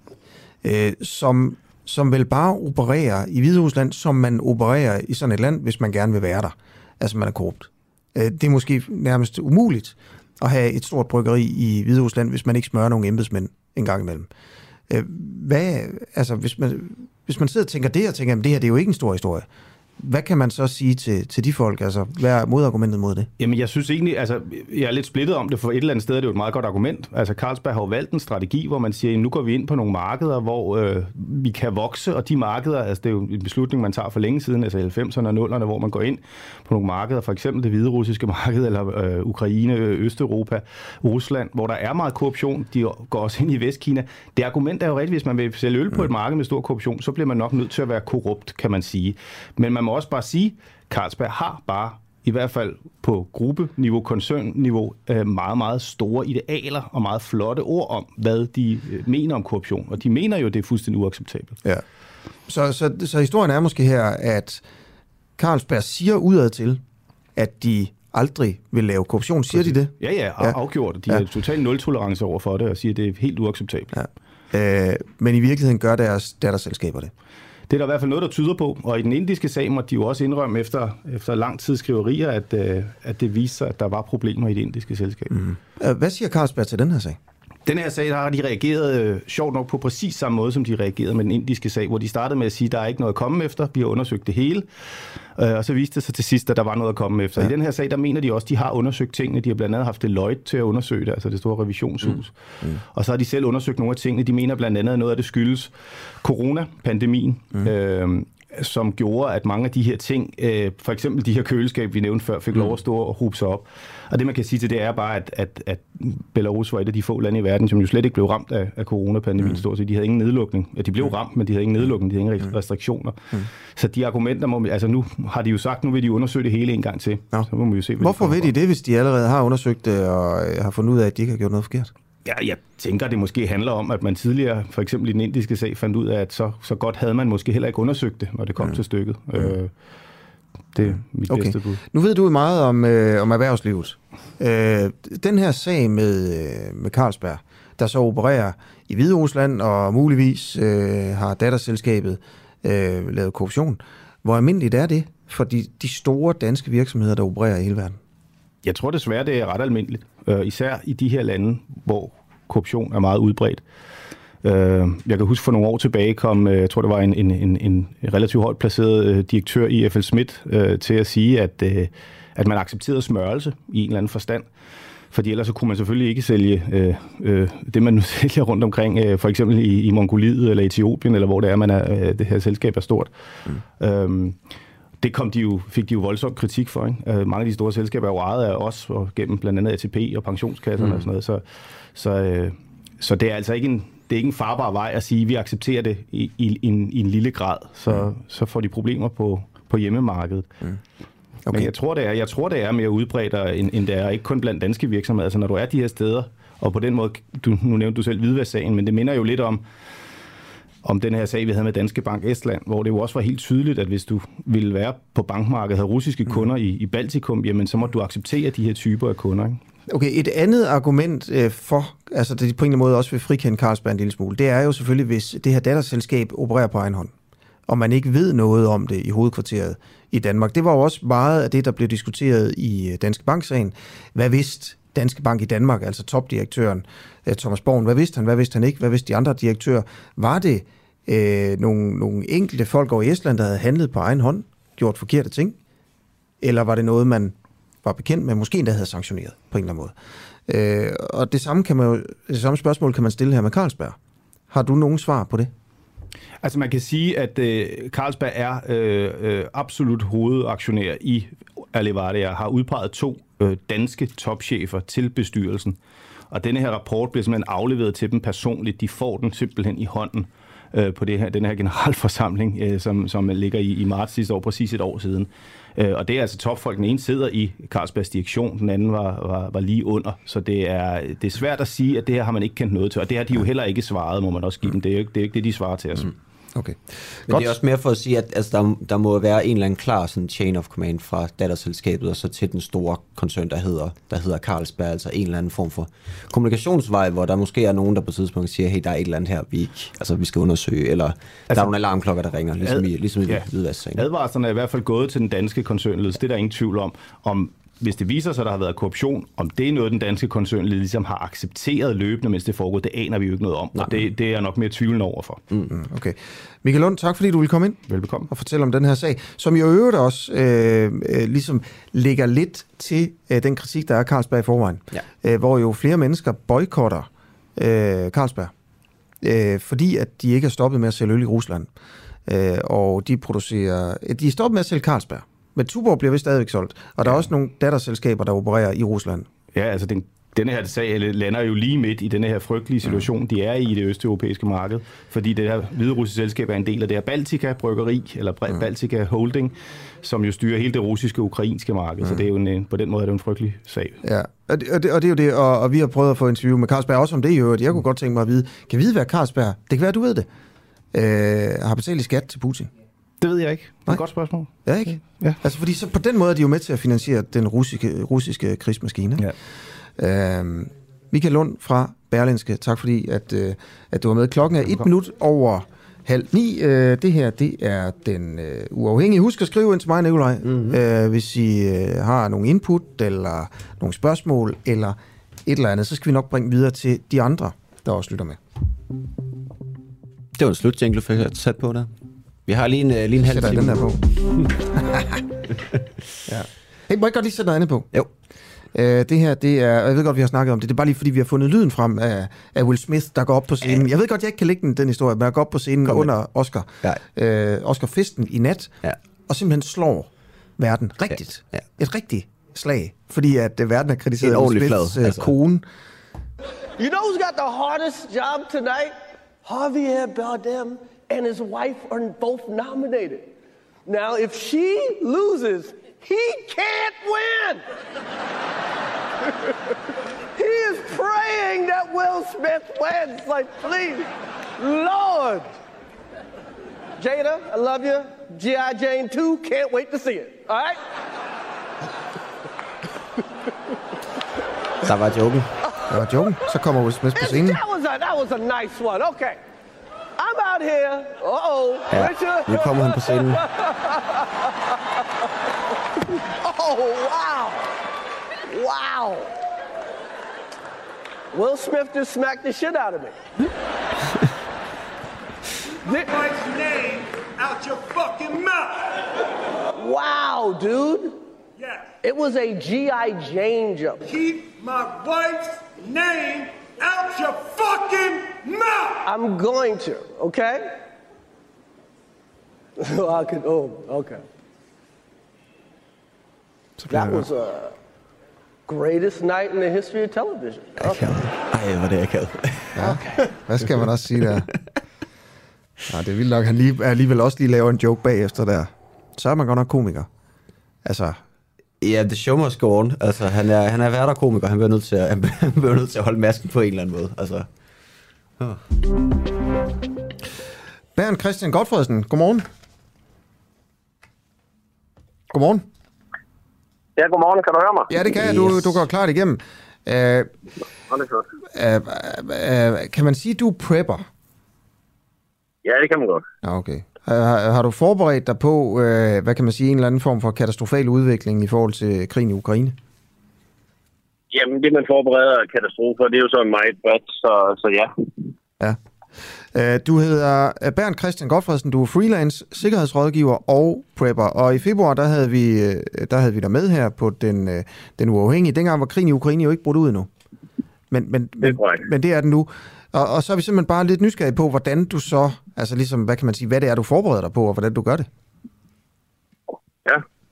Som, som vel bare opererer i Hviderusland, som man opererer i sådan et land, hvis man gerne vil være der. Altså man er korrupt. Det er måske nærmest umuligt at have et stort bryggeri i Hviderusland, hvis man ikke smører nogle embedsmænd en gang imellem. Hvad, altså hvis man, hvis man sidder og tænker det, og tænker, at det her det er jo ikke en stor historie. Hvad kan man så sige til, til de folk? Altså, hvad er modargumentet mod det? Jamen, jeg synes egentlig, altså, jeg er lidt splittet om det, for et eller andet sted er det jo et meget godt argument. Altså, Carlsberg har jo valgt en strategi, hvor man siger, nu går vi ind på nogle markeder, hvor øh, vi kan vokse, og de markeder, altså det er jo en beslutning, man tager for længe siden, altså halvfemserne og nullerne, hvor man går ind på nogle markeder, for eksempel det hviderussiske marked, eller øh, Ukraine, Østeuropa, Rusland, hvor der er meget korruption. De går også ind i Vestkina. Det argument er jo rigtigt, hvis man vil sælge øl på et marked med stor korruption, så bliver man nok nødt til at være korrupt, kan man sige. Men man må også bare sige, Carlsberg har bare, i hvert fald på gruppeniveau, koncernniveau, meget, meget store idealer og meget flotte ord om, hvad de mener om korruption. Og de mener jo, det er fuldstændig uacceptabelt. Ja. Så, så, så historien er måske her, at Carlsberg siger udad til, at de aldrig vil lave korruption. Siger Præcis. de det? Ja, ja, afgjort. De ja. har totalt nul-tolerance over for det, og siger, at det er helt uacceptabelt. Ja. Øh, men i virkeligheden gør deres datterselskaber det. Det er der i hvert fald noget, der tyder på, og i den indiske sag måtte de jo også indrømme efter, efter lang tid skriverier, at, at det viste sig, at der var problemer i det indiske selskab. Mm. Hvad siger Carlsberg til den her sag? Den her sag, der har de reageret øh, sjovt nok på præcis samme måde, som de reagerede med den indiske sag, hvor de startede med at sige, at der er ikke noget at komme efter, vi har undersøgt det hele, øh, og så viste det sig til sidst, at der var noget at komme efter. Ja. I den her sag, der mener de også, at de har undersøgt tingene, de har blandt andet haft Deloitte til at undersøge det, altså det store revisionshus, mm. Mm. og så har de selv undersøgt nogle af tingene, de mener blandt andet, at noget af det skyldes corona-pandemien, mm. øh, som gjorde, at mange af de her ting, øh, for eksempel de her køleskab, vi nævnte før, fik lov at stå og hobe sig op. Og det, man kan sige til det, er bare, at, at, at Belarus var et af de få lande i verden, som jo slet ikke blev ramt af, af coronapandemien, mm. stort set. De havde ingen nedlukning. Ja, de blev ramt, men de havde ingen nedlukning, de havde ingen restriktioner. Mm. Så de argumenter må altså nu har de jo sagt, nu vil de undersøge det hele en gang til. Ja. Så må vi jo se, hvorfor de ved de det, hvis de allerede har undersøgt det og har fundet ud af, at de ikke har gjort noget forkert? Ja, jeg tænker, det måske handler om, at man tidligere, for eksempel i den indiske sag, fandt ud af, at så, så godt havde man måske heller ikke undersøgt det, når det kom mm. til stykket. Mm. Øh, det er mit okay. bedste bud. Nu ved du meget om, øh, om erhvervslivet. Øh, den her sag med, øh, med Carlsberg, der så opererer i Hviderusland og muligvis øh, har datterselskabet øh, lavet korruption. Hvor almindeligt er det for de, de store danske virksomheder, der opererer i hele verden? Jeg tror desværre, det er ret almindeligt. Uh, især i de her lande, hvor korruption er meget udbredt. Uh, jeg kan huske for nogle år tilbage kom, uh, jeg tror det var en, en, en, en relativt højt placeret uh, direktør i F L Schmidt uh, til at sige, at, uh, at man accepterede smørelse i en eller anden forstand. Fordi ellers så kunne man selvfølgelig ikke sælge uh, uh, det, man nu sælger rundt omkring, uh, for eksempel i, i Mongoliet eller Etiopien, eller hvor det er, man er, uh, det her selskab er stort. Mm. Uh, Det kom de jo, fik de jo voldsomt kritik for. Ikke? Mange af de store selskaber er jo ejet af os, og gennem blandt andet A T P og pensionskasserne mm. og sådan noget. Så, så, øh, så det er altså ikke en, det er ikke en farbar vej at sige, at vi accepterer det i, i, i, en, i en lille grad. Så, mm. så får de problemer på, på hjemmemarkedet. Mm. Okay. Men jeg tror, det er, jeg tror, det er mere udbredt, end, end det er. Ikke kun blandt danske virksomheder. Altså, når du er de her steder, og på den måde, du, nu nævnte du selv Hvidvask-sagen, men det minder jo lidt om, om den her sag, vi havde med Danske Bank Estland, hvor det jo også var helt tydeligt, at hvis du ville være på bankmarkedet, havde russiske kunder i, i Baltikum, jamen så må du acceptere de her typer af kunder. Ikke? Okay, et andet argument øh, for, altså det på en eller anden måde også vil frikende Carlsberg en lille smule, det er jo selvfølgelig, hvis det her datterselskab opererer på egen hånd, og man ikke ved noget om det i hovedkvarteret i Danmark. Det var jo også meget af det, der blev diskuteret i Danske Bank-sagen. Hvad vidste Danske Bank i Danmark, altså topdirektøren Thomas Borgen, hvad vidste han, hvad vidste han ikke, hvad vidste de andre direktører? Var det øh, nogle, nogle enkelte folk over i Estland, der havde handlet på egen hånd, gjort forkerte ting? Eller var det noget, man var bekendt med, måske endda havde sanktioneret på en eller anden måde? Øh, og det samme, kan man jo, det samme spørgsmål kan man stille her med Carlsberg. Har du nogen svar på det? Altså man kan sige, at øh, Carlsberg er øh, øh, absolut hovedaktionær i Alevardia, har udpeget to øh, danske topchefer til bestyrelsen. Og denne her rapport bliver simpelthen afleveret til dem personligt. De får den simpelthen i hånden øh, på det her, den her generalforsamling, øh, som, som ligger i, i marts sidste år, præcis et år siden. Øh, og det er altså topfolk. Den ene sidder i Carlsbergs direktion, den anden var, var, var lige under. Så det er, det er svært at sige, at det her har man ikke kendt noget til. Og det har de jo heller ikke svaret, må man også give dem. Det er jo ikke det, er ikke det de svarer til os. Mm. Okay. Men godt. Det er også mere for at sige, at altså, der, der må være en eller anden klar sådan, chain of command fra datterselskabet og så til den store koncern, der hedder, der hedder Carlsberg, altså en eller anden form for kommunikationsvej, hvor der måske er nogen, der på et tidspunkt siger, hey, der er et eller andet her, vi, ikke, altså, vi skal undersøge, eller altså, der er nogle alarmklokker, der ringer, ligesom ad, i, ligesom i ja. Hvidvask-sagen. Advarslerne er i hvert fald gået til den danske koncernledelse, det er der ingen tvivl om, om hvis det viser sig, at der har været korruption, om det er noget, den danske koncernledelse ligesom har accepteret løbende, mens det foregår, det aner vi jo ikke noget om. Nej. Og det, det er jeg nok mere tvivlende overfor. Mm, okay. Michael Lund, tak fordi du ville komme ind. Velbekomme. Og fortælle om den her sag, som jo i øvrigt også øh, øh, ligesom lægger lidt til øh, den kritik, der er Carlsberg i forvejen. Ja. Øh, hvor jo flere mennesker boykotter øh, Carlsberg, øh, fordi at de ikke er stoppet med at sælge øl i Rusland. Øh, og de producerer, de er stoppet med at sælge Carlsberg. Men Tuborg bliver vist stadigvæk solgt. Og der er også nogle datterselskaber, der opererer i Rusland. Ja, altså den, denne her sag lander jo lige midt i denne her frygtelige situation, de er i i det østeuropæiske marked. Fordi det her hviderussiske selskab er en del af det her Baltika Bryggeri, eller Baltika Holding, som jo styrer hele det russiske ukrainske marked. Mm. Så det er jo en, på den måde er det en frygtelig sag. Ja, og det, og det, og det er jo det, og, og vi har prøvet at få interview med Carlsberg også om det i øvrigt. Jeg kunne godt tænke mig at vide, kan vi vide, hvad Carlsberg, det kan være, du ved det, øh, har betalt i skat til Putin? Det ved jeg ikke. Det er et godt spørgsmål. Ja, ikke? Ja. Altså, fordi så på den måde er de jo med til at finansiere den russiske, russiske krigsmaskine. Ja. Øhm, Michael Lund fra Berlingske, tak fordi, at, øh, at du var med. Klokken er et minut over halv ni. Øh, det her, det er den øh, uafhængige. Husk at skrive ind til mig, Nikolaj, mm-hmm. øh, hvis I øh, har nogle input, eller nogle spørgsmål, eller et eller andet. Så skal vi nok bringe videre til de andre, der også lytter med. Det var en slutjingle, du fik sat på der. Vi har lige en, lige en halv time. den der på. Ja. Hey, må jeg godt lige sætte noget andet på? Jo. Uh, det her, det er, jeg ved godt, vi har snakket om det, det er bare lige fordi, vi har fundet lyden frem af, af Will Smith, der går op på scenen. Jeg ved godt, jeg ikke kan lægge den, den historie, men jeg går op på scenen under Oscar, ja. uh, Oscar-festen i nat, ja. og simpelthen slår verden rigtigt. Ja. Ja. Et rigtigt slag, fordi at uh, verden har kritiseret Will Smiths flad, altså. kone. You know who's got the hardest job tonight? Javier Bardem and his wife are both nominated. Now, if she loses, he can't win. He is praying that Will Smith wins. Like, please, Lord. Jada, I love you. G I. Jane two, can't wait to see it. All right? Der var joken. Der var joken. Så kommer Will Smith på scenen. That was a, that was a nice one. Okay. I'm out here. Uh-oh. Ja, nu kommer han på scenen. Oh, wow. Wow. Will Smith just smacked the shit out of me. Get my name out your fucking mouth. Wow, dude. Yes. It was a G I. Jane jump. Keep my wife's name out your fucking mouth. I'm going to, okay? I could, oh, okay. That was a greatest night in the history of television. Okay. Ej, hvor det er kaldt. Ja. Okay. Hvad skal man også sige der? Ja, det er vildt nok, han lige, alligevel også lige laver en joke bagefter der. Så er man godt nok komiker. Altså... Ja, the show must go on. Altså, han er, han er værter komiker. Han bliver nødt til at, han bliver nødt til at holde masken på en eller anden måde. Altså. Oh. Bernd Christian Godfredsen, godmorgen. Godmorgen. Ja, godmorgen. Kan du høre mig? Ja, det kan jeg. Du, du går klart igennem. Uh, uh, uh, kan man sige, at du er prepper? Ja, det kan man godt. Ja, okay. Har, har du forberedt dig på, øh, hvad kan man sige, en eller anden form for katastrofal udvikling i forhold til krigen i Ukraine? Jamen, det man forbereder katastrofer, det er jo så meget bredt, så, så ja. Ja. Øh, du hedder Bernd Christian Godfredsen, du er freelance, sikkerhedsrådgiver og prepper, og i februar, der havde vi, der havde vi dig med her på den, den uafhængige. Dengang var krigen i Ukraine jo ikke brudt ud endnu. Men, men, det er men, men det er den nu. Og, og så er vi simpelthen bare lidt nysgerrige på, hvordan du så, altså ligesom, hvad kan man sige, hvad det er, du forbereder dig på, og hvordan du gør det. Ja.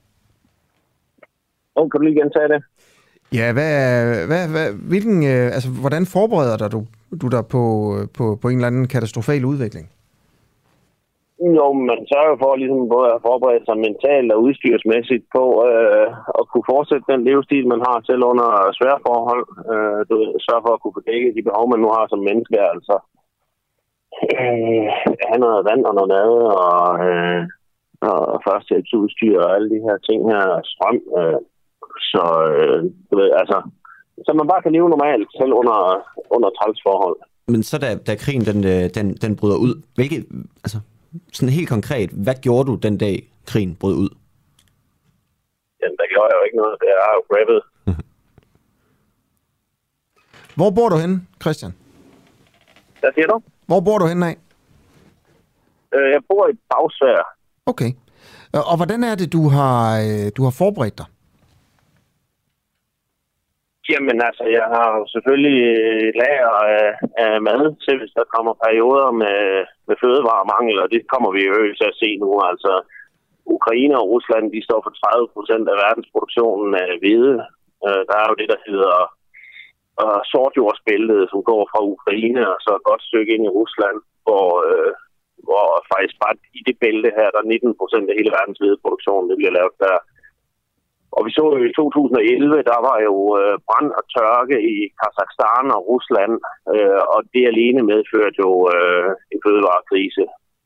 Og kan du lige gentage det? Ja, hvad, hvad, hvad, hvilken, altså, hvordan forbereder dig du, du dig på, på, på en eller anden katastrofal udvikling? Jo, man sørger for ligesom både at forberede sig mentalt og udstyrsmæssigt på øh, at kunne fortsætte den livsstil, man har selv under svære forhold. Øh, du sørger for at kunne fordække de behov, man nu har som menneske, altså øh, have noget vand og noget mad og, øh, og førstehjælpsudstyr og alle de her ting her, strøm. Øh, så øh, du ved, altså, så man bare kan leve normalt selv under, under træls forhold. Men så da, da krigen den, den, den bryder ud, hvilke, altså sådan helt konkret, hvad gjorde du den dag, krigen brød ud? Jamen, der gjorde jeg jo ikke noget. Det er jo preppet. Hvor bor du henne, Christian? Hvad siger du? Hvor bor du henne af? Øh, jeg bor i Bagsvær. Okay. Og hvordan er det, du har, du har forberedt dig? Jamen altså, jeg har selvfølgelig lager af, af mad til, hvis der kommer perioder med, med fødevaremangel, og det kommer vi jo til at se nu. Altså, Ukraine og Rusland, de står for tredive procent af verdensproduktionen af hvede. Der er jo det, der hedder uh, sortjordsbæltet, som går fra Ukraine og så et godt stykke ind i Rusland, hvor, uh, hvor faktisk bare i det bælte her, der er nitten procent af hele verdens hvedeproduktion, det bliver lavet der. Og vi så jo i to tusind og elleve, der var jo øh, brand og tørke i Kazakhstan og Rusland, øh, og det alene medførte jo øh, en fødevarekrise.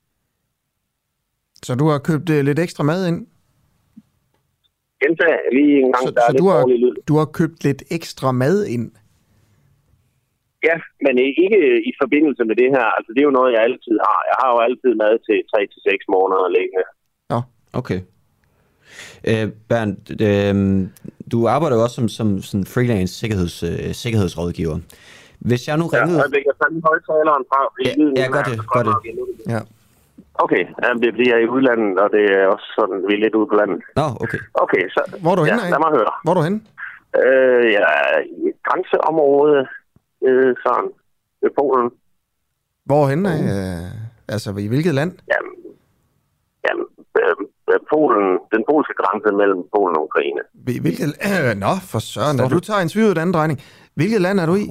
Så du har købt øh, lidt ekstra mad ind? Gentag lige en gang, så, der så er lidt du har, dårlig lyd. du har købt lidt ekstra mad ind? Ja, men ikke i forbindelse med det her. Altså det er jo noget, jeg altid har. Jeg har jo altid mad til tre til seks måneder liggende. Ja, okay. Øh, Bernd, øh, du arbejder jo også som, som sådan freelance sikkerheds, øh, sikkerhedsrådgiver. Hvis jeg nu ringede... Ja, jeg tager lige højtaleren fra. Ja, ja gør det, gør det. Ja. Okay, det er fordi jeg er i udlandet, og det er også sådan, vi er lidt ude på landet. Nå, okay. Okay, så... Hvor er du henne? Ja, lad mig høre. Hvor er du henne? Øh, ja, i et grænseområde, øh, sådan, ved Polen. Hvorhenne? Øh, altså, i hvilket land? Jamen, jamen øh, Polen, den polske grænse mellem Polen og Ukraine. Hvilket, øh, nå, for søren, da du tager en sviget anden drejning. Hvilket land er du i?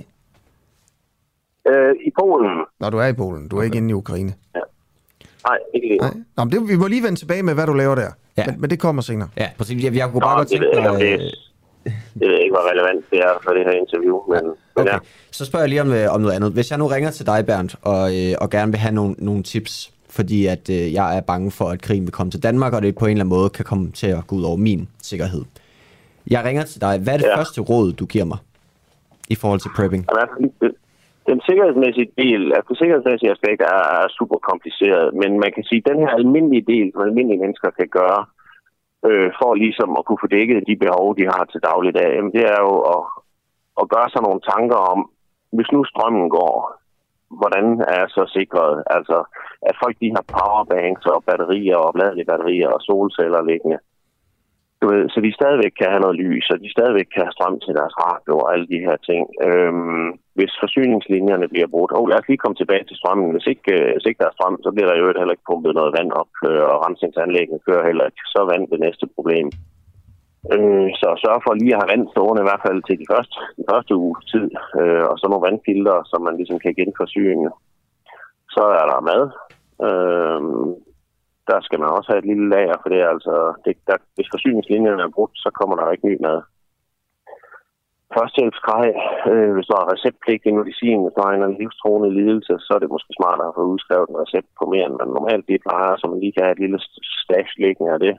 Øh, I Polen. Når du er i Polen, du er ikke inde i Ukraine. Ja. Nej, ikke lige. Nej. Nå, men det, vi må lige vende tilbage med, hvad du laver der. Ja. Men, men det kommer senere. Ja, præcis. Jeg, jeg kunne bare Nå, godt tænke det, mig... det, det ved jeg ikke, hvor relevant det er for det her interview, men, men okay. ja. Så spørger jeg lige om, om noget andet. Hvis jeg nu ringer til dig, Bernd, og, øh, og gerne vil have nogle, nogle tips, fordi at øh, jeg er bange for, at krigen vil komme til Danmark, og det på en eller anden måde kan komme til at gå ud over min sikkerhed. Jeg ringer til dig. Hvad er det ja. første råd, du giver mig i forhold til prepping? Den sikkerhedsmæssige del, altså det sikkerhedsmæssige aspekt er, er super kompliceret, men man kan sige, at den her almindelige del, som almindelige mennesker kan gøre, øh, for ligesom at kunne få dækket de behov, de har til dagligdag, jamen det er jo at, at gøre sig nogle tanker om, hvis nu strømmen går, hvordan er jeg så sikret? Altså, at folk de har powerbanks og batterier og opladelige batterier og solceller liggende. Du ved, så de stadigvæk kan have noget lys, og de stadigvæk kan have strøm til deres radio og alle de her ting. Øhm, hvis forsyningslinjerne bliver brudt, og oh, lad os lige komme tilbage til strømmen. Hvis ikke, hvis ikke der er strøm, så bliver der jo heller ikke pumpet noget vand op, og rensningsanlæggene kører heller ikke. Så er vand det næste problem. Øh, så sørg for lige at have vand stående i hvert fald til de første, de første uges tid, øh, og så nogle vandfilter, som man ligesom kan genforsyne. Så er der mad. Øh, Der skal man også have et lille lager, for det er altså, det, der, hvis forsyningslinjerne er brudt, så kommer der ikke ny mad. Førstehjælpsgrej, øh, hvis du har receptpligtig medicin, hvis du har en livstruende lidelse, så er det måske smartere at få udskrevet en recept på mere, end man normalt lige plejer, så man lige kan have et lille stash liggende af det.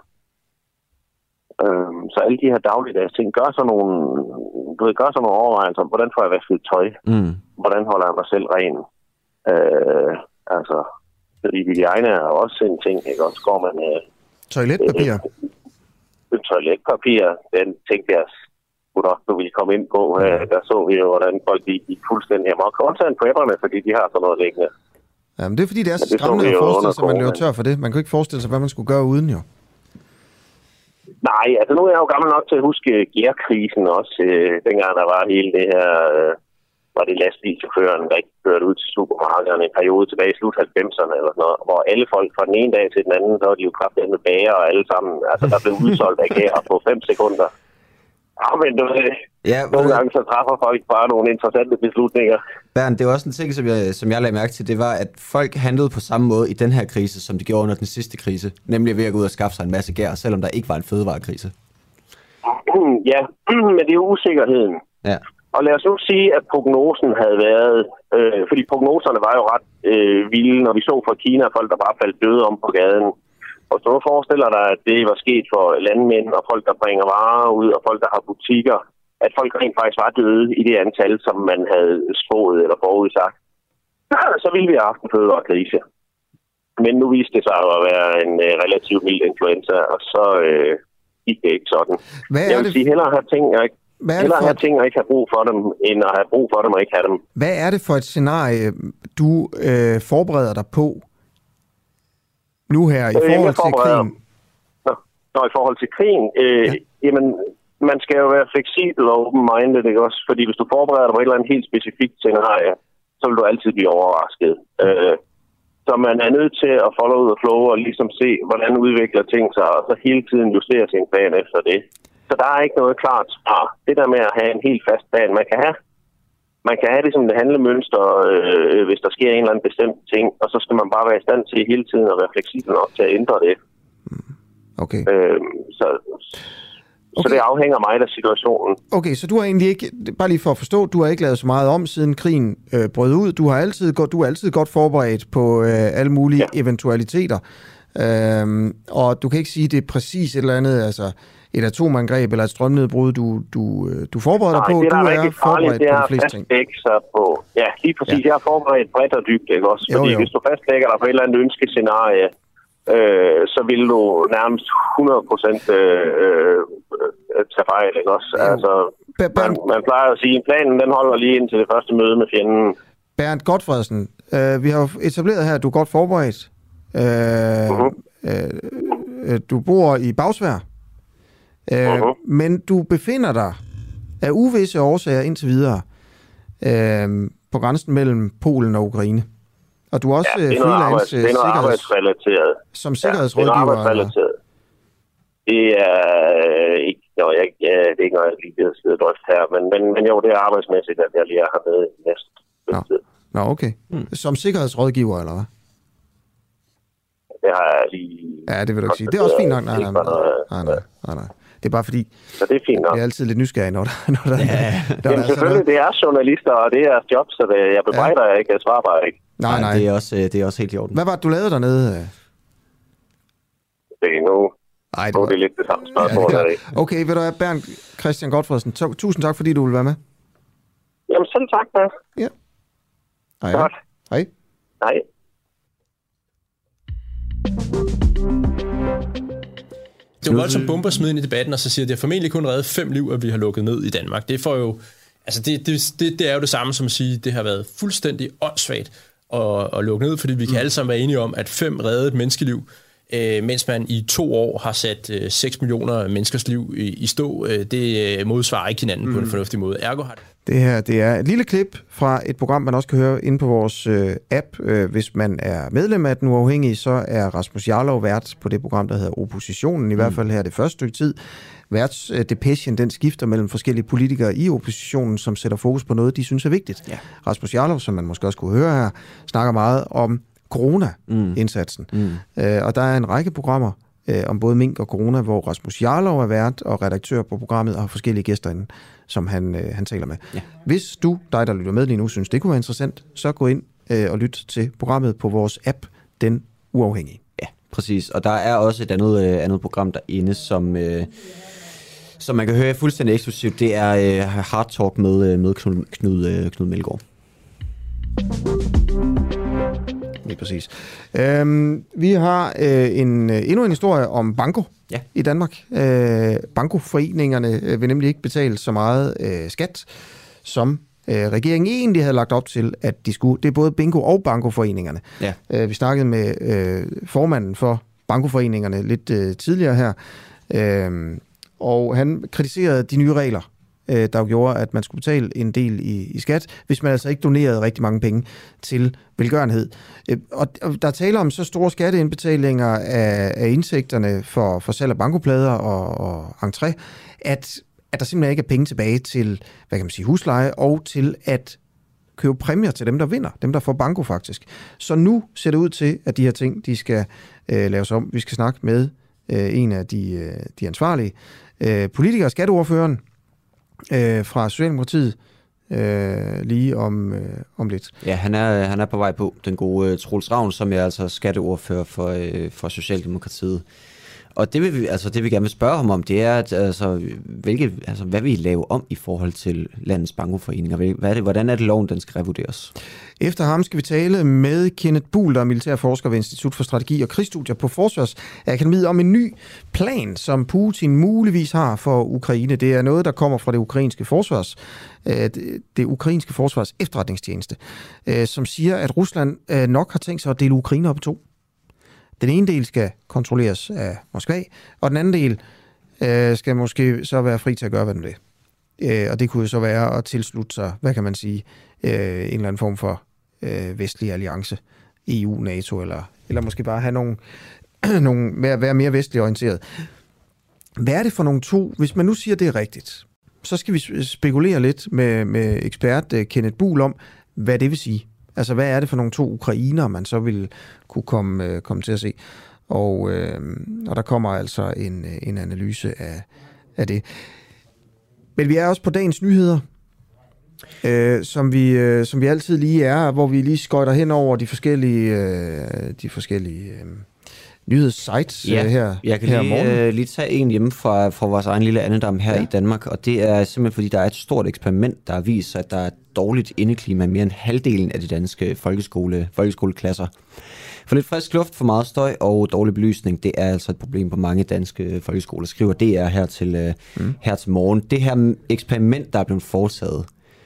Øh, så alle de her dagligdags ting, gør så nogle, du ved, gør så nogle overvejelser om, hvordan får jeg vasket tøj? Mm. Hvordan holder jeg mig selv ren? Øh, altså... Fordi hygiejne er også en ting, ikke? Og så går man... Øh, Toiletpapir? Øh, toiletpapir, den tænkte jeg, du ville komme ind på. Øh, der så vi jo, hvordan folk de gik fuldstændig amok. Også en prepperne, fordi de har sådan noget liggende. Jamen det er fordi, det er så skræmmende at forestille sig, at man løber tør for det. Man kan ikke forestille sig, hvad man skulle gøre uden, jo. Nej, altså nu er jeg jo gammel nok til at huske gearkrisen også. Øh, dengang der var hele det her... Øh, var det lastbilchaufføren, der ikke kørte ud til supermarkederne en periode tilbage i slut halvfemserne eller sådan noget, hvor alle folk fra den ene dag til den anden, så var de jo kraftigt med bager og alle sammen. Altså, der blev udsolgt af gær på fem sekunder. Ja, men du ved, ja, nogle gange så træffer folk bare nogle interessante beslutninger. Bernd, det var også en ting, som jeg, som jeg lagde mærke til, det var, at folk handlede på samme måde i den her krise, som de gjorde under den sidste krise, nemlig ved at gå ud og skaffe sig en masse gær, selvom der ikke var en fødevarekrise. Ja, men det er jo usikkerheden. Ja. Og lad os nu sige, at prognosen havde været, øh, fordi prognoserne var jo ret øh, vilde, når vi så fra Kina, folk der bare faldt døde om på gaden. Og så forestiller dig, at det var sket for landmænd og folk, der bringer varer ud, og folk, der har butikker, at folk rent faktisk var døde i det antal, som man havde spået eller forudsagt. Så ville vi have haft en fødevarekrise. Men nu viste det sig at være en øh, relativt mild influenza, og så øh, gik det ikke sådan. Hvad jeg vil det? sige, hellere have ting, jeg ikke Eller have ting, og ikke have brug for dem, end at have brug for dem og ikke have dem. Hvad er det for et scenarie, du øh, forbereder dig på nu her i forhold øh, til krigen? Nå, nå, i forhold til krigen? Øh, ja. Jamen, man skal jo være fleksibel og open-minded, ikke også? Fordi hvis du forbereder dig på et eller andet helt specifikt scenarie, så vil du altid blive overrasket. Øh, så man er nødt til at follow the flow og ligesom se, hvordan udvikler ting sig, og så hele tiden justere sin plan efter det. Så der er ikke noget klart svar. Det der med at have en helt fast plan, man kan have, man kan have det som et handlemønster, øh, hvis der sker en eller anden bestemt ting, og så skal man bare være i stand til hele tiden at være fleksibel nok til at ændre det. Okay. Øh, så, okay. så det afhænger meget af situationen. Okay, så du har egentlig ikke, bare lige for at forstå, du har ikke lavet så meget om, siden krigen øh, brød ud. Du har altid godt, du er altid godt forberedt på øh, alle mulige ja. eventualiteter. Øh, og du kan ikke sige, det er præcis et eller andet, altså et atomangreb eller et strømnedbrud, du, du, du forbereder dig på. Det, du er, er forberedt det på de fleste ting. Sig på. Ja, lige præcis. Ja. Jeg er forberedt bredt og dybt, ikke også? Fordi jo, jo. Hvis du fastlægger dig på et eller andet ønskescenarie, øh, så vil du nærmest hundrede procent øh, øh, tage fejl, ikke også? Jo. Altså, man, man plejer at sige, at planen den holder lige ind til det første møde med fjenden. Bernd Gotfredsen, øh, vi har etableret her, at du er godt forberedt. Øh, uh-huh. øh, du bor i Bagsværd. Uh-huh. Men du befinder dig af uvisse årsager indtil videre øh, på grænsen mellem Polen og Ukraine. Og du er også ja, det er freelance arbejds, det er noget arbejdsrelateret. Som sikkerhedsrådgiver? Ja, det er noget arbejdsrelateret. Det er ikke, jo, jeg, ja, det er ikke noget, jeg lige vil sidde og drøfte her, men, men, men jo, det er arbejdsmæssigt, at jeg lige har med i næste tid. Nå, okay. Mm. Som sikkerhedsrådgiver, eller hvad? Det har jeg lige... Ja, det vil du ikke sige. Det er også fint nok. Nej, nej, nej, nej, nej, nej, nej. Det er bare fordi, så det er fint nok. Jeg er altid lidt nysgerrig, når der, når der, ja. når der Jamen, er selvfølgelig, det er journalister, og det er job, så det, jeg bebrejder ja. ikke, jeg svarer bare ikke. Nej, nej. Det er også, det er også helt i orden. Hvad var det, du lavede dernede? Det er nu. Ej, det nu var... er det lidt det samme spørgsmål. Ja, ja. Okay, ved du hvad, Bernd Christian Godfredsen, t- tusind tak, fordi du vil være med. Jamen, selv tak, da. Ja. Hej. Godt. Hej. Hej. Det er jo voldsomt bomber at smide ind i debatten, og så siger, at det har formentlig kun reddet fem liv, at vi har lukket ned i Danmark. Det får jo, altså det, det, det, det er jo det samme som at sige, at det har været fuldstændig åndssvagt at, at lukke ned, fordi vi kan mm. alle sammen være enige om, at fem reddede et menneskeliv, øh, mens man i to år har sat øh, seks millioner menneskers liv i, i stå. Øh, det modsvarer ikke hinanden mm. på en fornuftig måde. Ergo har det. Det her, det er et lille klip fra et program, man også kan høre inde på vores øh, app. Øh, hvis man er medlem af Den Uafhængige, så er Rasmus Jarlov vært på det program, der hedder Oppositionen. I mm. hvert fald her det første stykke tid. Værts øh, depechen, den skifter mellem forskellige politikere i oppositionen, som sætter fokus på noget, de synes er vigtigt. Ja. Rasmus Jarlov, som man måske også kunne høre her, snakker meget om corona-indsatsen. Mm. Mm. Øh, og der er en række programmer øh, om både mink og corona, hvor Rasmus Jarlov er vært og redaktør på programmet og har forskellige gæster inde, som han, øh, han taler med. Ja. Hvis du, dig der lytter med lige nu, synes det kunne være interessant, så gå ind øh, og lyt til programmet på vores app, Den Uafhængige. Ja, præcis. Og der er også et andet, øh, andet program derinde, som, øh, som man kan høre fuldstændig eksklusivt. Det er øh, Hard Talk med, med Knud, Knud, øh, Knud Melgaard. Lige præcis. Øhm, vi har øh, en, endnu en historie om banko ja. i Danmark. Øh, bankoforeningerne øh, vil nemlig ikke betale så meget øh, skat, som øh, regeringen egentlig havde lagt op til, at de skulle. Det er både bingo- og bankoforeningerne. Ja. Øh, vi snakkede med øh, formanden for bankoforeningerne lidt øh, tidligere her, øh, og han kritiserede de nye regler, der gjorde, at man skulle betale en del i, i skat, hvis man altså ikke donerede rigtig mange penge til velgørenhed. Og der taler om så store skatteindbetalinger af, af indtægterne for, for salg af bankoplader og, og entré, at, at der simpelthen ikke er penge tilbage til, hvad kan man sige, husleje, og til at købe præmier til dem, der vinder, dem, der får banko faktisk. Så nu ser det ud til, at de her ting, de skal øh, laves om. Vi skal snakke med øh, en af de, øh, de ansvarlige øh, politikere, skatteordføreren, Øh, fra Socialdemokratiet øh, lige om, øh, om lidt. Ja, han er, han er på vej på, den gode uh, Troels Ravn, som er altså skatteordfører for, øh, for Socialdemokratiet. Og det, vil vi, altså, det vi gerne vil spørge ham om, det er, at, altså, hvilke, altså, hvad vil I lave om i forhold til landets bankoforeninger? Hvad er det, hvordan er det loven, den skal revurderes? Efter ham skal vi tale med Kenneth Buhl, der er militærforsker ved Institut for Strategi og Krigsstudier på Forsvarsakademiet, om en ny plan, som Putin muligvis har for Ukraine. Det er noget, der kommer fra det ukrainske forsvars, det ukrainske forsvars efterretningstjeneste, som siger, at Rusland nok har tænkt sig at dele Ukraine op i to. Den ene del skal kontrolleres af Moskva, og den anden del øh, skal måske så være fri til at gøre, hvad den vil. Øh, og det kunne jo så være at tilslutte sig, hvad kan man sige, øh, en eller anden form for øh, vestlig alliance, E U, NATO, eller, eller måske bare have nogle, nogle være, være mere vestligt orienteret. Hvad er det for nogle to? Hvis man nu siger, det er rigtigt, så skal vi spekulere lidt med, med ekspert Kenneth Buhl om, hvad det vil sige. Altså, hvad er det for nogle to ukrainer, man så vil kunne komme, øh, komme til at se? Og, øh, og der kommer altså en, en analyse af, af det. Men vi er også på dagens nyheder, øh, som, vi, øh, som vi altid lige er, hvor vi lige skøjter hen over de forskellige, øh, de forskellige øh, nyhedssites ja, øh, her, jeg kan her lige, morgen. øh, lige tage en hjemme fra, fra vores egen lille andedam her ja. i Danmark, og det er simpelthen fordi, der er et stort eksperiment, der viser, at der er dårligt indeklima i mere end halvdelen af de danske folkeskole, folkeskoleklasser. For lidt frisk luft, for meget støj og dårlig belysning, det er altså et problem på mange danske folkeskoler, skriver D R her til, mm. her til morgen. Det her eksperiment, der er blevet foretaget,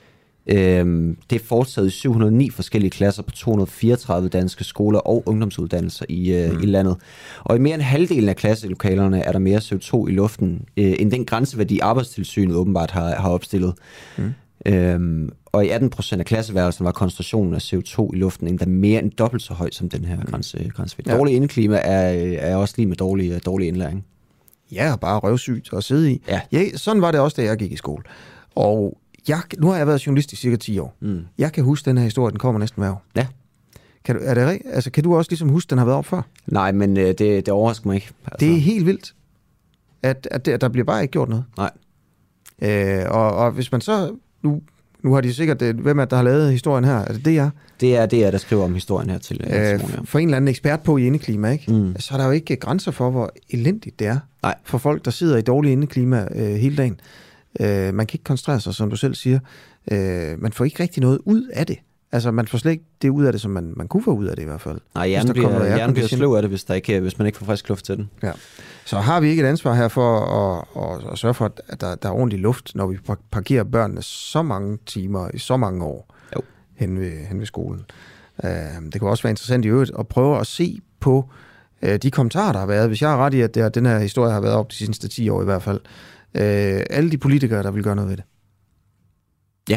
Øhm, det er foretaget i syv hundrede og ni forskellige klasser på to hundrede og fireogtredive danske skoler og ungdomsuddannelser i, øh, mm. i landet. Og i mere end halvdelen af klasselokalerne er der mere C O to i luften, øh, end den grænseværdi Arbejdstilsynet åbenbart har, har opstillet. Mm. Øhm, og i atten procent af klasseværelserne var koncentrationen af C O to i luften endda mere end dobbelt så høj som den her mm. grænse, grænseværdi. Ja. Dårlig indeklima er, er også lige med dårlig, dårlig indlæring. Ja, bare røvsygt at sidde i. Ja. Ja, sådan var det også, da jeg gik i skole. Og jeg, nu har jeg været journalist i cirka ti år. Mm. Jeg kan huske den her historie, den kommer næsten hver år. Ja. Kan du, er det, altså, kan du også ligesom huske, den har været op før? Nej, men øh, det, det overrasker mig ikke. Altså. Det er helt vildt, at, at, at der bliver bare ikke gjort noget. Nej. Øh, og, og hvis man så... Nu, nu har de sikkert... Hvem er det, der har lavet historien her? Er det D R? Det er D R, der skriver om historien her til... Øh, for en eller anden ekspert på i indeklima, ikke? Mm. Så er der jo ikke grænser for, hvor elendigt det er. Nej. For folk, der sidder i dårlig indeklima øh, hele dagen. Øh, man kan ikke koncentrere sig, som du selv siger. Øh, man får ikke rigtig noget ud af det. Altså, man får slet ikke det ud af det, som man, man kunne få ud af det i hvert fald. Nej, hjernen bliver, hjernen bliver sløv af det, hvis, der ikke, hvis man ikke får frisk luft til den. Ja. Så har vi ikke et ansvar her for at, at, at sørge for, at der, der er ordentlig luft, når vi parkerer børnene så mange timer i så mange år jo. Hen, ved, hen ved skolen. Uh, det kan også være interessant i øvrigt at prøve at se på uh, de kommentarer, der har været. Hvis jeg har ret i, at det, den her historie har været op de sidste ti år i hvert fald. Uh, alle de politikere, der vil gøre noget ved det. Ja.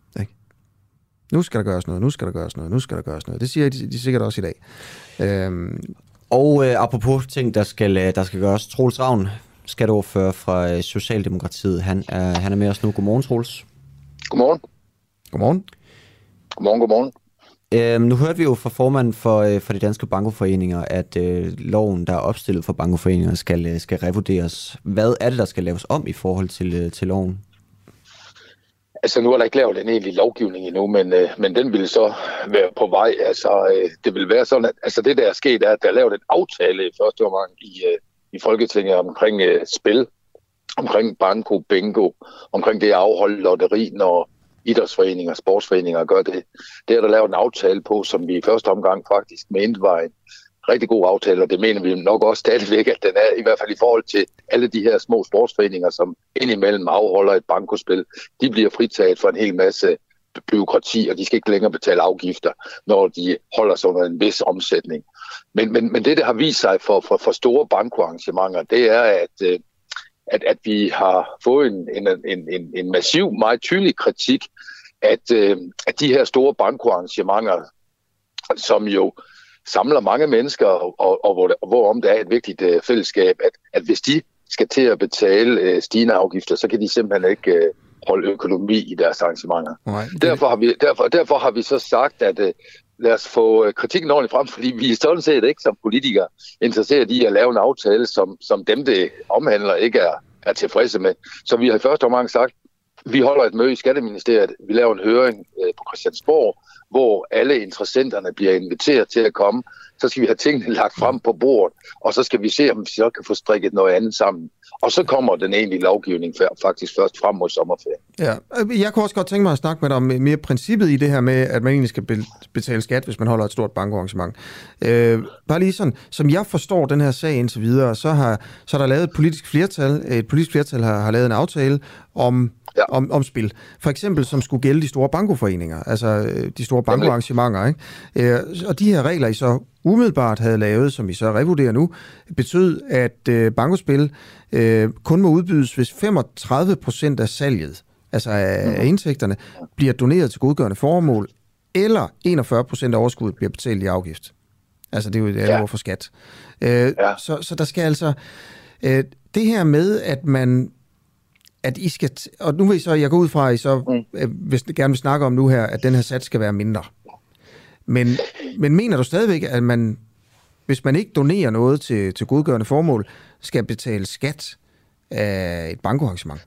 Nu skal der gøres noget, nu skal der gøres noget, nu skal der gøres noget. Det siger de, de sikkert også i dag. Øhm. Og øh, apropos ting, der skal, der skal gøres. Troels Ravn, skatteordfører fra øh, Socialdemokratiet, han er, han er med os nu. Godmorgen, Troels. Godmorgen. Godmorgen. Godmorgen, godmorgen. Øhm, nu hørte vi jo fra formanden for, øh, for de danske bankoforeninger, at øh, loven, der er opstillet for bankoforeninger, skal, øh, skal revurderes. Hvad er det, der skal laves om i forhold til, øh, til loven? Altså, nu er der ikke lavet en egentlig lovgivning endnu, men, øh, men den vil så være på vej. Altså, øh, det vil være sådan, at altså, det, der er sket, er, at der er lavet en aftale i første omgang i, øh, i Folketinget omkring øh, spil, omkring banko, bingo, omkring det at afholde lotteri, når idrætsforeninger og sportsforeninger gør det. Det er der lavet en aftale på, som vi i første omgang faktisk mente var en rigtig god aftale, og det mener vi nok også stadigvæk, at den er i hvert fald i forhold til alle de her små sportsforeninger, som indimellem afholder et bankospil. De bliver fritaget for en hel masse bureaukrati, og de skal ikke længere betale afgifter, når de holder sig under en vis omsætning. Men, men, men det, der har vist sig for, for, for store bankoarrangementer, det er, at, at, at vi har fået en, en, en, en massiv, meget tydelig kritik, at, at de her store bankoarrangementer, som jo samler mange mennesker, og, og, og hvor, og hvorom der er et vigtigt uh, fællesskab, at, at hvis de skal til at betale uh, stigende afgifter, så kan de simpelthen ikke uh, holde økonomi i deres arrangementer. Nej, det... derfor, har vi, derfor, derfor har vi så sagt, at uh, lad os få uh, kritikken ordentligt frem, fordi vi er sådan set ikke som politikere interesseret i at lave en aftale, som, som dem, det omhandler, ikke er, er tilfredse med. Så vi har i første omgang sagt, vi holder et møde i Skatteministeriet, vi laver en høring uh, på Christiansborg, hvor alle interessenterne bliver inviteret til at komme. Så skal vi have tingene lagt frem på bordet, og så skal vi se, om vi så kan få strikket noget andet sammen. Og så kommer den egentlige lovgivning faktisk først frem mod sommerferien. Ja, jeg kunne også godt tænke mig at snakke med dig om mere princippet i det her med, at man egentlig skal betale skat, hvis man holder et stort bankarrangement. Øh, bare lige sådan, som jeg forstår den her sag indtil videre, så har så er der lavet et politisk flertal, et politisk flertal har, har lavet en aftale om Ja. Om, om spil. For eksempel, som skulle gælde de store bankoforeninger, altså de store bankoarrangementer, ikke? Øh, og de her regler, I så umiddelbart havde lavet, som I så revurderer nu, betød, at øh, bankospil øh, kun må udbydes, hvis femogtredive procent af salget, altså af, af indtægterne, bliver doneret til godgørende formål, eller enogfyrre procent af overskuddet bliver betalt i afgift. Altså, det er jo et ja. ord for skat. Øh, ja. så, så der skal altså... Øh, det her med, at man... at I skal, t- og nu vil I så, jeg går ud fra, at I så mm. hvis, gerne vil snakke om nu her, at den her sats skal være mindre. Men, men mener du stadigvæk, at man, hvis man ikke donerer noget til, til godgørende formål, skal betale skat af et bankoarrangement?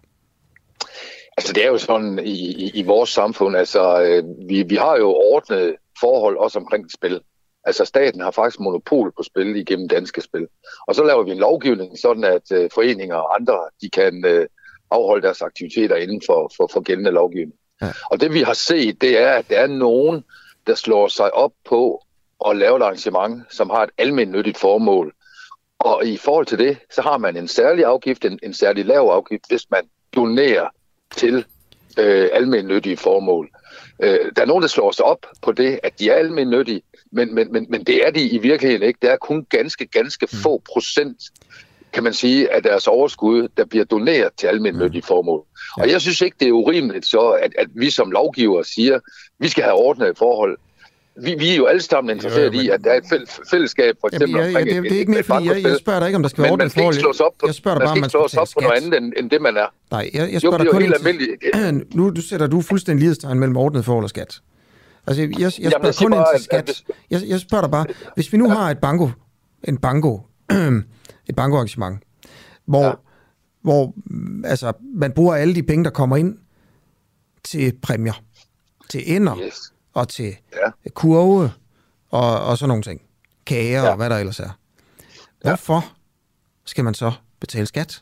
Altså det er jo sådan i, i, i vores samfund, altså øh, vi, vi har jo ordnet forhold også omkring spil. Altså staten har faktisk monopol på spil igennem danske spil. Og så laver vi en lovgivning, sådan at øh, foreninger og andre, de kan... Øh, afholde deres aktiviteter inden for, for, for gældende lovgivning. Ja. Og det vi har set, det er, at der er nogen, der slår sig op på at lave et arrangement, som har et almennyttigt formål. Og i forhold til det, så har man en særlig afgift, en, en særlig lav afgift, hvis man donerer til øh, almennyttige formål. Øh, der er nogen, der slår sig op på det, at de er almennyttige, men, men, men, men det er de i virkeligheden ikke. Det er kun ganske, ganske få procent, kan man sige, af deres overskud, der bliver doneret til almennyttige formål. Ja. Og jeg synes ikke, det er urimeligt så, at, at vi som lovgivere siger, at vi skal have ordnede forhold. Vi, vi er jo alle sammen interesseret jo, jo, men... i, at der er et fællesskab, for eksempel Jamen, jeg, jeg, det, det er ikke mere, fordi jeg, jeg spørger dig ikke, om der skal være ordnet forhold. Jeg spørger dig bare, om man skal slå op på noget andet, end, end det, man er. Nej, jeg, jeg spørger dig kun ind til... Nu du sætter du fuldstændig lighedstegn mellem ordnet forhold og skat. Altså, jeg, jeg, jeg spørger Jamen, kun ind til skat. Jeg, jeg spørger dig bare, hvis vi nu har et banko, en banko, et bankoarrangement, hvor, ja. hvor altså, man bruger alle de penge, der kommer ind til præmier, til ender, yes. og til ja. kurve, og, og sådan nogle ting. Kager ja. og hvad der ellers er. Hvorfor ja. skal man så betale skat?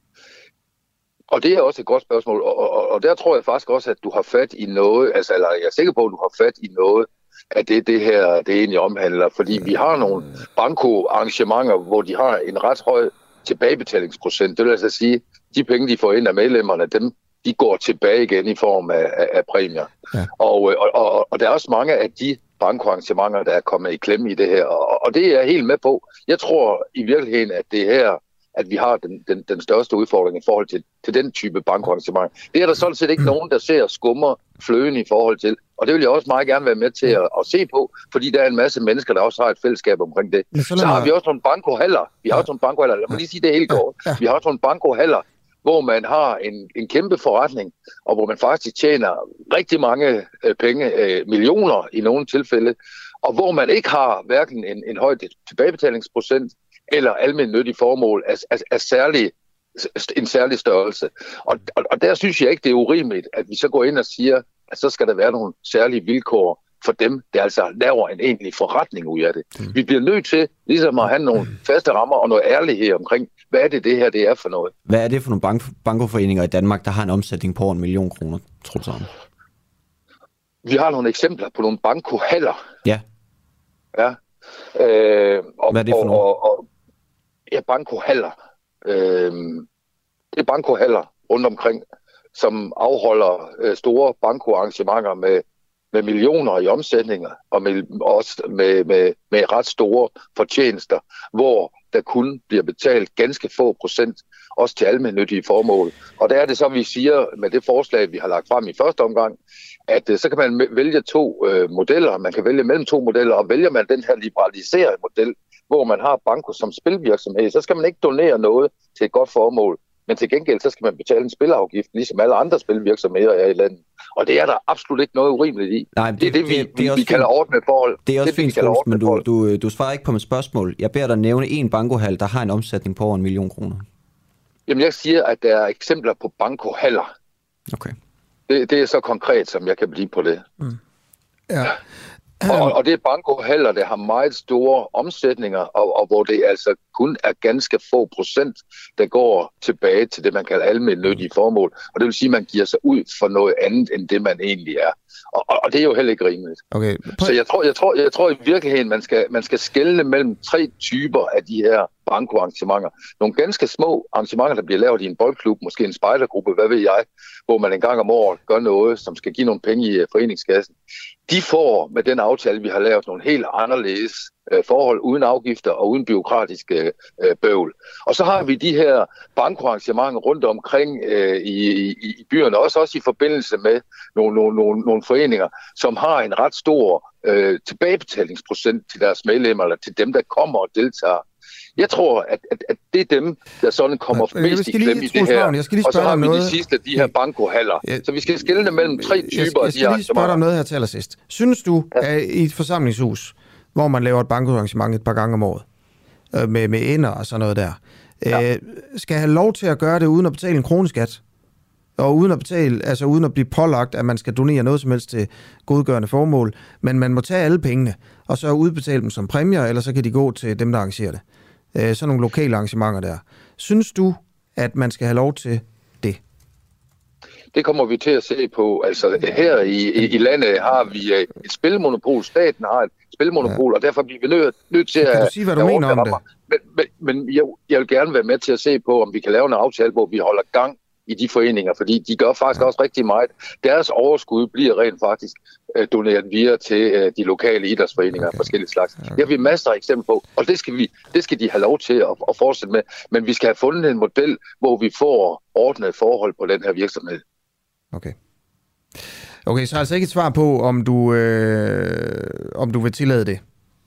Og det er også et godt spørgsmål, og, og, og der tror jeg faktisk også, at du har fat i noget, altså eller jeg er sikker på, at du har fat i noget af det, det her det egentlig omhandler, fordi vi har nogle banko-arrangementer, hvor de har en ret høj tilbagebetalingsprocent. Det vil altså sige, de penge, de får ind af medlemmerne, dem de går tilbage igen i form af, af, af præmier. Ja. Og, og, og, og der er også mange af de bankoarrangementer, der er kommet i klemme i det her, og, og det er jeg helt med på. Jeg tror i virkeligheden, at det er her, at vi har den, den, den største udfordring i forhold til, til den type bankoarrangement. Det er der sådan set ikke nogen, der ser skummer fløden i forhold til, og det vil jeg også meget gerne være med til at, at se på, fordi der er en masse mennesker, der også har et fællesskab omkring det. Så har vi også nogle bankohaller. Vi har også nogle bankohaller. Lad mig lige sige det helt kort. Vi har også nogle bankohaller, hvor man har en, en kæmpe forretning, og hvor man faktisk tjener rigtig mange øh, penge, øh, millioner i nogle tilfælde, og hvor man ikke har hverken en, en høj tilbagebetalingsprocent eller almennyttige formål af, af, af særlig, en særlig størrelse. Og, og, og der synes jeg ikke, det er urimeligt, at vi så går ind og siger, at så skal der være nogle særlige vilkår for dem, der altså laver en egentlig forretning ud af det. Mm. Vi bliver nødt til ligesom at have nogle faste rammer og noget ærlighed omkring, hvad er det, det her det er for noget. Hvad er det for nogle bank- bankoforeninger i Danmark, der har en omsætning på over en million kroner, tror du så? Vi har nogle eksempler på nogle bankohaller. Ja. Ja. Øh, og, hvad er det for nogle? Og, og, ja, bankohaller. Øh, det er bankohaller rundt omkring, som afholder øh, store bankoarrangementer med med millioner i omsætninger, og med, også med, med, med ret store fortjenester, hvor der kun bliver betalt ganske få procent, også til almennyttige formål. Og der er det så, vi siger med det forslag, vi har lagt frem i første omgang, at så kan man vælge to øh, modeller, man kan vælge mellem to modeller, og vælger man den her liberaliserede model, hvor man har banko som spilvirksomhed, så skal man ikke donere noget til et godt formål. Men til gengæld, så skal man betale en spilafgift, ligesom alle andre spilvirksomheder er i landet. Og det er der absolut ikke noget urimeligt i. Nej, det, det er det, vi, det, det er vi kalder ordnet forhold. Det er også det, fint, Troels, men du, du, du svarer ikke på mit spørgsmål. Jeg beder dig nævne en bankohal, der har en omsætning på over en million kroner. Jamen, jeg siger, at der er eksempler på bankohaller. Okay. Det, det er så konkret, som jeg kan blive på det. Mm. Ja. Og, og det er bankohaller, der har meget store omsætninger, og, og hvor det altså kun er ganske få procent, der går tilbage til det, man kalder almennyttige formål. Og det vil sige, at man giver sig ud for noget andet, end det, man egentlig er. Og, og, og det er jo heller ikke rimeligt. Okay. Så jeg tror, jeg, tror, jeg tror i virkeligheden, man skal, man skal skelne mellem tre typer af de her bankoarrangementer. Nogle ganske små arrangementer, der bliver lavet i en boldklub, måske en spejdergruppe, hvad ved jeg, hvor man en gang om året gør noget, som skal give nogle penge i foreningskassen. De får med den aftale, vi har lavet, nogle helt anderledes øh, forhold, uden afgifter og uden byråkratiske øh, bøvl. Og så har vi de her bankoarrangementer rundt omkring øh, i, i, i byerne, også, også i forbindelse med nogle, nogle, nogle, nogle foreninger, som har en ret stor øh, tilbagebetalingsprocent til deres medlemmer, eller til dem, der kommer og deltager. Jeg tror, at, at, at det er dem, der sådan kommer ja, mest i klemme i det her. Jeg skal lige og så har vi noget. de sidste, de her bankohaller. Ja. Så vi skal skelne mellem tre typer jeg, jeg af de her. Jeg skal lige spørge dig om noget her til allersidst. Synes du, ja. at i et forsamlingshus, hvor man laver et bankoarrangement et par gange om året, øh, med, med ender og sådan noget der, ja. øh, skal have lov til at gøre det uden at betale en kroneskat? Og uden at betale, altså uden at blive pålagt, at man skal donere noget som helst til godgørende formål, men man må tage alle pengene, og så udbetale dem som præmier, eller så kan de gå til dem, der arrangerer det. Øh, sådan nogle lokale arrangementer der. Synes du, at man skal have lov til det? Det kommer vi til at se på. Altså her i, i, i landet har vi et spilmonopol. Staten har et spilmonopol, ja. Og derfor bliver vi nødt, nødt til at... Kan du sige, hvad du mener om det? Men, men, men jeg, jeg vil gerne være med til at se på, om vi kan lave en aftale, hvor vi holder gang i de foreninger, fordi de gør faktisk også rigtig meget. Deres overskud bliver rent faktisk øh, doneret via til øh, de lokale idrætsforeninger af okay. forskellige slags. Okay. Det har vi masser af eksempler på, og det skal, vi, det skal de have lov til at, at fortsætte med. Men vi skal have fundet en model, hvor vi får ordnet forhold på den her virksomhed. Okay. Okay, så altså ikke et svar på, om du, øh, om du vil tillade det?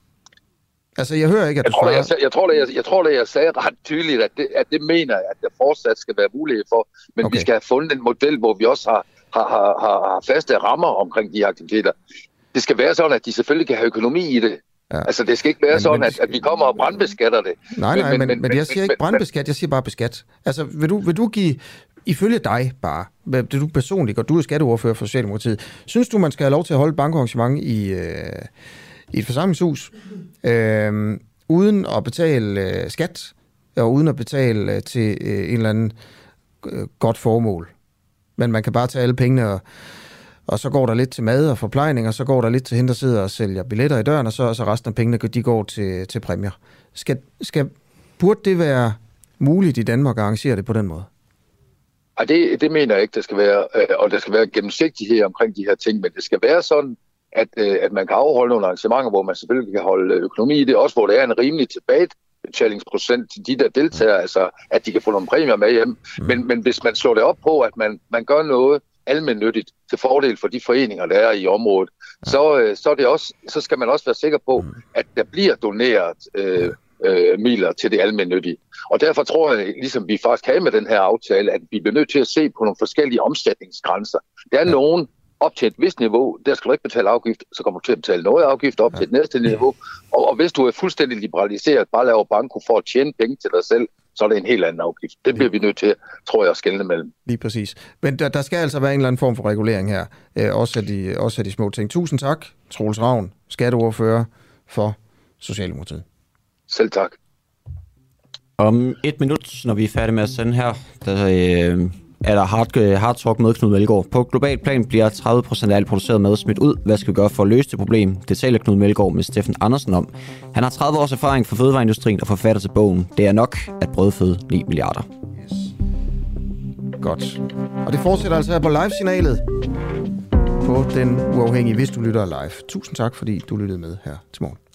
Altså, jeg hører ikke, at jeg du tror, svarer... jeg, jeg, tror, at jeg, jeg tror, at jeg sagde ret tydeligt, at det, at det mener jeg, at der fortsat skal være mulighed for. Men okay. vi skal have fundet en model, hvor vi også har, har, har, har faste rammer omkring de aktiviteter. Det skal være sådan, at de selvfølgelig kan have økonomi i det. Ja. Altså, det skal ikke være men, sådan, men, at, at vi kommer og brandbeskatter det. Nej, nej, men, men, men, men jeg siger ikke brandbeskat, jeg siger bare beskat. Altså, vil du, vil du give... Ifølge dig bare, det du personligt, og du er skatteordfører for Socialdemokratiet, synes du, man skal have lov til at holde bankarrangement i, øh, i et forsamlingshus, øh, uden at betale øh, skat, og uden at betale øh, til øh, en eller anden øh, godt formål? Men man kan bare tage alle pengene, og, og så går der lidt til mad og forplejning, og så går der lidt til hende, der sidder og sælger billetter i døren, og så, og så resten af pengene, de går til, til præmier. Skal, skal, burde det være muligt i Danmark at arrangere det på den måde? Og det, det mener jeg ikke, der skal være, og der skal være gennemsigtighed omkring de her ting, men det skal være sådan, at, at man kan afholde nogle arrangementer, hvor man selvfølgelig kan holde økonomi i det, også hvor der er en rimelig tilbagebetalingsprocent til de der deltager, altså at de kan få nogle præmier med hjem. Mm. Men, men hvis man slår det op på, at man, man gør noget almennyttigt til fordel for de foreninger, der er i området, ja. så, så, er det også, så skal man også være sikker på, mm. at der bliver doneret øh, øh, midler til det almennyttige. Og derfor tror jeg, ligesom vi faktisk kan med den her aftale, at vi bliver nødt til at se på nogle forskellige omsætningsgrænser. Der er ja. nogen op til et vist niveau, der skal du ikke betale afgift, så kommer du til at betale noget afgift op ja. til et næste niveau. Og, og hvis du er fuldstændig liberaliseret, bare laver banko for at tjene penge til dig selv, så er det en helt anden afgift. Det bliver vi nødt til, tror jeg, at skelne mellem. Lige præcis. Men der, der skal altså være en eller anden form for regulering her, øh, også, af de, også af de små ting. Tusind tak, Troels Ravn, skatteordfører for Socialdemokratiet. Selv tak. Om et minut, når vi er færdige med at sende her, der øh, er der hard, hard talk med Knud Melgaard. På global plan bliver tredive procent af alt produceret mad smidt ud. Hvad skal vi gøre for at løse det problem? Det taler Knud Melgaard med Steffen Andersen om. Han har tredive års erfaring fra fødevareindustrien og forfatter til bogen. Det er nok at brødføde ni milliarder. Yes. Godt. Og det fortsætter altså her på live-signalet på Den Uafhængige, hvis du lytter live. Tusind tak, fordi du lyttede med her til morgen.